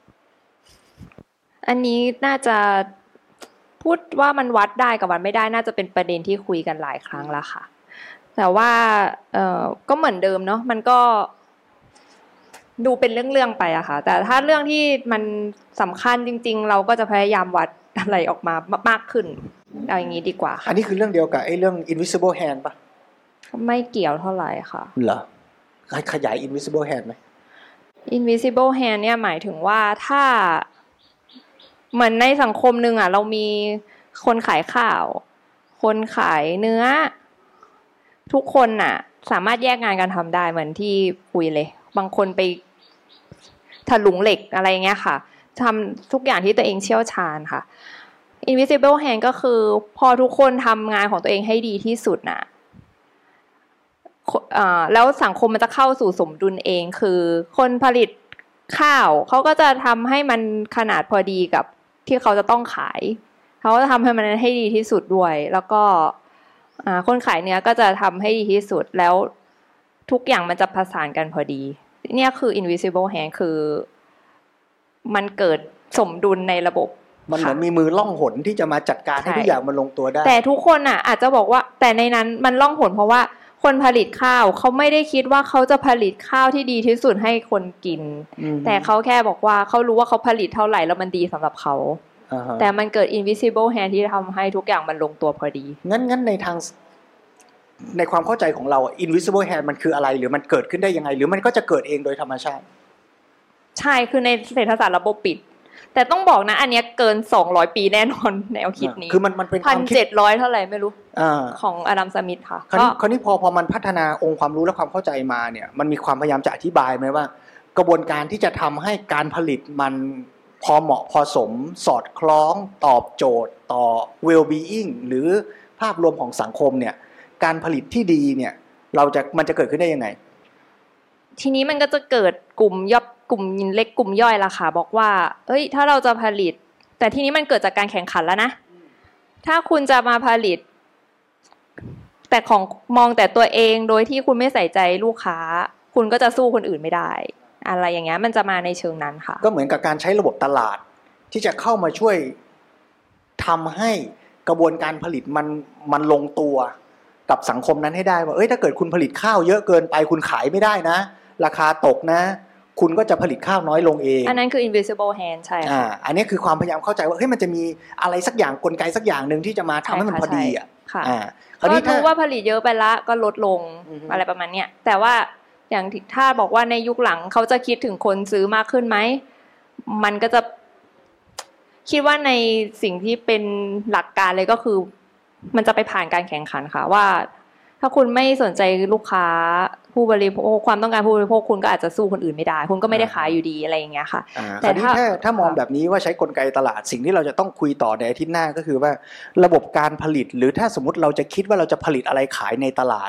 อันนี้น่าจะพูดว่ามันวัดได้กับวัดไม่ได้น่าจะเป็นประเด็นที่คุยกันหลายครั้งแล้วค่ะแต่ว่าเอ่อก็เหมือนเดิมเนาะมันก็ดูเป็นเรื่องๆไปอะค่ะแต่ถ้าเรื่องที่มันสำคัญจริงๆเราก็จะพยายามวัดอะไรออกมามากขึ้นเอาอย่างนี้ดีกว่าอันนี้คือเรื่องเดียวกับไอ้เรื่อง invisible hand ป่ะไม่เกี่ยวเท่าไหร่ค่ะเหรอขยาย invisible hand ไหม invisible hand เนี่ยหมายถึงว่าถ้าเหมือนในสังคมนึงอ่ะเรามีคนขายข้าวคนขายเนื้อทุกคนน่ะสามารถแยกงานกันทำได้เหมือนที่คุยเลยบางคนไปถลุงเหล็กอะไรเงี้ยค่ะทำทุกอย่างที่ตัวเองเชี่ยวชาญค่ะ invisible hand ก็คือพอทุกคนทำงานของตัวเองให้ดีที่สุดน่ะแล้วสังคมมันจะเข้าสู่สมดุลเองคือคนผลิตข้าวเขาก็จะทำให้มันขนาดพอดีกับที่เขาจะต้องขายเขาจะทำให้มันให้ดีที่สุดด้วยแล้วก็คนขายเนื้อก็จะทำให้ดีที่สุดแล้วทุกอย่างมันจะประสานกันพอดีเนี่ยคือ invisible hand คือมันเกิดสมดุลในระบบมันเหมือนมีมือล่องหนที่จะมาจัดการให้ทุกอย่างมันลงตัวได้แต่ทุกคนอ่ะอาจจะบอกว่าแต่ในนั้นมันล่องหนเพราะว่าคนผลิตข้าวเขาไม่ได้คิดว่าเขาจะผลิตข้าวที่ดีที่สุดให้คนกินแต่เขาแค่บอกว่าเขารู้ว่าเขาผลิตเท่าไหร่แล้วมันดีสำหรับเขา uh-huh. แต่มันเกิด invisible hand ที่ทำให้ทุกอย่างมันลงตัวพอดีงั้นงั้นในทางในความเข้าใจของเรา invisible hand มันคืออะไรหรือมันเกิดขึ้นได้ยังไงหรือมันก็จะเกิดเองโดยธรรมชาติใช่คือในเศรษฐศาสตร์ระบบปิดแต่ต้องบอกนะอันนี้เกินสองร้อยปีแน่นอนแนวคิดนี้คือมันมันเป็นหนึ่งพันเจ็ดร้อยเท่าไหร่ไม่รู้ของอดัมสมิธค่ะคราวนี้คราวนี้พอพอมันพัฒนาองค์ความรู้และความเข้าใจมาเนี่ยมันมีความพยายามจะอธิบายไหมว่ากระบวนการที่จะทำให้การผลิตมันพอเหมาะพอสมสอดคล้องตอบโจทย์ต่อ well-being หรือภาพรวมของสังคมเนี่ยการผลิตที่ดีเนี่ยเราจะมันจะเกิดขึ้นได้ยังไงทีนี้มันก็จะเกิดกลุ่มย่อยกลุ่มเล็กกลุ่มย่อยละค่ะบอกว่าเอ้ยถ้าเราจะผลิตแต่ทีนี้มันเกิดจากการแข่งขันแล้วนะถ้าคุณจะมาผลิตแต่ของมองแต่ตัวเองโดยที่คุณไม่ใส่ใจลูกค้าคุณก็จะสู้คนอื่นไม่ได้อะไรอย่างเงี้ยมันจะมาในเชิงนั้นค่ะก็เหมือนกับการใช้ระบบตลาดที่จะเข้ามาช่วยทำให้กระบวนการผลิตมันมันลงตัวกับสังคมนั้นให้ได้ว่าเอ้ยถ้าเกิดคุณผลิตข้าวเยอะเกินไปคุณขายไม่ได้นะราคาตกนะคุณก็จะผลิตข้าวน้อยลงเองอันนั้นคือ invisible hand ใช่ค่ะอ่าอันนี้คือความพยายามเข้าใจว่าเฮ้ยมันจะมีอะไรสักอย่างกลไกสักอย่างนึงที่จะมาทำให้มันพอดีอ่ะอ่าก็รู้ว่าผลิตเยอะไปละก็ลดลงอะไรประมาณเนี้ยแต่ว่าอย่างถ้าบอกว่าในยุคหลังเขาจะคิดถึงคนซื้อมากขึ้นไหมมันก็จะคิดว่าในสิ่งที่เป็นหลักการเลยก็คือมันจะไปผ่านการแข่งขันค่ะว่าถ้าคุณไม่สนใจลูกค้าผู้บริโภคความต้องการผู้บริโภคคุณก็อาจจะสู้คนอื่นไม่ได้คุณก็ไม่ได้ขายอยู่ดีอะไรอย่างเงี้ยค่ะแต่ถ้าถ้ามองแบบนี้ว่าใช้กลไกตลาดสิ่งที่เราจะต้องคุยต่อในอาทิตย์หน้าก็คือว่าระบบการผลิตหรือถ้าสมมติเราจะคิดว่าเราจะผลิตอะไรขายในตลาด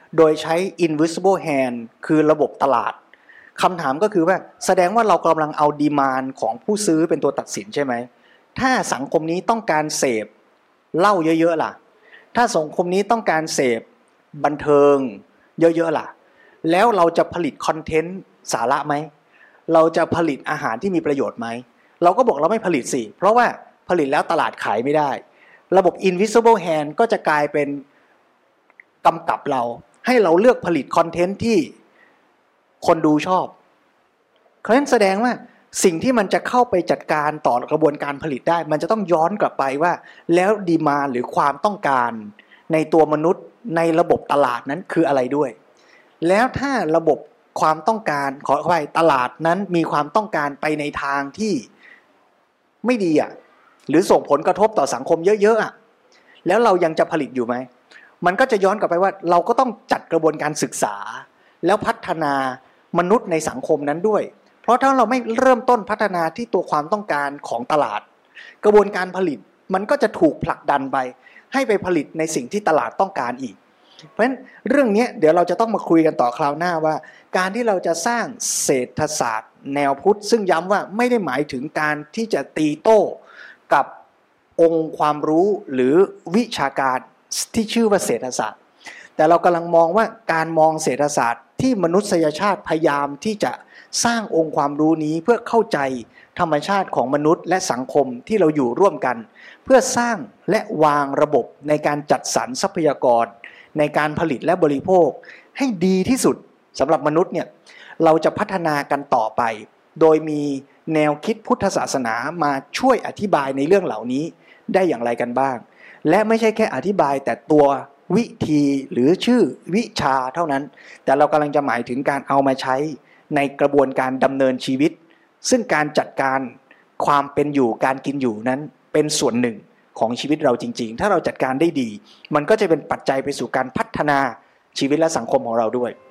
โดยใช้ invisible hand คือระบบตลาดคำถามก็คือว่าแสดงว่าเรากำลังเอาดีมานด์ของผู้ซื้อเป็นตัวตัดสินใช่ไหมถ้าสังคมนี้ต้องการเสพเหล้าเยอะๆล่ะถ้าสังคมนี้ต้องการเสพบันเทิงเยอะๆล่ะแล้วเราจะผลิตคอนเทนต์สาระไหมเราจะผลิตอาหารที่มีประโยชน์ไหมเราก็บอกเราไม่ผลิตสิเพราะว่าผลิตแล้วตลาดขายไม่ได้ระบบ invisible hand ก็จะกลายเป็นกำกับเราให้เราเลือกผลิตคอนเทนต์ที่คนดูชอบเพราะฉะนั้นแสดงว่าสิ่งที่มันจะเข้าไปจัดการต่อกระบวนการผลิตได้มันจะต้องย้อนกลับไปว่าแล้วดีมานด์หรือความต้องการในตัวมนุษย์ในระบบตลาดนั้นคืออะไรด้วยแล้วถ้าระบบความต้องการขออภัยตลาดนั้นมีความต้องการไปในทางที่ไม่ดีอ่ะหรือส่งผลกระทบต่อสังคมเยอะๆอ่ะแล้วเรายังจะผลิตอยู่ไหมมันก็จะย้อนกลับไปว่าเราก็ต้องจัดกระบวนการศึกษาแล้วพัฒนามนุษย์ในสังคมนั้นด้วยเพราะถ้าเราไม่เริ่มต้นพัฒนาที่ตัวความต้องการของตลาดกระบวนการผลิตมันก็จะถูกผลักดันไปให้ไปผลิตในสิ่งที่ตลาดต้องการอีกเพราะฉะนั้นเรื่องนี้เดี๋ยวเราจะต้องมาคุยกันต่อคราวหน้าว่าการที่เราจะสร้างเศรษฐศาสตร์แนวพุทธซึ่งย้ำว่าไม่ได้หมายถึงการที่จะตีโต้กับองค์ความรู้หรือวิชาการที่ชื่อว่าเศรษฐศาสตร์แต่เรากำลังมองว่าการมองเศรษฐศาสตร์ที่มนุษยชาติพยายามที่จะสร้างองค์ความรู้นี้เพื่อเข้าใจธรรมชาติของมนุษย์และสังคมที่เราอยู่ร่วมกันเพื่อสร้างและวางระบบในการจัดสรรทรัพยากรในการผลิตและบริโภคให้ดีที่สุดสำหรับมนุษย์เนี่ยเราจะพัฒนากันต่อไปโดยมีแนวคิดพุทธศาสนามาช่วยอธิบายในเรื่องเหล่านี้ได้อย่างไรกันบ้างและไม่ใช่แค่อธิบายแต่ตัววิธีหรือชื่อวิชาเท่านั้นแต่เรากำลังจะหมายถึงการเอามาใช้ในกระบวนการดำเนินชีวิตซึ่งการจัดการความเป็นอยู่การกินอยู่นั้นเป็นส่วนหนึ่งของชีวิตเราจริงๆถ้าเราจัดการได้ดีมันก็จะเป็นปัจจัยไปสู่การพัฒนาชีวิตและสังคมของเราด้วย